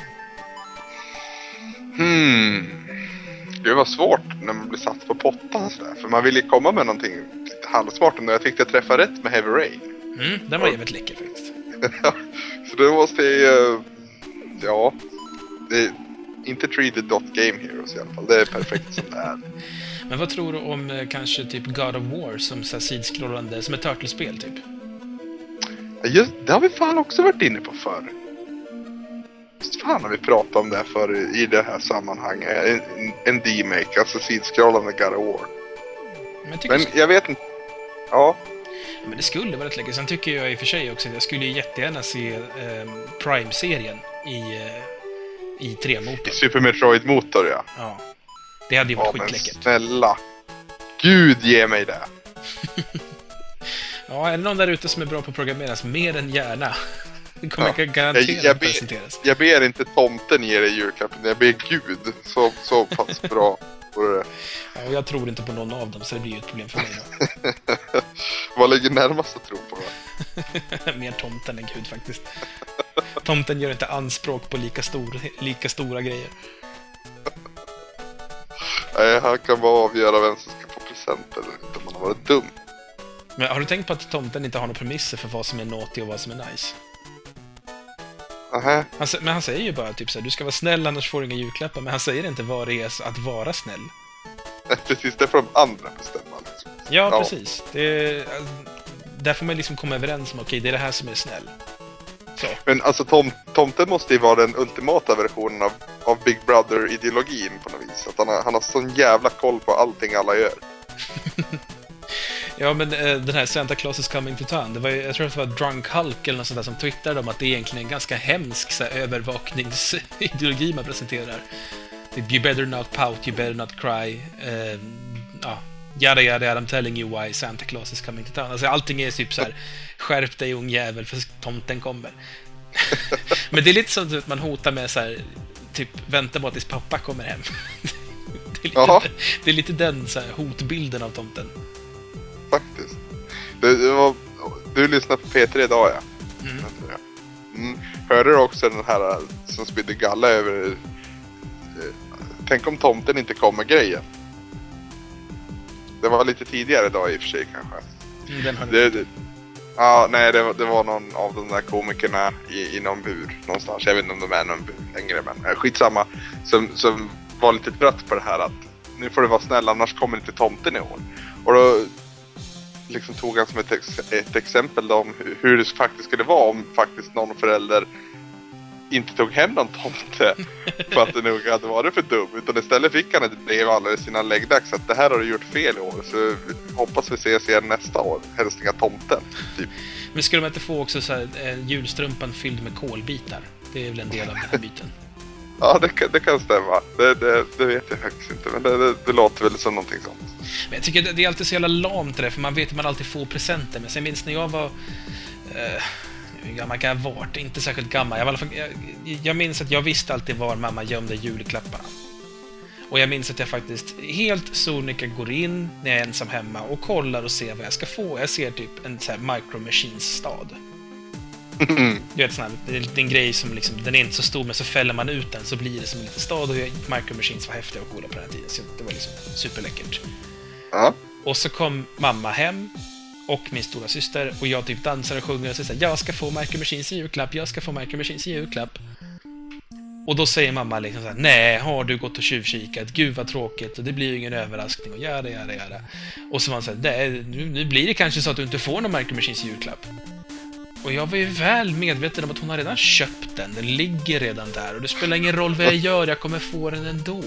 Det var svårt när man blir satt på pottan sådär. För man ville ju komma med någonting lite halvsmart. Och jag tyckte jag träffade rätt med Heavy Rain. Den var jävligt läcker faktiskt. Så det måste ju... Ja... Det är inte treated Game Heroes i alla fall. Det är perfekt som det är. Men vad tror du om kanske typ God of War som så här sidskrollande, som ett turtle-spel typ? Just, det har vi fan också varit inne på förr. Fan har vi pratat om det för i det här sammanhanget. En remake, alltså sidskrollande God of War. Men jag vet inte. Ja. Men det skulle vara rätt läckert. Sen tycker jag i och för sig också att jag skulle jättegärna se Prime-serien i 3-motorn. I Super Metroid-motor, ja. Ja. Det hade ju varit skitläckert. Men snälla. Gud ge mig det. Ja, är det någon där ute som är bra på att programmeras mer än gärna? Det kommer garanterat presenteras. Jag ber inte tomten ge dig julklappen. Jag ber Gud. Så pass bra på det. Ja, och jag tror inte på någon av dem, så det blir ju ett problem för mig då. Vad ligger närmast att tro på då? Mer tomten än Gud faktiskt. Tomten gör inte anspråk på lika stora grejer. Nej, han kan bara avgöra vem som ska få present eller inte, om man har varit dum. Men har du tänkt på att tomten inte har några premisser för vad som är naughty och vad som är nice? Aha. Men han säger ju bara typ så här, du ska vara snäll annars får du inga julklappar, men han säger inte vad det är att vara snäll. Precis, det får de andra bestämma. Liksom. Ja, precis. Där får man liksom komma överens om, okej, det är det här som är snäll. Så. Men alltså tomten måste ju vara den ultimata versionen av Big Brother-ideologin på något vis. Att han har sån jävla koll på allting alla gör. Ja, men den här Santa Claus is coming to town, det var jag tror att det var Drunk Hulk eller något sånt där som twittrade om att det är egentligen en ganska hemsk så här, övervakningsideologi man presenterar. You better not pout, you better not cry. Yada yada, I'm telling you why Santa Claus is coming to town. Alltså allting är typ så här, skärp dig ung jävel för tomten kommer. Men det är lite som att man hotar med så här, typ vänta bara tills pappa kommer hem. Det är lite den så här, hotbilden av tomten. Faktiskt. Du lyssnade på P3 idag, ja. Hörde du också den här som spydde galla över tänk om tomten inte kommer grejen. Det var lite tidigare idag i och för sig kanske. Det var någon av de där komikerna i någon bur någonstans. Jag vet inte om de är någon bur längre, men skitsamma. Som var lite trött på det här att nu får du vara snäll, annars kommer inte tomten i år. Och då liksom tog han som ett exempel om hur det faktiskt skulle vara om faktiskt någon förälder inte tog hem någon tomte för att det nog hade varit för dum, utan istället fick han ett brev alldeles innan läggdags att det här har du gjort fel i år, så hoppas vi ses igen nästa år, helst inga tomten typ. Men skulle man inte få också så här, julstrumpan fylld med kolbitar? Det är väl en del av den här byten. Ja, det kan stämma. Det vet jag faktiskt inte, men det låter väl som någonting sånt. Men jag tycker det är alltid så jävla lamt det där, för man vet att man alltid får presenter. Men sen minns när jag var... hur gammal kan jag ha varit? Inte särskilt gammal. Jag minns att jag visste alltid var mamma gömde julklapparna. Och jag minns att jag faktiskt helt sonika går in när jag är ensam hemma och kollar och ser vad jag ska få. Jag ser typ en sån här Micro Machines-stad. Du vet, det är en grej som liksom, den är inte så stor, men så fäller man ut den så blir det som en liten stad, och Micro Machines var häftiga och coola på den här tiden, så det var liksom superläckert. Och så kom mamma hem och min stora syster och jag typ dansar och sjunger och säger jag ska få Micro Machines i julklapp, jag ska få Micro Machines i julklapp. Och då säger mamma liksom så här: nej, har du gått och tjuvkikat? Gud vad tråkigt, och det blir ju ingen överraskning och göra. Och så var han så här: nu blir det kanske så att du inte får någon Micro Machines i julklapp. Och jag var ju väl medveten om att hon har redan köpt den. Den ligger redan där. Och det spelar ingen roll vad jag gör, jag kommer få den ändå.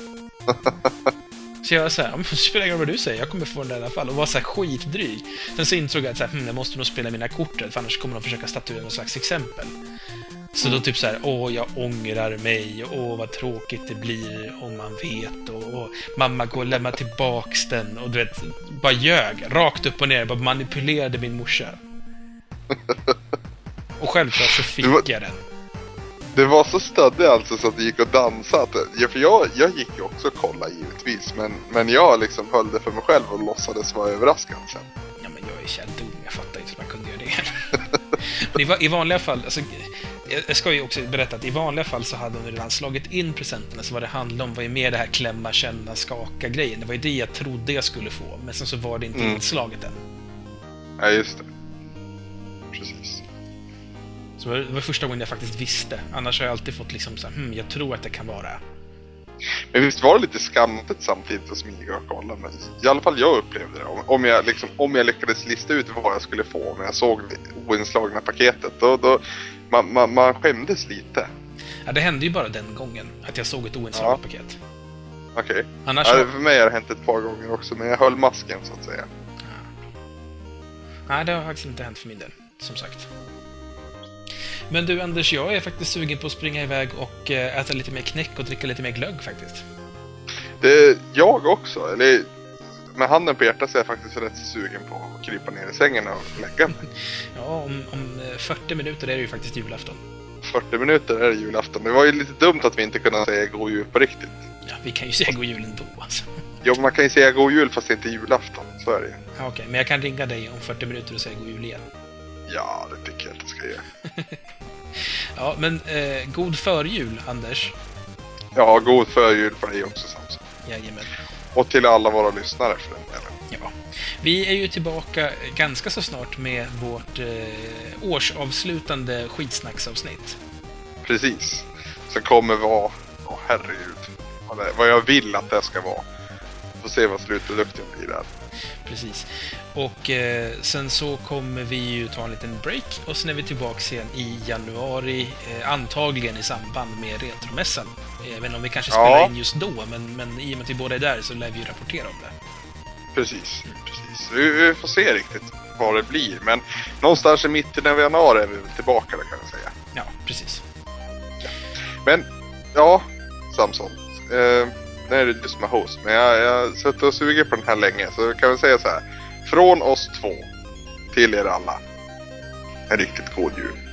Så jag var så här, det spelar ingen roll vad du säger, jag kommer få den där i alla fall. Och var så här skitdryg. Sen så insåg jag att så här, jag måste nog spela mina kort, för annars kommer de försöka statuera någon slags exempel. Så då typ så här: jag ångrar mig, vad tråkigt det blir om man vet, och mamma går och lämnar tillbaks den, och du vet, bara ljög, rakt upp och ner, bara manipulerade min morsa. Och självklart så fick jag den. Det var så stöddig alltså så att det gick och dansade. Ja, för jag gick ju också och kollade givetvis, men jag liksom höll det för mig själv och låtsades vara överraskad sen. Ja, men jag är kär dum, jag fattar inte att man kunde göra det. Men i vanliga fall, alltså, jag ska ju också berätta att i vanliga fall så hade hon redan slagit in presenterna, så vad det handlade om var ju mer det här klämma, känna, skaka grejen. Det var ju det jag trodde jag skulle få, men sen så var det inte inslaget än. Ja, just det. Precis. Så det var första gången jag faktiskt visste. Annars har jag alltid fått liksom så här, jag tror att det kan vara. Men visst var det lite skamligt samtidigt att smyga och kolla, men i alla fall jag upplevde det. Om jag lyckades lista ut vad jag skulle få när jag såg det oinslagna paketet, då man skämdes lite. Ja, det hände ju bara den gången att jag såg ett oinslaget paket. Okej. Annars för mig har det hänt ett par gånger också, men jag höll masken så att säga. Nej, det har faktiskt inte hänt för min del, som sagt. Men du Anders, jag är faktiskt sugen på att springa iväg och äta lite mer knäck och dricka lite mer glögg faktiskt. Jag också, eller med handen på hjärtat så är jag faktiskt rätt sugen på att krypa ner i sängen och lägga mig. Ja, om 40 minuter är det ju faktiskt julafton. 40 minuter är det julafton. Det var ju lite dumt att vi inte kunde säga god jul på riktigt. Ja, vi kan ju säga god jul ändå alltså. Ja, man kan ju säga god jul fast det inte är julafton, så är det ju. Ja, okej, men jag kan ringa dig om 40 minuter och säga god jul igen. Ja, det tycker jag att det ska göra. Ja, men god förjul, Anders. Ja, god förjul för dig också, Samson. Jajamän. Och till alla våra lyssnare för den delen. Ja. Vi är ju tillbaka ganska så snart med vårt årsavslutande skitsnacksavsnitt. Precis. Så kommer vara... herregud. Vad jag vill att det ska vara. Får se vad slutprodukten blir där. Precis. Och sen så kommer vi ju ta en liten break och sen är vi tillbaka igen i januari, antagligen i samband med Retromässan. Även om vi kanske spelar in just då, men i och med att vi båda är där så lär vi ju rapportera om det. Precis. Vi får se riktigt vad det blir. Men någonstans i mitten av januari är vi tillbaka där, kan jag säga. Ja, precis. Men, ja, Samson. Nu är det du som är host. Men jag har suttit och sugit på den här länge. Så kan vi säga så här. Från oss två till er alla. En riktigt god jul.